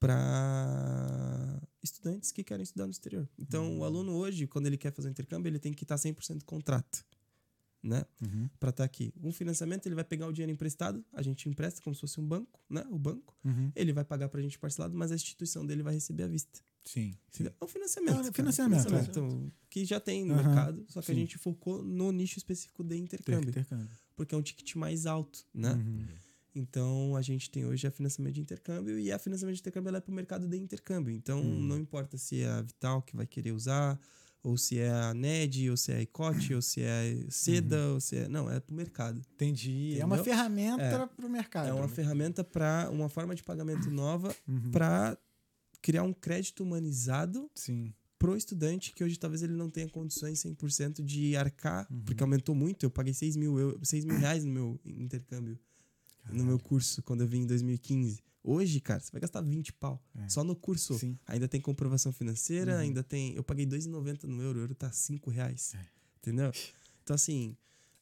para estudantes que querem estudar no exterior. Então, Uhum. o aluno hoje, quando ele quer fazer um intercâmbio, ele tem que estar cem por cento contrato, né? Uhum. Para estar aqui. Um financiamento, ele vai pegar o dinheiro emprestado, a gente empresta como se fosse um banco, né? O banco. Uhum. Ele vai pagar pra gente parcelado, mas a instituição dele vai receber à vista. Sim. sim. É um financiamento. É um cara, financiamento, financiamento que já tem no Aham, mercado, só que sim. a gente focou no nicho específico de intercâmbio, Intercâmbio. porque é um ticket mais alto, né? Uhum. Então a gente tem hoje a financiamento de intercâmbio e a financiamento de intercâmbio ela é para o mercado de intercâmbio. Então Uhum. não importa se é a Vital que vai querer usar, ou se é a N E D, ou se é a Icote, ou se é a Seda, ou se é. Não, é para o mercado. Entendi. É uma Entendeu? ferramenta É. para o mercado. É uma né? ferramenta para uma forma de pagamento nova Uhum. para criar um crédito humanizado Sim. pro estudante que hoje talvez ele não tenha condições cem por cento de arcar, Uhum. porque aumentou muito. Eu paguei seis mil, eu, seis mil reais no meu intercâmbio, no meu curso, quando eu vim em dois mil e quinze. Hoje, cara, você vai gastar vinte pau. É. Só no curso. Sim. Ainda tem comprovação financeira, Uhum. ainda tem... Eu paguei dois reais e noventa centavos no euro, o euro tá cinco reais. É. Entendeu? Então, assim,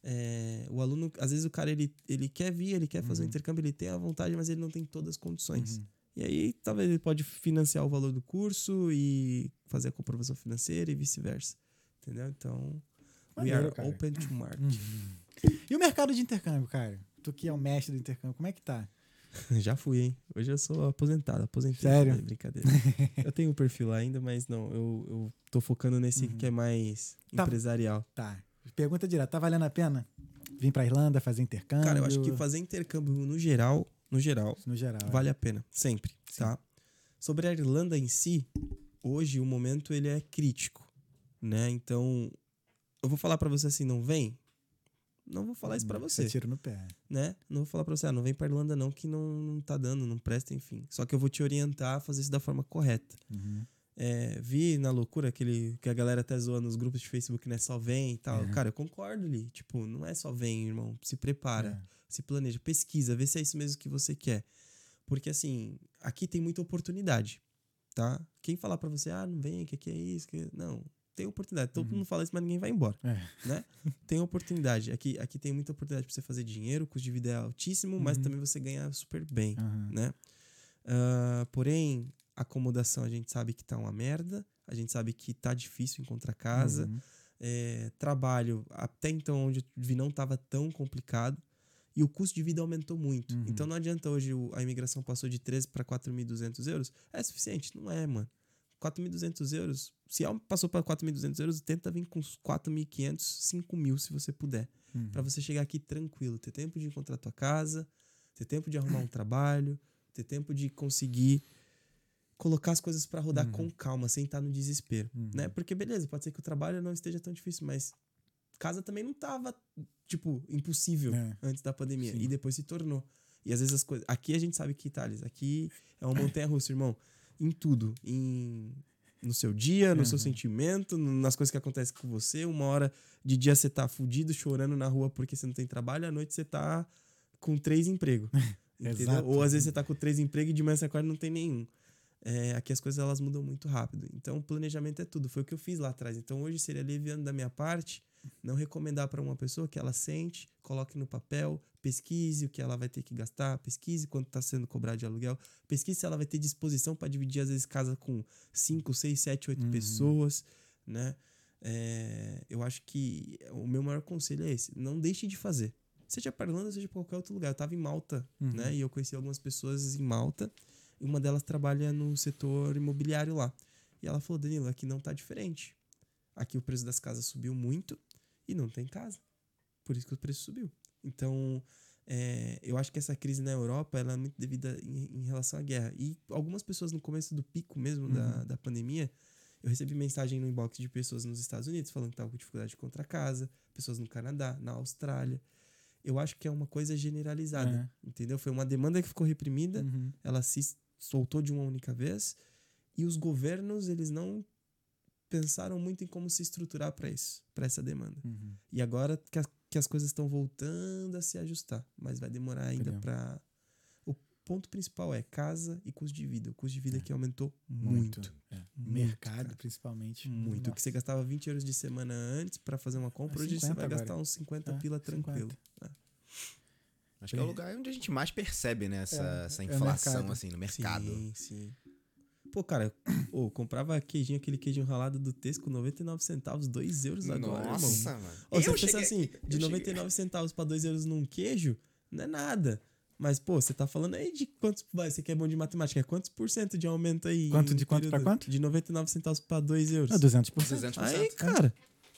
é, o aluno... Às vezes o cara, ele, ele quer vir, ele quer fazer o Uhum. intercâmbio, ele tem a vontade, mas ele não tem todas as condições. Uhum. E aí, talvez ele pode financiar o valor do curso e fazer a comprovação financeira e vice-versa. Entendeu? Então, we Maneiro, are cara. open to market. Uhum. E o mercado de intercâmbio, cara? Tu que é o mestre do intercâmbio, como é que tá? Já fui, hein? Hoje eu sou aposentado. Aposentei. Sério? É brincadeira. Eu tenho um perfil lá ainda, mas não. Eu, eu tô focando nesse Uhum. que é mais Tá. empresarial. Tá. Pergunta direta, tá valendo a pena vir pra Irlanda fazer intercâmbio? Cara, eu acho que fazer intercâmbio no geral, no geral, No geral. é. vale a pena. Sempre, Sim. tá? Sobre a Irlanda em si, hoje o momento ele é crítico, né? Então, eu vou falar pra você assim, não vem? Não vou falar isso pra você, Você tira no pé. né? Não vou falar pra você, ah, não vem pra Irlanda não, que não, não tá dando, não presta, enfim. Só que eu vou te orientar a fazer isso da forma correta. Uhum. É, vi na loucura aquele que a galera até zoa nos grupos de Facebook, né? Só vem e tal. Uhum. Cara, eu concordo ali. Tipo, não é só vem, irmão. Se prepara, É. se planeja, pesquisa, vê se é isso mesmo que você quer. Porque, assim, aqui tem muita oportunidade, tá? Quem falar pra você, ah, não vem, que aqui é isso, que... Não, tem oportunidade. Todo Uhum. mundo fala isso, mas ninguém vai embora, É. né? Tem oportunidade. Aqui, aqui tem muita oportunidade pra você fazer dinheiro, o custo de vida é altíssimo, mas Uhum. também você ganha super bem, Uhum. né? Ah, porém, acomodação a gente sabe que tá uma merda, a gente sabe que tá difícil encontrar casa. Uhum. É, trabalho, até então onde eu vi não estava tão complicado. E o custo de vida aumentou muito. Uhum. Então não adianta hoje o- a imigração passou de treze para quatro mil e duzentos euros. É suficiente? Não é, mano. quatro mil e duzentos euros. Se ela passou para quatro mil e duzentos euros, tenta vir com uns quatro mil e quinhentos, cinco mil se você puder. Uhum. Para você chegar aqui tranquilo. Ter tempo de encontrar tua casa, ter tempo de arrumar um trabalho, ter tempo de conseguir colocar as coisas para rodar Uhum. com calma, sem estar no desespero, Uhum. né? Porque beleza, pode ser que o trabalho não esteja tão difícil, mas casa também não tava, tipo, impossível É. antes da pandemia. Sim. E depois se tornou. E às vezes as coisas... Aqui a gente sabe que, Thales, aqui é uma montanha-russa, irmão. Em tudo. Em... No seu dia, no seu Uhum. sentimento, no- nas coisas que acontecem com você. Uma hora de dia você tá fudido, chorando na rua porque você não tem trabalho. À noite você tá com três empregos. Entendeu? Exato. Ou às vezes você tá com três empregos e de manhã você acorda e não tem nenhum. É, aqui as coisas elas mudam muito rápido. Então, o planejamento é tudo. Foi o que eu fiz lá atrás. Então, hoje seria leviano da minha parte não recomendar para uma pessoa que ela sente, coloque no papel, pesquise o que ela vai ter que gastar, pesquise quanto está sendo cobrado de aluguel, pesquise se ela vai ter disposição para dividir, às vezes, casa com cinco, seis, sete, oito Uhum. pessoas, né? É, eu acho que o meu maior conselho é esse. Não deixe de fazer. Seja para Irlanda, seja para qualquer outro lugar. Eu estava em Malta, Uhum. né? E eu conheci algumas pessoas em Malta. E uma delas trabalha no setor imobiliário lá. E ela falou, Danilo, aqui não tá diferente. Aqui o preço das casas subiu muito e não tem casa. Por isso que o preço subiu. Então, é, eu acho que essa crise na Europa ela é muito devida em, em relação à guerra. E algumas pessoas no começo do pico mesmo Uhum. da, da pandemia, eu recebi mensagem no inbox de pessoas nos Estados Unidos falando que estavam com dificuldade de encontrar casa, pessoas no Canadá, na Austrália. Eu acho que é uma coisa generalizada, É. entendeu? Foi uma demanda que ficou reprimida, Uhum. ela se soltou de uma única vez e os governos, eles não pensaram muito em como se estruturar para isso, para essa demanda. Uhum. E agora que, a, que as coisas estão voltando a se ajustar, mas vai demorar ainda Entendeu. para... O ponto principal é casa e custo de vida. O custo de vida É. aqui aumentou muito. Muito. É. Muito, Mercado, cara. principalmente. Muito. O que você gastava vinte euros de semana antes para fazer uma compra, É hoje você cinquenta vai agora. gastar uns cinquenta É, pila cinquenta. tranquilo. Acho que é o lugar onde a gente mais percebe, né, essa, É, essa é inflação, mercado. assim, no mercado. Sim, sim. Pô, cara, eu comprava queijinho, aquele queijinho ralado do Tesco, noventa e nove centavos, dois euros agora, irmão. Nossa, mano. Ô, você Eu pensa cheguei- assim, eu de cheguei- noventa e nove centavos pra dois euros num queijo, não é nada. Mas, pô, você tá falando aí de quantos... Vai, você que é bom de matemática, é quantos por cento de aumento aí? Quanto em de quanto pra período? quanto? De noventa e nove centavos pra dois euros. Ah, duzentos por cento. duzentos por cento. Aí, cara.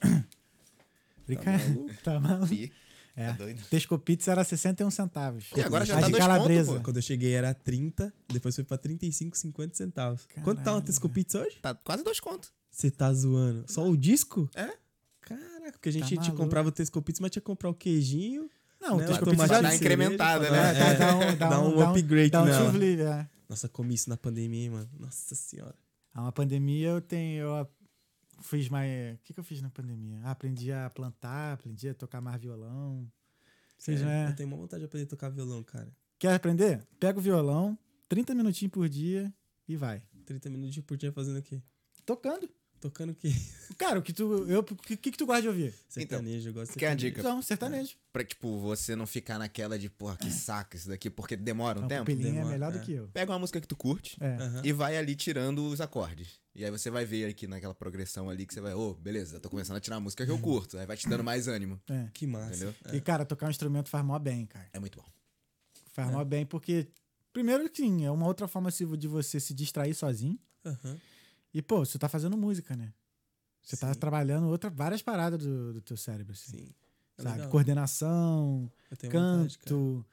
Brinca- maluco? Tá maluco? Fih, É. tá doido. Tesco Pizza era sessenta e um centavos. E agora já A tá de dois calabresa. conto, pô. Quando eu cheguei era trinta, depois foi pra trinta e cinco, cinquenta centavos. Quanto tá uma Caralho, Tesco velho. Pizza hoje? Tá quase dois contos. Você tá zoando. Só o disco? É? Caraca, porque a gente Tá tinha maluco. comprava o Tesco Pizza, mas tinha que comprar o queijinho. Não, né, o Tesco o Pizza tomate já Pra dar de incrementada, cereja, né? pra É, dar- dá, é, dá, dá um, um dá upgrade dá um nela. chufle, é. Nossa, comi isso na pandemia, hein, mano. Nossa senhora. Há uma pandemia eu tenho. Eu fiz mais. O que, que eu fiz na pandemia? Ah, aprendi a plantar, aprendi a tocar mais violão. Fiz, Sério, né? Eu tenho uma vontade de aprender a tocar violão, cara. Quer aprender? Pega o violão, trinta minutinhos por dia e vai. trinta minutos por dia fazendo o quê? Tocando. Tocando o quê? Cara, o que tu. Eu, o que, que tu gosta de ouvir? Sertanejo, eu gosto de quer a sertanejo. dica? Não, sertanejo. Pra, tipo, você não ficar naquela de, porra, que saco isso daqui, porque demora um O tempo. pupilinho é Demora, melhor é. do que eu. Pega uma música que tu curte É. Aham. e vai ali tirando os acordes. E aí você vai ver aqui naquela progressão ali que você vai, ô, beleza, tô começando a tirar a música que eu curto. Aí vai te dando mais ânimo. É. Que massa. Entendeu? É. E, cara, tocar um instrumento faz mó bem, cara. É muito bom. Faz É. mó bem porque, primeiro, sim, é uma outra forma de você se distrair sozinho. Aham. E, pô, você tá fazendo música, né? Você tá Sim. trabalhando outra, várias paradas do, do teu cérebro, assim. Sim. É Sabe? legal. Coordenação, Eu tenho vontade, cara. canto,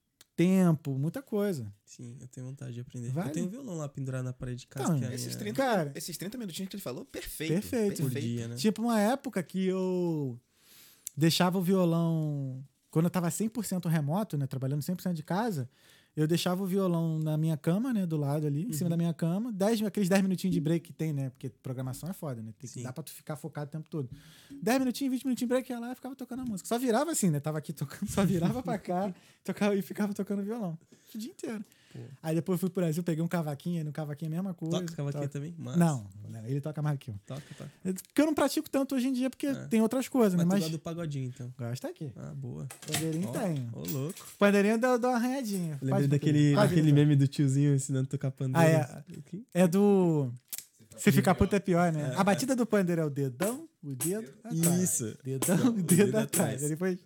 tempo, muita coisa. Sim, eu tenho vontade de aprender. Vale. Eu tenho um violão lá pendurado na parede de casa. Então, que é a Esses minha- trinta, Cara, esses trinta minutinhos que ele falou, perfeito. Perfeito. por dia, né? tipo, uma época que eu deixava o violão... Quando eu tava cem por cento remoto, né? Trabalhando cem por cento de casa, eu deixava o violão na minha cama, né? Do lado ali, em cima Uhum. da minha cama. Dez, aqueles dez minutinhos de break que tem, né? Porque programação é foda, né? Tem que Sim. dar pra tu ficar focado o tempo todo. dez minutinhos, vinte minutinhos de break, ia lá e ficava tocando a música. Só virava assim, né? Tava aqui tocando, só virava pra cá tocava, e ficava tocando violão. O dia inteiro. Pô. Aí depois eu fui pro Brasil, peguei um cavaquinho, aí no cavaquinho é a mesma coisa. Toca cavaquinho toca- também? Massa. Não, não, ele toca mais que eu. Toca, toca. Porque eu não pratico tanto hoje em dia, porque É. tem outras coisas, Mas né? tu Mas gosta do pagodinho, então. gosta aqui. Ah, boa. Pandeirinho Ó, tem. Ô, louco. Pandeirinho dá, dá uma arranhadinha. Lembrei Pode, daquele, pode, daquele pode. meme do tiozinho ensinando a tocar pandeiro. Ah, é. É do... Se ficar puto é pior, né? A batida do pandeiro é o dedão, o dedo atrás. Isso. Dedão, o dedo atrás. Ele foi...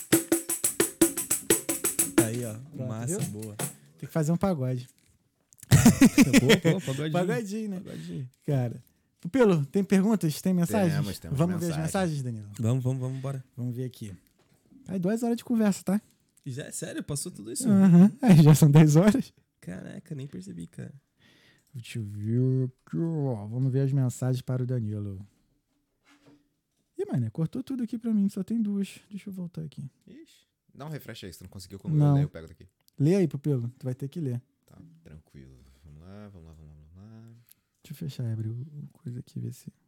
Aí, ó. Pronto, Massa, viu? boa. Tem que fazer um pagode. boa, boa, pagodinho. Pagodinho, né? Pagodinho. Cara. Pupilo, tem perguntas? Tem mensagens? Temos, temos Vamos ver as mensagens. mensagens, Danilo? Vamos, vamos, vamos, bora. Vamos ver aqui. Aí, duas horas de conversa, tá? E já é sério? Passou tudo isso? Aham. Aí, já são dez horas. Caraca, nem percebi, cara. Deixa eu ver aqui, ó. Vamos ver as mensagens para o Danilo. Ih, mano, cortou tudo aqui pra mim, só tem duas. Deixa eu voltar aqui. Ixi. Dá um refresh aí, se tu não conseguiu, como Não. eu leio, eu pego daqui. Lê aí, Pupilo. Tu vai ter que ler. Tá, tranquilo. Vamos lá, vamos lá, vamos lá, vamos lá. Deixa eu fechar e abrir o o coisa aqui, ver se...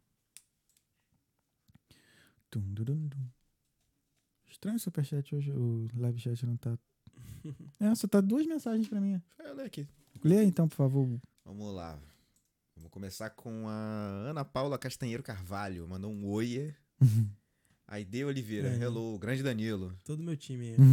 Tum, dum, dum, dum. Estranho o superchat hoje, o live chat não tá... É, só tá duas mensagens pra mim. Deixa eu ler aqui. Lê aí, então, por favor. Vamos lá. Vamos começar com a Ana Paula Castanheiro Carvalho. Mandou um oiê. Aide Oliveira. É. Hello. Grande Danilo. Todo meu time aí.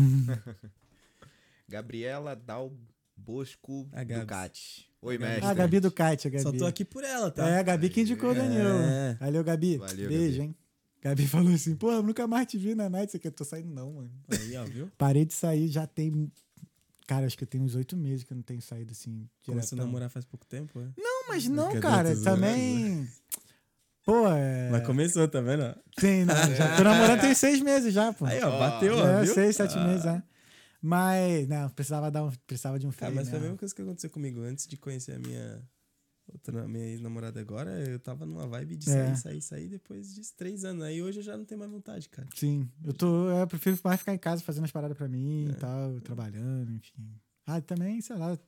Gabriela Dal Bosco A Gabs. Ducati. Oi, A Gabs. mestre. Ah, a Gabi Ducati, a Gabi. Só tô aqui por ela, tá? É, a Gabi que indicou o Danilo. É. Valeu, Gabi. Valeu, Beijo, Gabi. hein? Gabi falou assim, pô, eu nunca mais te vi na night, isso aqui eu tô saindo não, mano. Aí, ó, viu? Parei de sair, já tem... Cara, acho que tem uns oito meses que eu não tenho saído assim, Começou direto. a namorar faz pouco tempo, é? Não, mas não, Cadê cara, outros também... Pô, é... Mas começou, tá vendo? Tem, não, já tô namorando tem seis meses já, pô. Aí, ó, Ó, bateu, ó, é, viu? seis, sete Ah. meses, é. Mas, não, precisava, dar um, precisava de um Cara, freio, mas foi a né? mesma coisa que aconteceu comigo. Antes de conhecer a minha outra, minha ex-namorada agora, eu tava numa vibe de É. sair, sair, sair depois de três anos. Aí hoje eu já não tenho mais vontade, cara. Sim, eu tô, eu prefiro mais ficar em casa fazendo as paradas pra mim e É. tal, trabalhando, enfim. Ah, também, sei lá.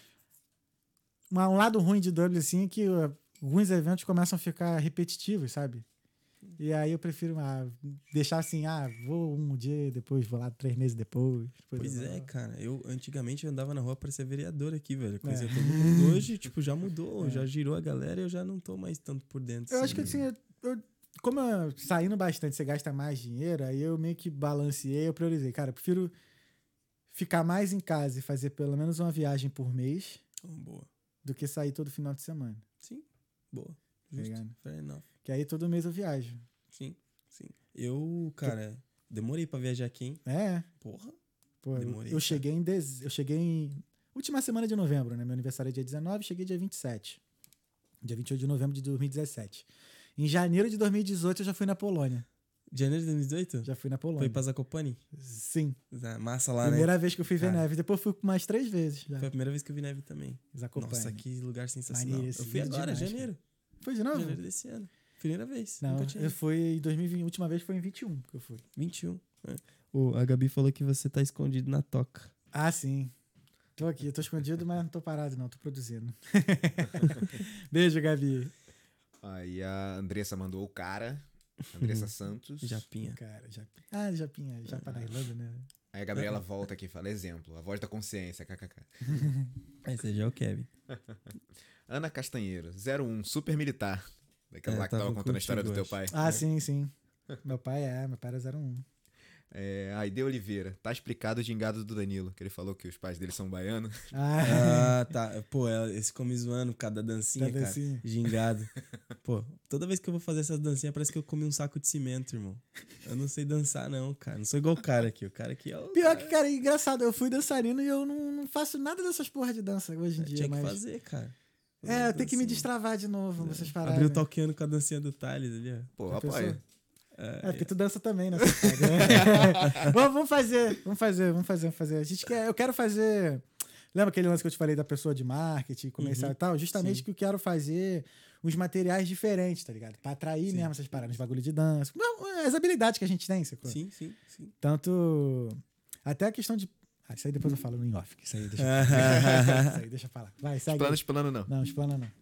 Uma- Um lado ruim de W, assim, é que uh, alguns eventos começam a ficar repetitivos, sabe? E aí eu prefiro ah, deixar assim, ah, vou um dia depois, vou lá três meses depois. depois Pois eu é, vou. cara. Eu antigamente eu andava na rua pra ser vereador aqui, velho. Conhecia É. todo mundo. Hoje, tipo, já mudou, É. já girou a galera e eu já não tô mais tanto por dentro. Eu acho que assim, eu, eu- como eu, saindo bastante, você gasta mais dinheiro, aí eu meio que balanceei, eu priorizei. Cara, eu prefiro ficar mais em casa e fazer pelo menos uma viagem por mês Oh, boa. do que sair todo final de semana. Sim, boa. Tá Justo. ligado? Fair enough. Que aí todo mês eu viajo. Sim, sim. Eu, cara, demorei pra viajar aqui, hein? É, Porra. pô, eu- Demorei, eu cara. cheguei em dez... eu cheguei em última semana de novembro, né? Meu aniversário é dia dezenove, cheguei dia vinte e sete. Dia vinte e oito de novembro de dois mil e dezessete. Em janeiro de dois mil e dezoito eu já fui na Polônia. Janeiro de dois mil e dezoito? Já fui na Polônia. Foi pra Zakopane? Sim. Ah, massa lá, né? Primeira vez que eu fui ver Cara. neve. Depois fui mais três vezes já. Foi a primeira vez que eu vi neve também. Zakopane. Nossa, que lugar sensacional. Maneiro, Eu fui lindo agora, demais, janeiro. Foi de novo? Janeiro desse ano. Primeira vez. Não, Nunca tinha eu ido. fui em dois mil e vinte. A última vez foi em vinte e um que eu fui. vinte e um. É. Ô, a Gabi falou que você tá escondido na toca. Ah, sim. Tô aqui, tô escondido, mas não tô parado, não. Tô produzindo. Beijo, Gabi. Aí a Andressa mandou o cara. Andressa Santos. Japinha. Cara, já. Ah, Japinha, Japa na Irlanda, né? Aí a Gabriela volta aqui e fala: exemplo, a voz da consciência, kkk. Esse já é o Kevin. Ana Castanheiro, zero um, super militar. Daquela É, lá que tava tava contando a história do contigo teu pai. Ah, sim, sim. Meu pai é, meu pai era zero um. É, Aide Oliveira, tá explicado o gingado do Danilo, que ele falou que os pais dele são baianos. Ah, Ah, tá. Pô, ela- esse come zoando por causa da dancinha, Da cara. dancinha. Gingado. Pô, toda vez que eu vou fazer essas dancinhas, parece que eu comi um saco de cimento, irmão. Eu não sei dançar, não, cara. Não sou igual o cara aqui. O cara aqui é o. pior que, cara, é engraçado. Eu fui dançarino e eu não, não faço nada dessas porra de dança hoje em dia. Tinha que mas... fazer, cara. É, eu tenho que me Dancinha. destravar de novo, vocês pararam. Abriu o talqueando com a dancinha do Thales ali, ó. Pô, Já apoia. pensou? É, É, porque tu dança também, né? safado? vamos, vamos fazer, vamos fazer, vamos fazer, vamos fazer. A gente quer, eu quero fazer. Lembra aquele lance que eu te falei da pessoa de marketing, comercial Uhum, e tal? Justamente sim. que eu quero fazer uns materiais diferentes, tá ligado? Pra atrair Sim. mesmo essas paradas, uns bagulho de dança. Não, as habilidades que a gente tem, sacou? Sim, sim, sim. Tanto. Até a questão de. Ah, isso aí depois eu falo no in-off. que Isso aí deixa eu falar. Isso aí deixa eu falar. Vai, segue. Plano, aí. plano não. Não, explana não.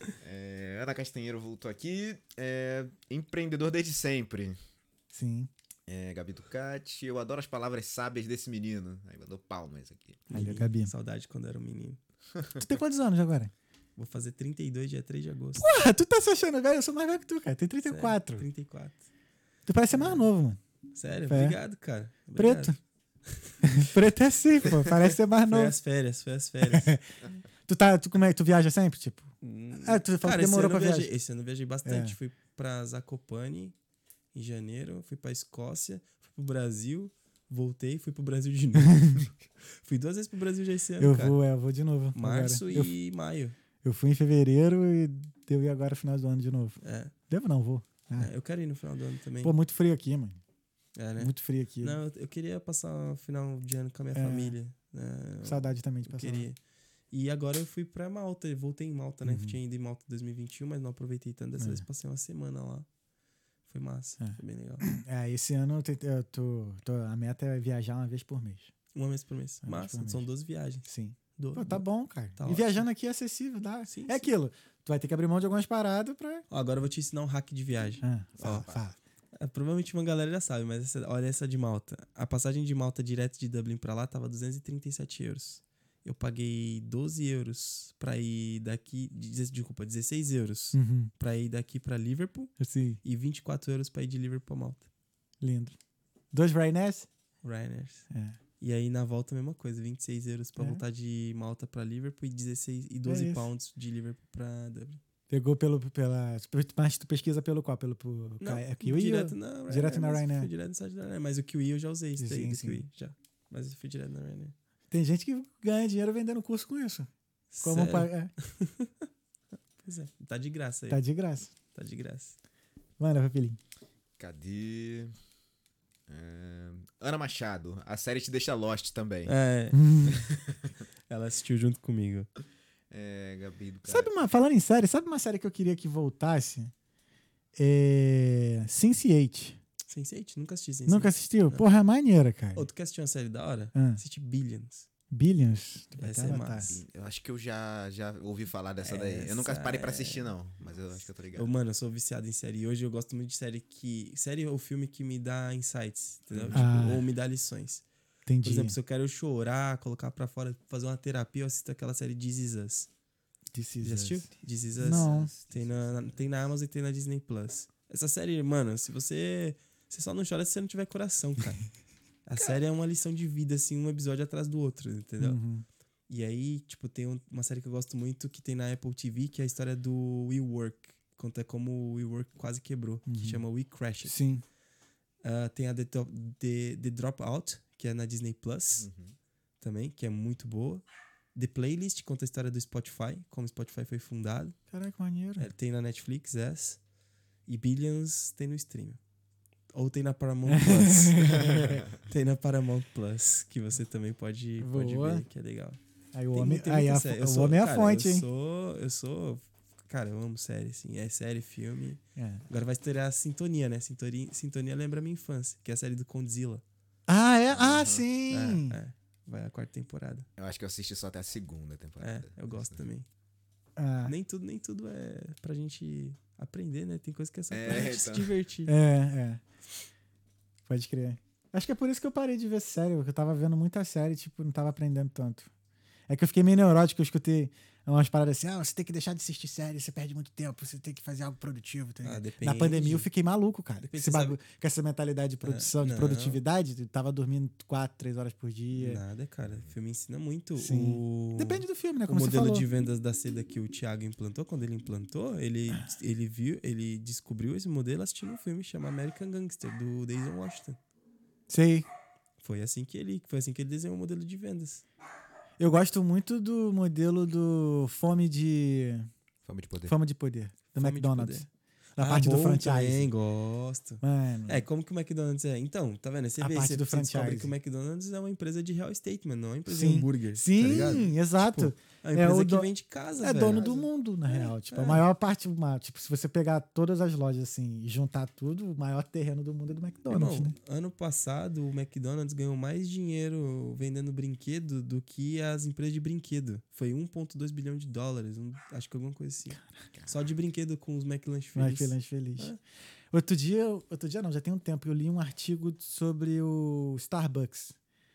É, Ana Castanheiro voltou aqui. É, empreendedor desde sempre. Sim. É, Gabi Ducati, eu adoro as palavras sábias desse menino. Aí mandou palmas aqui. Valeu, Gabi. Saudade quando eu era um menino. Tu tem quantos anos agora? Vou fazer trinta e dois dia três de agosto. Porra, tu tá se achando velho? Eu sou mais velho que tu, cara. Tem trinta e quatro. Sério, trinta e quatro. Tu parece ser mais novo, mano. Sério, É. obrigado, cara. Obrigado. Preto. Preto é assim, pô. Parece ser mais Foi novo. as férias, foi as férias. Tu, tá, tu, como é, tu viaja sempre, tipo? Hum, Ah, tu falou cara, que demorou esse ano pra eu viajei, viajar. Esse ano eu viajei bastante. É. Fui pra Zakopane em janeiro, fui pra Escócia, fui pro Brasil, voltei, fui pro Brasil de novo. Fui duas vezes pro Brasil já esse ano, Eu cara. vou, é, eu vou de novo. Março agora. Eu, e maio. eu fui em fevereiro e devo ir agora no final do ano de novo. É, Devo não, vou. Ah. é, eu quero ir no final do ano também. Pô, muito frio aqui, mano. é, né? Muito frio aqui. Não, eu, eu queria passar o final de ano com a minha É. família. Né? Saudade também de Eu passar. queria. E agora eu fui pra Malta, eu voltei em Malta, né? Uhum. Tinha ido em Malta em dois mil e vinte e um, mas não aproveitei tanto. Dessa É. vez passei uma semana lá. Foi massa, É. foi bem legal. É, esse ano eu, te- eu tô, tô- a meta é viajar uma vez por mês. Uma vez por mês. Uma vez Massa, por mês. são doze viagens. Sim. Do, Pô, tá do- bom, cara. Tá e ótimo. viajando aqui é acessível, dá. Sim, é sim. aquilo. Tu vai ter que abrir mão de algumas paradas pra. Ó, agora eu vou te ensinar um hack de viagem. Ah, fala, Ó. fala. É, provavelmente uma galera já sabe, mas essa- olha essa de Malta. A passagem de Malta direto de Dublin pra lá tava duzentos e trinta e sete euros. eu paguei doze euros pra ir daqui... Desculpa, dezesseis euros Uhum. pra ir daqui pra Liverpool Sim, e vinte e quatro euros pra ir de Liverpool pra Malta. lindo. Dois Ryanairs? Ryanair. É. E aí na volta a mesma coisa, vinte e seis euros pra É. voltar de Malta pra Liverpool e, dezesseis, e doze isso. pounds de Liverpool pra Dublin. Pegou pelo, pela... Mas tu pesquisa pelo qual? Pelo pro, Não, é Kiwi direto ou- na Ryanair. direto na mas Ryanair. Fui direto no site da Ryanair. Mas o Kiwi eu já usei isso daí Sim, do sim. Kiwi, já. Mas eu fui direto na Ryanair. Tem gente que ganha dinheiro vendendo curso com isso. Como Sério? pa- é, Pois é, tá de graça aí. tá de graça. Tá de graça. Manda, Papilinho. Cadê? É, Ana Machado. A série te deixa lost também. É, ela assistiu junto comigo. É, Gabi do cara. Sabe uma, falando em série, sabe uma série que eu queria que voltasse? É... sense eight. sense eight? Nunca assisti sense eight. Nunca assistiu? Porra, é maneira, cara. Ô, tu quer assistir uma série da hora? Ah. Assiste Billions. Billions. Tu vai Essa até é anotar. massa. Eu acho que eu já, já ouvi falar dessa daí. Eu nunca Essa parei pra é- assistir, não. Mas eu acho que eu tô ligado. Eu, mano, eu sou viciado em série. E hoje eu gosto muito de série que... Série ou filme que me dá insights, entendeu? Tipo, Ah. ou me dá lições. Entendi. Por exemplo, se eu quero chorar, colocar pra fora, fazer uma terapia, eu assisto aquela série This Is Us. This Is Já Us. assistiu? This Is Us? Não. Tem na, na- tem na Amazon e tem na Disney Plus. Essa série, mano, se você... Você só não chora se você não tiver coração, cara. A série é uma lição de vida, assim, um episódio atrás do outro, entendeu? Uhum. E aí, tipo, tem um- uma série que eu gosto muito que tem na Apple T V, que é a história do WeWork. Conta como o WeWork quase quebrou, Uhum. que chama We Crashed. Sim. Ah, tem a The, Top- The, The Dropout, que é na Disney Plus Uhum. também, que é muito boa. The Playlist conta a história do Spotify, como o Spotify foi fundado. Caraca, maneiro. É, tem na Netflix, essa. E Billions tem no stream. Ou tem na Paramount Plus. Tem na Paramount Plus, que você também pode, pode Boa. ver, que é legal. Aí o Tem homem, mu- tem aí muita a, série. o Eu sou- homem é a cara, fonte, eu hein? Sou, eu sou... Cara, eu amo série, assim. É série, filme. É. Agora vai estrear a Sintonia, né? Sintonia, Sintonia lembra a minha infância, que é a série do Condzilla. Ah, é? Ah, Aham. sim. É, é. Vai a quarta temporada. Eu acho que eu assisti só até a segunda temporada. É, eu gosto também. Ah, Nem tudo, nem tudo é pra gente aprender, né? Tem coisa que é só pra É, gente se então. divertir. é, é. Pode crer. Acho que é por isso que eu parei de ver série, porque eu tava vendo muita série, tipo, não tava aprendendo tanto. É que eu fiquei meio neurótico, eu escutei umas paradas assim, ah, você tem que deixar de assistir série, você perde muito tempo, você tem que fazer algo produtivo. Tá Ah, ligado? depende. Na pandemia eu fiquei maluco, cara. Depende, Esse você bagulho, com essa mentalidade de produção, de não. produtividade, eu tava dormindo quatro, três horas por dia. Nada, cara. O filme ensina muito. Sim. O... Depende do filme, né? O Como você modelo falou. de vendas da seda que o Thiago implantou, quando ele implantou, ele, ele viu, ele descobriu esse modelo assistindo um filme chamado American Gangster, do Denzel Washington. Sei. Foi assim que ele, foi assim que ele desenhou o modelo de vendas. Eu gosto muito do modelo do Fome de, Fama de poder. Fome de Poder, do Fome de McDonald's. Poder. Da Ah, parte do bom franchise. também, gosto. Mano. É, como que o McDonald's é? Então, tá vendo? Você A vê, parte você, do você descobre franchise. que o McDonald's é uma empresa de real estate, mano, não é uma empresa Sim. de hambúrguer, Sim, tá ligado? exato. É uma empresa o que do- vende casa, É velho. dono do mundo, na É, real. Tipo, é. a maior parte, uma- tipo, se você pegar todas as lojas assim e juntar tudo, o maior terreno do mundo é do McDonald's, Irmão, né? ano passado o McDonald's ganhou mais dinheiro vendendo brinquedo do que as empresas de brinquedo. Foi um vírgula dois bilhão de dólares, um- acho que alguma coisa assim. Só de brinquedo com os McLanche Mas Feliz. feliz, feliz. É. Outro dia, outro dia não, já tem um tempo, eu li um artigo sobre o Starbucks.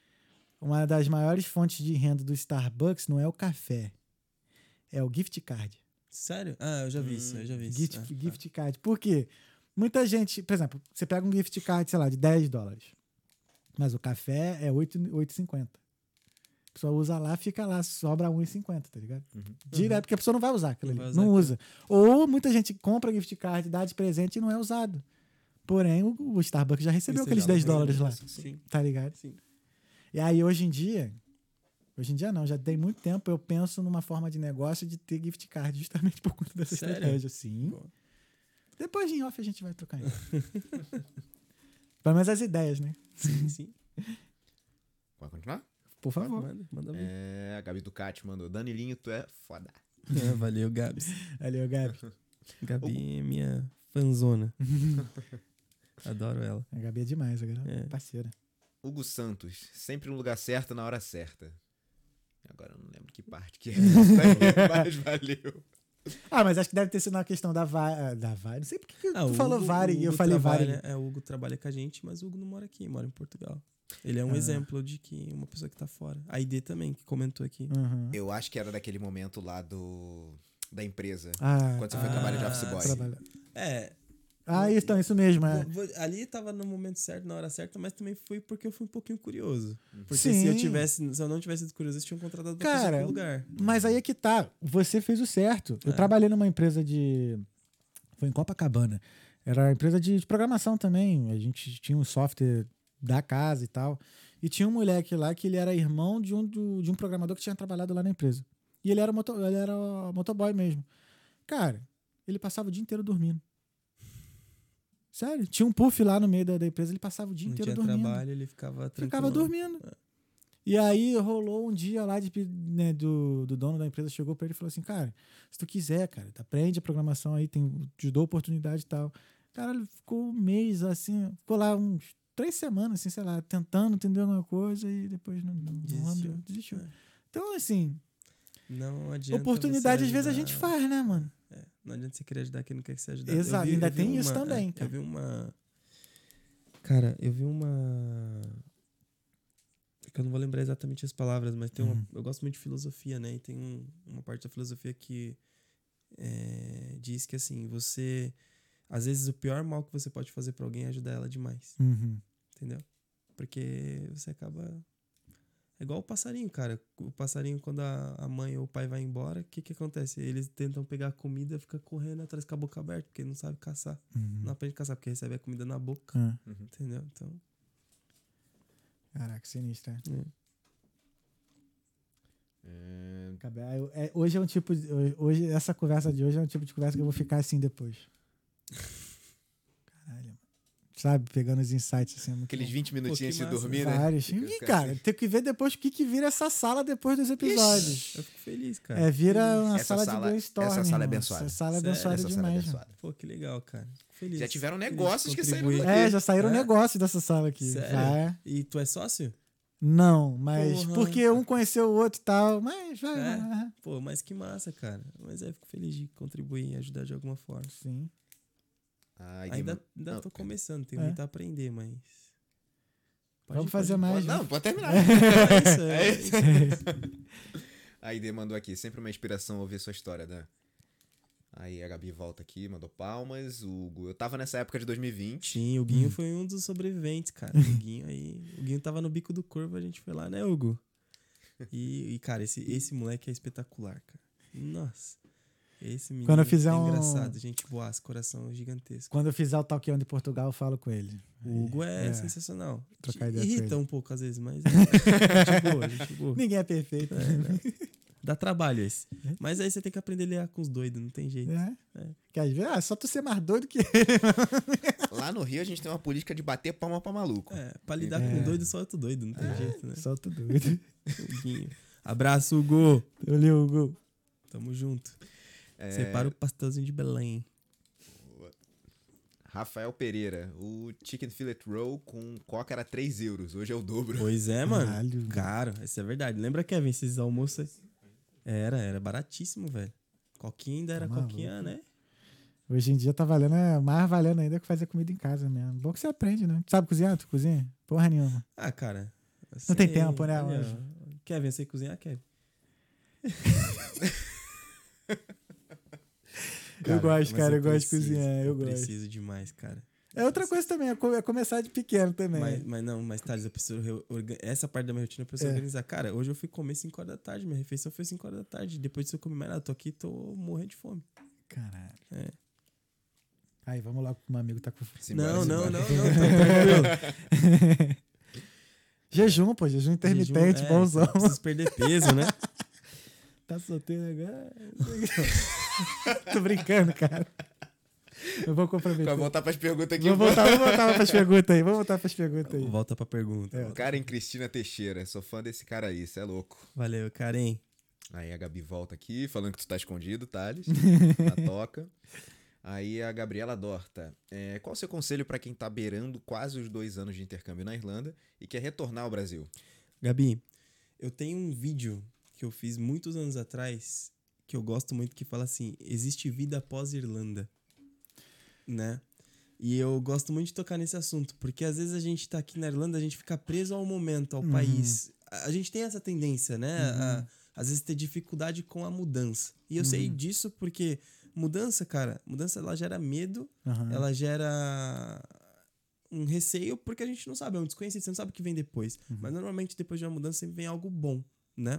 Uma das maiores fontes de renda do Starbucks não é o café, é o gift card. Sério? Ah, eu já vi isso, eu já vi isso. Gift, Ah, ah. gift card. Por quê? Muita gente, por exemplo, você pega um gift card, sei lá, de dez dólares. Mas o café é oito e cinquenta. A pessoa usa lá, fica lá, sobra um e cinquenta, tá ligado? Uhum. Direto, porque a pessoa não vai usar aquilo Não ali. vai usar Não aquilo. usa. Ou muita gente compra gift card, dá de presente e não é usado. Porém, o, o Starbucks já recebeu Isso aqueles já, dez né? dólares lá, Sim, tá ligado? sim. E aí, hoje em dia, hoje em dia não, já tem muito tempo, eu penso numa forma de negócio de ter gift card justamente por conta dessa Sério? estratégia, sim. Pô. Depois em off a gente vai trocar isso. Pelo menos as ideias, né? Sim, sim. Pode continuar? Por favor. Manda, manda ver. É, a Gabi Ducati mandou. Danilinho, tu é foda. É, valeu, Gabs. Ali, o Gabi. Gabi é minha fanzona. Adoro ela. A Gabi é demais, a Gabi é É. parceira. Hugo Santos. Sempre no lugar certo, na hora certa. Agora eu não lembro que parte que é. Mas valeu. Ah, mas acho que deve ter sido uma questão da Vari. Da Vari. Não sei porque que Ah, tu o falou Hugo- Vari o e eu Hugo falei trabalha- Vari. É, o Hugo trabalha com a gente, mas o Hugo não mora aqui, mora em Portugal. Ele é um Ah. exemplo de que uma pessoa que tá fora. A I D também, que comentou aqui. Uhum. Eu acho que era daquele momento lá do da empresa. Ah, Quando você foi Ah, trabalhar de office sim. boy. trabalha. É, Ah, isso, então, isso mesmo, é. Vou- vou- ali tava no momento certo, na hora certa, mas também foi porque eu fui um pouquinho curioso. Porque Sim. se eu tivesse, se eu não tivesse sido curioso, eles tinham contratado outra pessoa Cara, pro lugar. mas aí é que tá. Você fez o certo. Eu É. trabalhei numa empresa de. Foi em Copacabana. Era uma empresa de, de programação também. A gente tinha um software da casa e tal. E tinha um moleque lá que ele era irmão de um, do- de um programador que tinha trabalhado lá na empresa. E ele era, moto, ele era motoboy mesmo. Cara, ele passava o dia inteiro dormindo. Sério, tinha um puff lá no meio da, da empresa, ele passava o dia Não inteiro tinha dormindo. trabalho, ele ficava tranquilo. Ficava dormindo. E aí rolou um dia lá de, pe- né, do, do dono da empresa, chegou pra ele e falou assim, cara, se tu quiser, cara, aprende a programação aí, tem, te dou oportunidade e tal. Cara, ele ficou um mês assim, ficou lá uns três semanas, assim, sei lá, tentando entender alguma coisa e depois não, não, não Desistiu. andou, desistiu. É. Então, assim, Não adianta. oportunidade você às vezes a ajudar- gente faz, né, mano? É, não adianta você querer ajudar quem não quer ser ajudado. Exato, Eu vi- ainda eu vi tem isso uma- também, é, cara. Eu vi uma. Cara, eu vi uma. Que eu não vou lembrar exatamente as palavras, mas tem uma. Uhum. Eu gosto muito de filosofia, né? E tem um- uma parte da filosofia que é, diz que assim, você. Às vezes o pior mal que você pode fazer pra alguém é ajudar ela demais. Uhum. Entendeu? Porque você acaba. É igual o passarinho, cara. O passarinho, quando a, a mãe ou o pai vai embora, o que que acontece? Eles tentam pegar a comida e fica correndo atrás com a boca aberta, porque não sabe caçar. Uhum. Não aprende a caçar, porque recebe a comida na boca. Ah, Entendeu? Então. caraca, sinistro, é. É. É, Cabe- ah, eu- é, hoje é um tipo de, hoje essa conversa de hoje é um tipo de conversa que eu vou ficar assim depois. Caralho, mano. Sabe, pegando os insights assim, é muito aqueles bom. vinte minutinhos que antes de massa. dormir, né? Vários. Fica- E, fica cara, assim. tem que ver depois o que, que vira essa sala depois dos episódios. Eu fico feliz, cara. É, vira uma Essa sala, sala- de brainstorm. essa sala é irmão. abençoada. Essa sala é Sério? abençoada Essa sala é demais. abençoada. Pô, que legal, cara. Fico feliz. Já tiveram Feliz de negócios que saíram contribuir. daqui. É, já saíram É? negócios dessa sala aqui. Sério? Vai. E tu é sócio? Não, mas Porra. porque um conheceu o outro e tal, mas vai. É? vai. Pô, mas que massa, cara. Mas aí eu fico feliz de contribuir e ajudar de alguma forma. Sim. Ai, Ainda, dem- ainda Não, tô começando, tenho É. muito a aprender, mas. Pode Vamos ir, fazer pode ir. mais. Não, né? pode terminar. É isso, é, É isso. A Ide mandou aqui, sempre uma inspiração ouvir sua história, né? Aí a Gabi volta aqui, mandou palmas. O Hugo, eu tava nessa época de dois mil e vinte. Sim, o Guinho foi um dos sobreviventes, cara. O Guinho aí. O Guinho tava no bico do corvo, a gente foi lá, né, Hugo? E, e, cara, esse, esse moleque é espetacular, cara. Nossa. Esse menino Quando eu fizer é um- engraçado, gente boa, coração gigantesco. Quando eu fizer o Talkando de Portugal, eu falo com ele. O Hugo é, É. sensacional. Trocar Te ideia com irrita ele. um pouco às vezes, mas é gente boa, gente boa. Ninguém é perfeito. É, né? Dá trabalho esse. Mas aí você tem que aprender a lidar com os doidos, não tem jeito. É. É. Que às vezes, ah, só tu ser mais doido que Lá no Rio a gente tem uma política de bater palma pra maluco. É, pra lidar É. com doido, só outro doido, não tem jeito, né? só tu doido. O Guinho. Abraço, Hugo. Valeu, Hugo. Tamo junto. É, Separa o pastelzinho de Belém. Rafael Pereira, o Chicken Fillet Roll com coca era três euros, hoje é o dobro. Pois é, mano. Caralho. Caro, isso é verdade. Lembra, Kevin, esses almoços aí? Era, era baratíssimo, velho. Coquinha ainda era Tá maluco. coquinha, né? Hoje em dia tá valendo, é mais valendo ainda que fazer comida em casa mesmo. Bom que você aprende, né? Tu sabe cozinhar? Tu cozinha? Porra nenhuma. Ah, cara. Não tem sei, tempo, né, olha, hoje? Kevin, você cozinhar, Kevin? eu gosto, mas cara, eu, gosto de preciso, cozinhar, eu, gosto. preciso demais, cara. É outra coisa também, é co- é começar de pequeno também. Mas, mas não, mas Thales, eu preciso reu- orga- essa parte da minha rotina eu preciso É. organizar. Cara, hoje eu fui comer cinco horas da tarde, minha refeição foi cinco horas da tarde. Depois disso eu comi mais nada, tô aqui tô morrendo de fome. Caralho. É. Aí, vamos lá, que o meu amigo tá com fome. Simbora, não, não, simbora. não, não, tá tranquilo. Jejum, pô, jejum intermitente, Jejum, é, bonzão. Preciso perder peso, né? Tá solteiro agora? Tô brincando, cara. Eu vou comprometer. Vai voltar pras perguntas aqui. Vamos voltar, vamos voltar pras perguntas aí. Vamos voltar pras perguntas aí. Volta pra pergunta. É. Karen Cristina Teixeira, sou fã desse cara aí, cê é louco. Valeu, Karen. Aí a Gabi volta aqui, falando que tu tá escondido, Thales, na toca. Aí a Gabriela Dorta, é, qual o seu conselho pra quem tá beirando quase os dois anos de intercâmbio na Irlanda e quer retornar ao Brasil? Gabi, eu tenho um vídeo que eu fiz muitos anos atrás que eu gosto muito que fala assim, existe vida após Irlanda, né? E eu gosto muito de tocar nesse assunto, porque às vezes a gente tá aqui na Irlanda, a gente fica preso ao momento, ao Uhum. país. A, a gente tem essa tendência, né? Uhum. A, às vezes ter dificuldade com a mudança. E eu Uhum. sei disso porque mudança, cara, mudança ela gera medo, Uhum. ela gera um receio, porque a gente não sabe, é um desconhecido, você não sabe o que vem depois. Uhum. Mas normalmente depois de uma mudança sempre vem algo bom, né?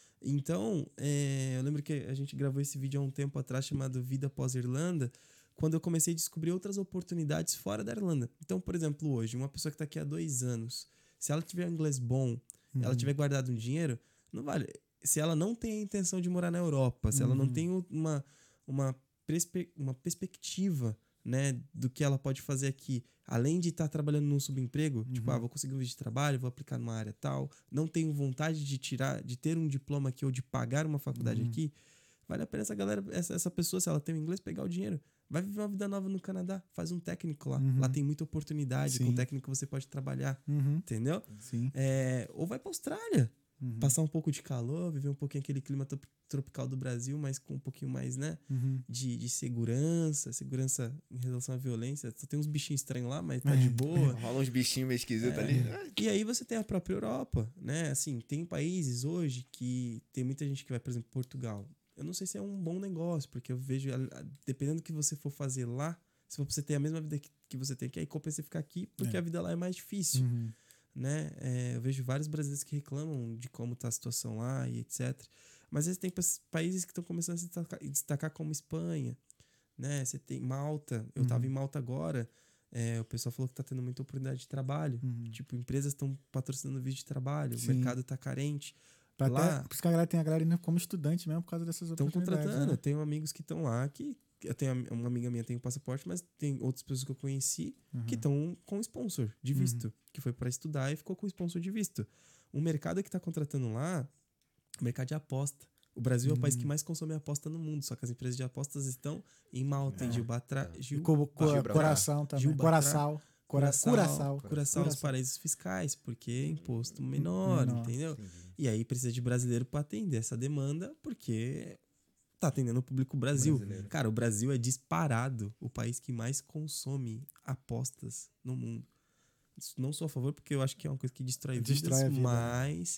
Então, é, eu lembro que a gente gravou esse vídeo há um tempo atrás chamado Vida Pós Irlanda, quando eu comecei a descobrir outras oportunidades fora da Irlanda. Então, por exemplo, hoje, uma pessoa que está aqui há dois anos, se ela tiver um inglês bom, Uhum. ela tiver guardado um dinheiro, não vale. Se ela não tem a intenção de morar na Europa, se ela não Uhum. tem uma, uma, perspe uma perspectiva, né, do que ela pode fazer aqui, além de estar tá trabalhando num subemprego, Uhum. tipo, ah, vou conseguir um visto de trabalho, vou aplicar numa área tal, não tenho vontade de tirar, de ter um diploma aqui ou de pagar uma faculdade Uhum. aqui, vale a pena essa galera, essa, essa pessoa, se ela tem o inglês, pegar o dinheiro. Vai viver uma vida nova no Canadá, faz um técnico lá. Uhum. Lá tem muita oportunidade, Sim. com técnico você pode trabalhar, Uhum. entendeu? Sim. É, ou vai pra Austrália, Uhum. passar um pouco de calor, viver um pouquinho aquele clima trop- tropical do Brasil, mas com um pouquinho mais, né, Uhum. de, de segurança, segurança em relação à violência. Só tem uns bichinhos estranhos lá, mas tá de boa. Rola uns bichinhos meio esquisitos É. ali. E aí você tem a própria Europa, né? Assim, tem países hoje que tem muita gente que vai, por exemplo, Portugal. Eu não sei se é um bom negócio, porque eu vejo, a- a- dependendo do que você for fazer lá, se for pra você ter a mesma vida que, que você tem aqui, aí compensa você ficar aqui, porque É. a vida lá é mais difícil, Uhum. né? É, eu vejo vários brasileiros que reclamam de como tá a situação lá e etcétera. Mas às vezes tem pa- países que estão começando a se destacar, destacar como Espanha, né? Você tem Malta, eu tava Uhum. em Malta agora, é, o pessoal falou que tá tendo muita oportunidade de trabalho. Uhum. Tipo, empresas estão patrocinando vídeo de trabalho, Sim. o mercado tá carente. Pra Lá- até, por isso que a galera tem a galera indo como estudante mesmo por causa dessas Estão oportunidades. contratando. Né? Eu tenho amigos que estão lá que. Eu tenho am- uma amiga minha tem o passaporte, mas tem outras pessoas que eu conheci Uhum. que estão com sponsor de visto, que foi para estudar e ficou com sponsor de visto. O mercado que está contratando lá, o mercado de aposta. O Brasil é o país Uhum. que mais consome aposta no mundo, só que as empresas de apostas estão em Malta, em Gilbatra, É. E Gil, co co Gibraltar. coração também. Gilbatra- Coração. Cura, Curaçao, Curaçao. Curaçao, os Curaçao. paraísos fiscais, porque é imposto menor, Menor. entendeu? E aí precisa de brasileiro para atender essa demanda, porque tá atendendo o público Brasil. Brasileiro. Cara, o Brasil é disparado o país que mais consome apostas no mundo. Isso não sou a favor, porque eu acho que é uma coisa que destrói, Destrói vidas, a vida, mas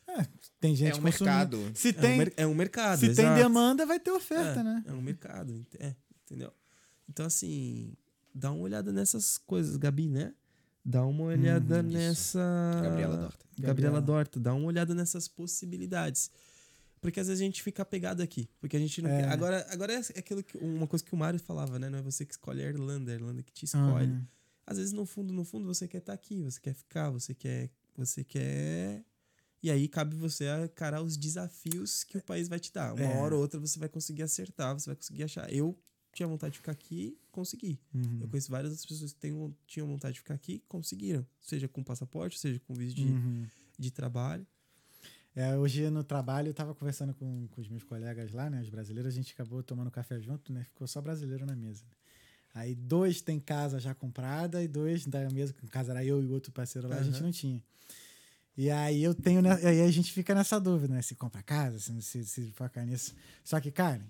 Tem gente É um consumindo. mercado. Se é, tem, um, mer- é um mercado. se tem exato. demanda, vai ter oferta, é, né? É um mercado, ent- é, entendeu? Então, assim, dá uma olhada nessas coisas, Gabi, né? Dá uma olhada Uhum, nessa... Gabriela Dorta. Gabriela Gabriela. Dorta, dá uma olhada nessas possibilidades. Porque às vezes a gente fica apegado aqui. Porque a gente não É. quer. Agora, agora é aquilo que, uma coisa que o Mário falava, né? Não é você que escolhe a Irlanda, é a Irlanda que te escolhe. Uhum. Às vezes, no fundo, no fundo, você quer estar aqui, você quer ficar, você quer. Você quer. E aí cabe você encarar os desafios que o país vai te dar. Uma É. hora ou outra você vai conseguir acertar, você vai conseguir achar. Eu tinha vontade de ficar aqui, consegui. Uhum. Eu conheço várias outras pessoas que têm, tinham vontade de ficar aqui, conseguiram. Seja com passaporte, seja com visto de, Uhum. de trabalho. É, hoje no trabalho eu tava conversando com, com os meus colegas lá, né? Os brasileiros, a gente acabou tomando café junto, né? Ficou só brasileiro na mesa. Aí dois tem casa já comprada e dois da mesa, com casa era eu e o outro parceiro lá, a gente Aham. não tinha. E aí eu tenho, né? Aí a gente fica nessa dúvida, né? Se compra casa, se, se, se focar nisso. Só que, cara,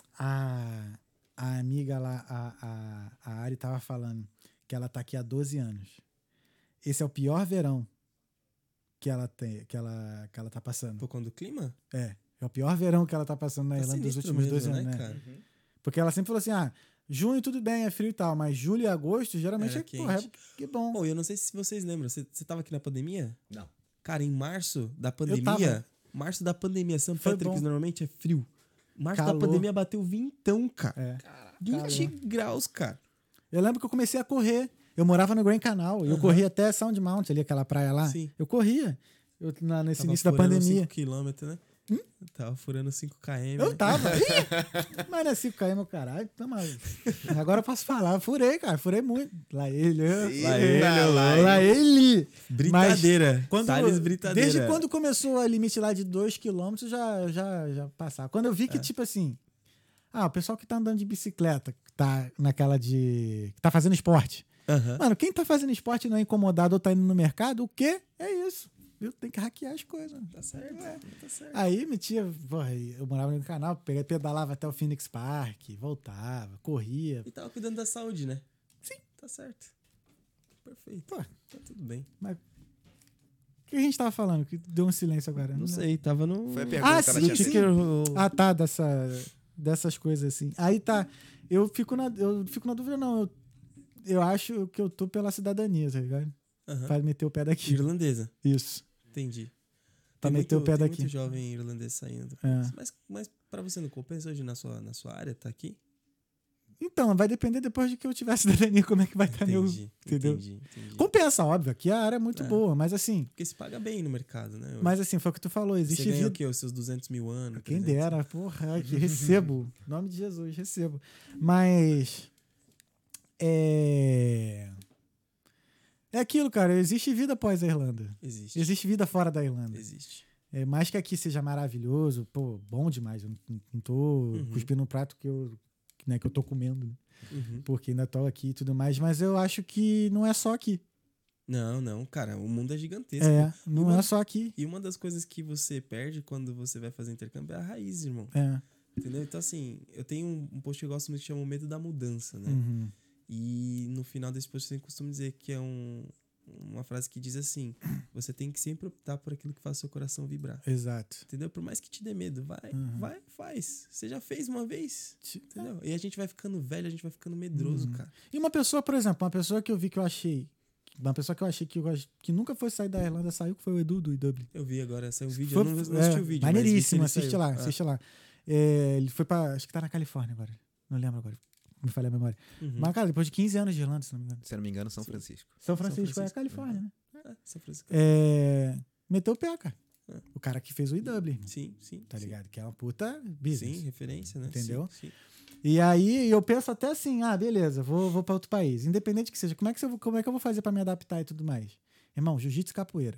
a, a amiga lá, a, a, a Ari tava falando que ela tá aqui há doze anos. Esse é o pior verão que ela tem, que ela, que ela tá passando. Por conta do clima? É, é o pior verão que ela tá passando na Tá Irlanda dos sinistro últimos dois mesmo, anos, né? cara? Porque ela sempre falou assim: ah, junho tudo bem, é frio e tal, mas julho e agosto geralmente Era é, porra, é quente. que bom. Pô, eu não sei se vocês lembram, você, você tava aqui na pandemia? Não. Cara, em março da tava. pandemia, março da pandemia, Saint Foi Patrick's bom. normalmente é frio. Março Calor. da pandemia bateu vintão, cara. É. vinte graus, cara. Eu lembro que eu comecei a correr. Eu morava no Grand Canal e eu Aham. corria até Sound Mount, ali, aquela praia lá. Sim. Eu corria. Eu, na, nesse Tava início da furando pandemia. cinco quilômetros, né? Tava furando cinco quilômetros. Eu tava. Ih, mas não é cinco quilômetros, caralho. Tá maluco. Agora eu posso falar. Eu furei, cara. Furei muito. Lá ele. eu- Lá ele, Eita, lá Lá ele. Britadeira. Quando, Thales Britadeira. desde quando começou a limite lá de dois quilômetros, já, já, já passava. Quando eu vi É. que, tipo assim, ah, o pessoal que tá andando de bicicleta, que tá naquela de. que tá fazendo esporte. Aham. Mano, quem tá fazendo esporte e não é incomodado ou tá indo no mercado, o quê? É isso. Viu? Tem que hackear as coisas. Tá certo, tá certo. Aí metia, porra, eu morava no canal, peguei, pedalava até o Phoenix Park, voltava, corria. E tava cuidando da saúde, né? Sim. Tá certo. Perfeito. Pô. Tá tudo bem. O que a gente tava falando? Que deu um silêncio agora. Não lembro. sei, tava no... Foi a pergunta Ah, que ela sim, tinha sim. feito. eu... Ah, tá, dessa, dessas coisas assim. Aí tá, eu fico na, eu fico na dúvida, não. Eu, eu acho que eu tô pela cidadania, tá ligado? Aham. Pra meter o pé daqui. Irlandesa. Isso. Entendi. Pra Tem meter muito, o pé tem daqui. muito jovem irlandês saindo do É. país. Mas, mas pra você não compensa hoje na sua, na sua área, tá aqui? Então, vai depender depois de que eu tiver cidadania, como é que vai estar meu... Entendi, entendeu? entendi, entendi. Compensa, óbvio, aqui a área é muito É. boa, mas assim... Porque se paga bem no mercado, né? Mas assim, foi o que tu falou, você existe ganha vida... o quê? Os seus duzentos mil anos? Quem trezentos? dera, porra, que recebo. Em nome de Jesus, recebo. Mas... É... É aquilo, cara, existe vida após a Irlanda. Existe. Existe vida fora da Irlanda. Existe. É, mais que aqui seja maravilhoso, pô, bom demais. Eu não, não tô Uhum. cuspindo no prato que eu, né, que eu tô comendo, né? Uhum. Porque ainda tô aqui e tudo mais, mas eu acho que não é só aqui. Não, não, cara, o mundo é gigantesco. É, não uma- é só aqui. E uma das coisas que você perde quando você vai fazer intercâmbio é a raiz, irmão. É. Entendeu? Então, assim, eu tenho um, um post que eu gosto muito que chama O Medo da Mudança, né? Uhum. E no final desse post eu costumo dizer que é um, uma frase que diz assim: você tem que sempre optar por aquilo que faz o seu coração vibrar. Exato. Entendeu? Por mais que te dê medo, vai, Uhum. vai, faz. Você já fez uma vez, Ti- entendeu? E a gente vai ficando velho, a gente vai ficando medroso, Uhum. cara. E uma pessoa, por exemplo, uma pessoa que eu vi que eu achei. Uma pessoa que eu achei que, eu ach- que nunca foi sair da Irlanda, saiu, que foi o Edu do I W. Eu vi agora, saiu um vídeo, Foi- eu não, não é, assisti o vídeo, mas vi que maneiríssimo, ele assiste saiu. lá, Ah, assiste lá. É, ele foi pra. Acho que tá na Califórnia agora. Não lembro agora. Me falei a memória. uhum. Mas, cara, depois de quinze anos de Irlanda, se não me engano. Se eu não me engano, São Sim. Francisco. São Francisco, é a Francisco, Califórnia, né? É, São Francisco. É, meteu o pé, cara. É. O cara que fez o I W, Sim, sim. tá sim. ligado? Que é uma puta business. Sim, referência, né? Entendeu? Sim, sim. E aí eu penso até assim, ah, beleza, vou, vou pra outro país. Independente que seja, como é que, eu, como é que eu vou fazer pra me adaptar e tudo mais? Irmão, jiu-jitsu e capoeira.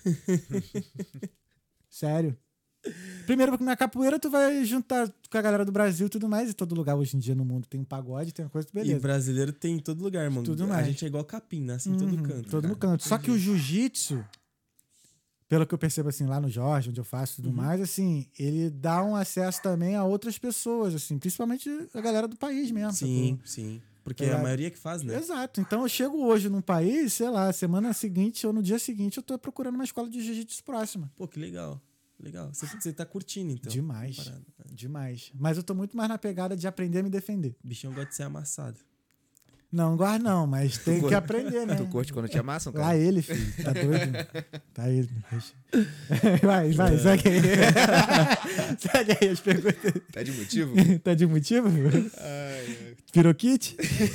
Sério. Primeiro, porque na capoeira tu vai juntar com a galera do Brasil e tudo mais. E todo lugar hoje em dia no mundo tem um pagode, tem uma coisa, E beleza. brasileiro tem em todo lugar, mano. Tudo a mais. gente é igual capim, nasce em todo Uhum, canto. Todo cara. no canto. Só Tem que o jeito. jiu-jitsu, pelo que eu percebo assim, lá no Jorge, onde eu faço e tudo Uhum. mais, assim, ele dá um acesso também a outras pessoas, assim, principalmente a galera do país mesmo. Sim, sacou? sim. Porque Tá a ligado? maioria que faz, né? Exato. Então eu chego hoje num país, sei lá, semana seguinte ou no dia seguinte eu tô procurando uma escola de jiu-jitsu próxima. Pô, que legal. Legal. Você, você tá curtindo, então. Demais. a parada, né? Demais. Mas eu tô muito mais na pegada de aprender a me defender. O bichão gosta de ser amassado. Não, gosto não, mas tem que curte- aprender, né? Tu curte quando te amassam, Lá cara? ele, filho. Tá doido? Tá ele. Vai, vai, segue aí. Segue aí as perguntas. Tá de motivo? Tá de motivo? Ai, ai. Pirokit?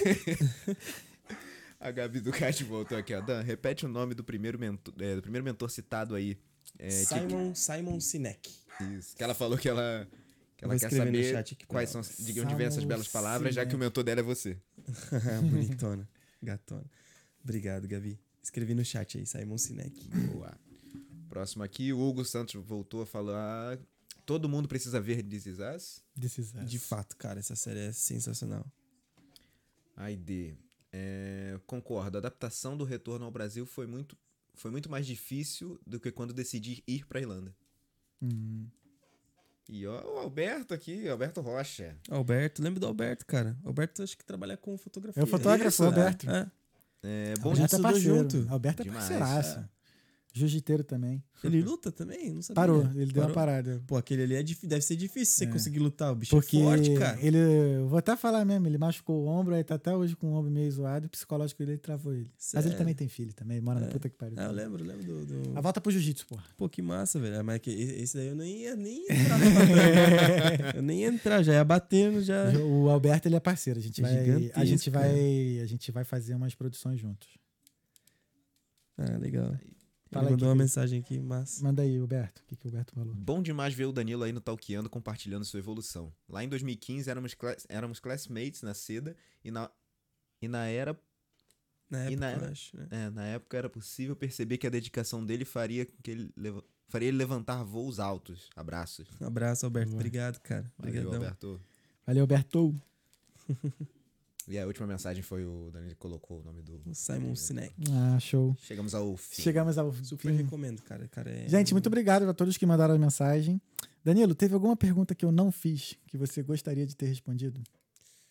A Gabi Ducati voltou aqui, ó. Dan, repete o nome do primeiro mentor, é, do primeiro mentor citado aí. É, Simon, Simon Sinek. que- isso. Que ela falou que ela, que Eu ela vou quer escrever no saber chat aqui pra quais ela. são, de onde vem essas Simon belas palavras, já que o Sinek. mentor dela é você. Bonitona. Gatona. Obrigado, Gabi. Escrevi no chat aí, Simon Sinek. Boa. Próximo aqui, o Hugo Santos voltou a falar. Todo mundo precisa ver This Is Us. This is us. De fato, cara, essa série é sensacional. I D. É, concordo, a adaptação do retorno ao Brasil foi muito, foi muito mais difícil do que quando decidi ir pra Irlanda. Hum. E ó, o Alberto aqui, Alberto Rocha. Alberto, lembro do Alberto, cara. Alberto acho que trabalha com fotografia. É o fotógrafo, Isso, o Alberto. É. É, bom, A gente Alberto é estudou parceiro. junto. Alberto é Demais. parceiraço. Jiu-jiteiro também. Ele luta também? Não sabia. Parou, ele deu uma Parou? parada. Pô, aquele ali é difí- deve ser difícil você É. conseguir lutar. O bicho Porque é forte, cara. ele, eu vou até falar mesmo, ele machucou o ombro, aí tá até hoje com o ombro meio zoado, e o psicológico dele travou ele. Mas ele Sério? também tem filho, também, mora na É. puta que pariu. Ah, eu lembro, eu lembro do... do... A volta pro jiu-jitsu, porra. Pô, que massa, velho. Mas que esse esse daí eu nem ia nem entrar. no papel. Eu nem ia entrar, já ia batendo, já... O Alberto, ele é parceiro, a gente É vai, a gente gigantesco, vai, a gente vai fazer umas produções juntos. Ah, legal. Fala Ele aí, mandou uma que- mensagem aqui, massa. Manda aí, Alberto, o que, que o Alberto falou? bom demais ver o Danilo aí no Talkeando compartilhando sua evolução. Lá em dois mil e quinze éramos, class, éramos classmates na seda e na, e na era Na época, E na eu era- acho, né? É, na época era possível perceber que a dedicação dele faria, que ele, leva- faria ele levantar voos altos. Abraços. Um abraço, Alberto. Boa. Obrigado, cara. Valeu, Obrigadão. Alberto. Valeu, Alberto. E a última mensagem foi o Danilo que colocou o nome do... O Simon Sinek. Ah, show. Chegamos ao fim. Chegamos ao Super fim. recomendo, cara. cara é... Gente, muito obrigado a todos que mandaram a mensagem. Danilo, teve alguma pergunta que eu não fiz que você gostaria de ter respondido?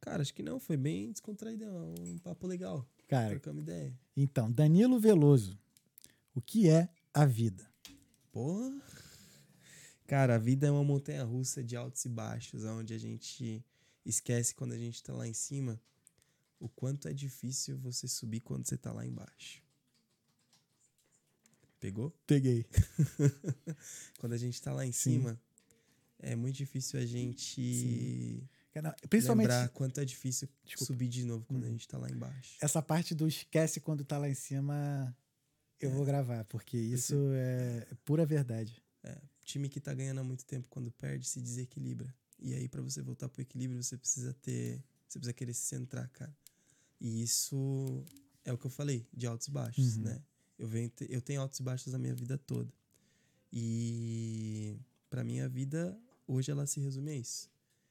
Cara, acho que não. Foi bem descontraído. Um papo legal. Cara, Trocamos ideia. então, Danilo Veloso, o que é a vida? Porra. Cara, a vida é uma montanha-russa de altos e baixos, onde a gente esquece quando a gente tá lá em cima o quanto é difícil você subir quando você tá lá embaixo. Pegou? Peguei. Quando a gente tá lá em Sim. cima, é muito difícil a gente Não, principalmente lembrar quanto é difícil Desculpa. subir de novo quando Uhum. a gente tá lá embaixo. essa parte do esquece quando tá lá em cima, eu É. vou gravar, porque isso é pura verdade. É, time que tá ganhando há muito tempo, quando perde, se desequilibra. E aí, pra você voltar pro equilíbrio, você precisa ter... Você precisa querer se centrar, cara. E isso é o que eu falei, de altos e baixos, Uhum. né? Eu, venho te- eu tenho altos e baixos na minha vida toda. E pra minha vida, hoje ela se resume a isso.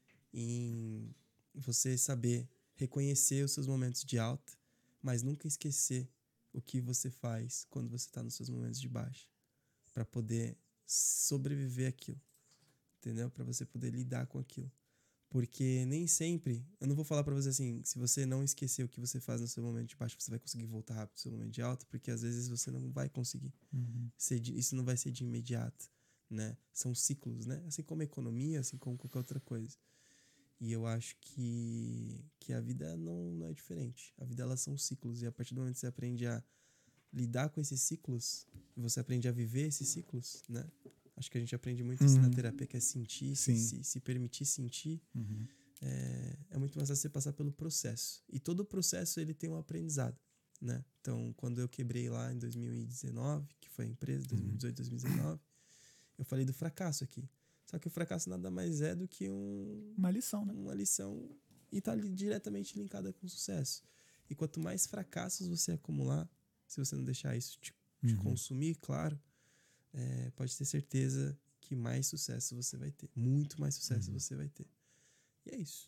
Em você saber reconhecer os seus momentos de alta, mas nunca esquecer o que você faz quando você tá nos seus momentos de baixa. Pra poder sobreviver àquilo. Entendeu? Pra você poder lidar com aquilo. Porque nem sempre... Eu não vou falar pra você assim, se você não esquecer o que você faz no seu momento de baixo, você vai conseguir voltar rápido pro seu momento de alta, porque às vezes você não vai conseguir. Uhum. Ser de- isso não vai ser de imediato, né? São ciclos, né? Assim como a economia, assim como qualquer outra coisa. E eu acho que, que a vida não, não é diferente. A vida, elas são ciclos. E a partir do momento que você aprende a lidar com esses ciclos, você aprende a viver esses ciclos, né? Acho que a gente aprende muito isso Uhum. na terapia, que é sentir, se, Sim. se, se permitir sentir. Uhum. É, é muito mais fácil você passar pelo processo. E todo o processo, ele tem um aprendizado, né? Então, quando eu quebrei lá em dois mil e dezenove, que foi a empresa, dois mil e dezoito, dois mil e dezenove, eu falei do fracasso aqui. Só que o fracasso nada mais é do que um, Uma lição, né? uma lição e tá ali diretamente linkada com o sucesso. E quanto mais fracassos você acumular, se você não deixar isso te, te Uhum. consumir, claro, é, pode ter certeza que mais sucesso você vai ter. Muito mais sucesso Uhum. você vai ter. E é isso.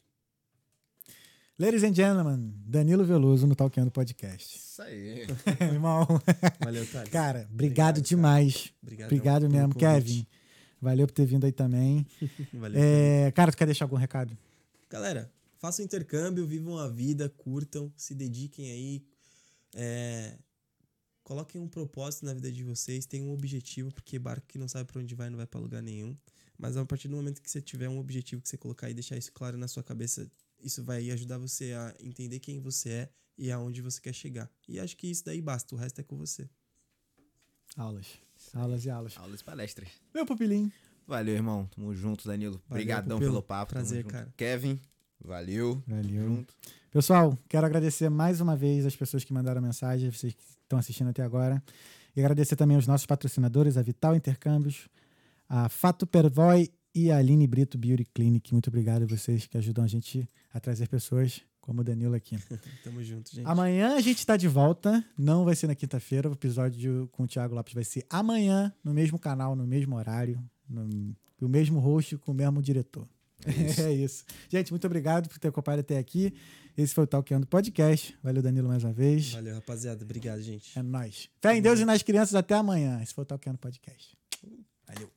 Ladies and gentlemen, Danilo Veloso no Talkando Podcast. Isso aí. Irmão, Valeu, Thales. cara, obrigado, Obrigado, demais. Obrigadão Obrigado pelo mesmo, convite. Kevin. Valeu por ter vindo aí também. Valeu. É, cara, tu quer deixar algum recado? Galera, façam intercâmbio, vivam a vida, curtam, se dediquem aí. É, coloquem um propósito na vida de vocês, tenham um objetivo, porque barco que não sabe pra onde vai não vai pra lugar nenhum. Mas a partir do momento que você tiver um objetivo que você colocar e deixar isso claro na sua cabeça, isso vai ajudar você a entender quem você é e aonde você quer chegar. E acho que isso daí basta, o resto é com você. Aulas. Aulas e aulas. Aulas e palestras. Meu pupilinho. Valeu, irmão. Tamo junto, Danilo. Obrigadão Pupilo. pelo papo. Tamo Prazer, junto. cara. Kevin, valeu. Valeu. Junto. Pessoal, quero agradecer mais uma vez as pessoas que mandaram mensagem, vocês que estão assistindo até agora. E agradecer também aos nossos patrocinadores, a Vital Intercâmbios, a Fato Pervoy e a Aline Brito Beauty Clinic. Muito obrigado a vocês que ajudam a gente a trazer pessoas como o Danilo aqui. Tamo junto, gente. Amanhã a gente está de volta, não vai ser na quinta-feira, o episódio de- com o Thiago Lopes vai ser amanhã, no mesmo canal, no mesmo horário, no, o mesmo host com o mesmo diretor. É isso. É isso. Gente, muito obrigado por ter acompanhado até aqui. Esse foi o Talkando Podcast. Valeu, Danilo, mais uma vez. Valeu, rapaziada. Obrigado, gente. É nóis. Fé em Deus e nas crianças. Até amanhã. Esse foi o Talkando Podcast. Valeu.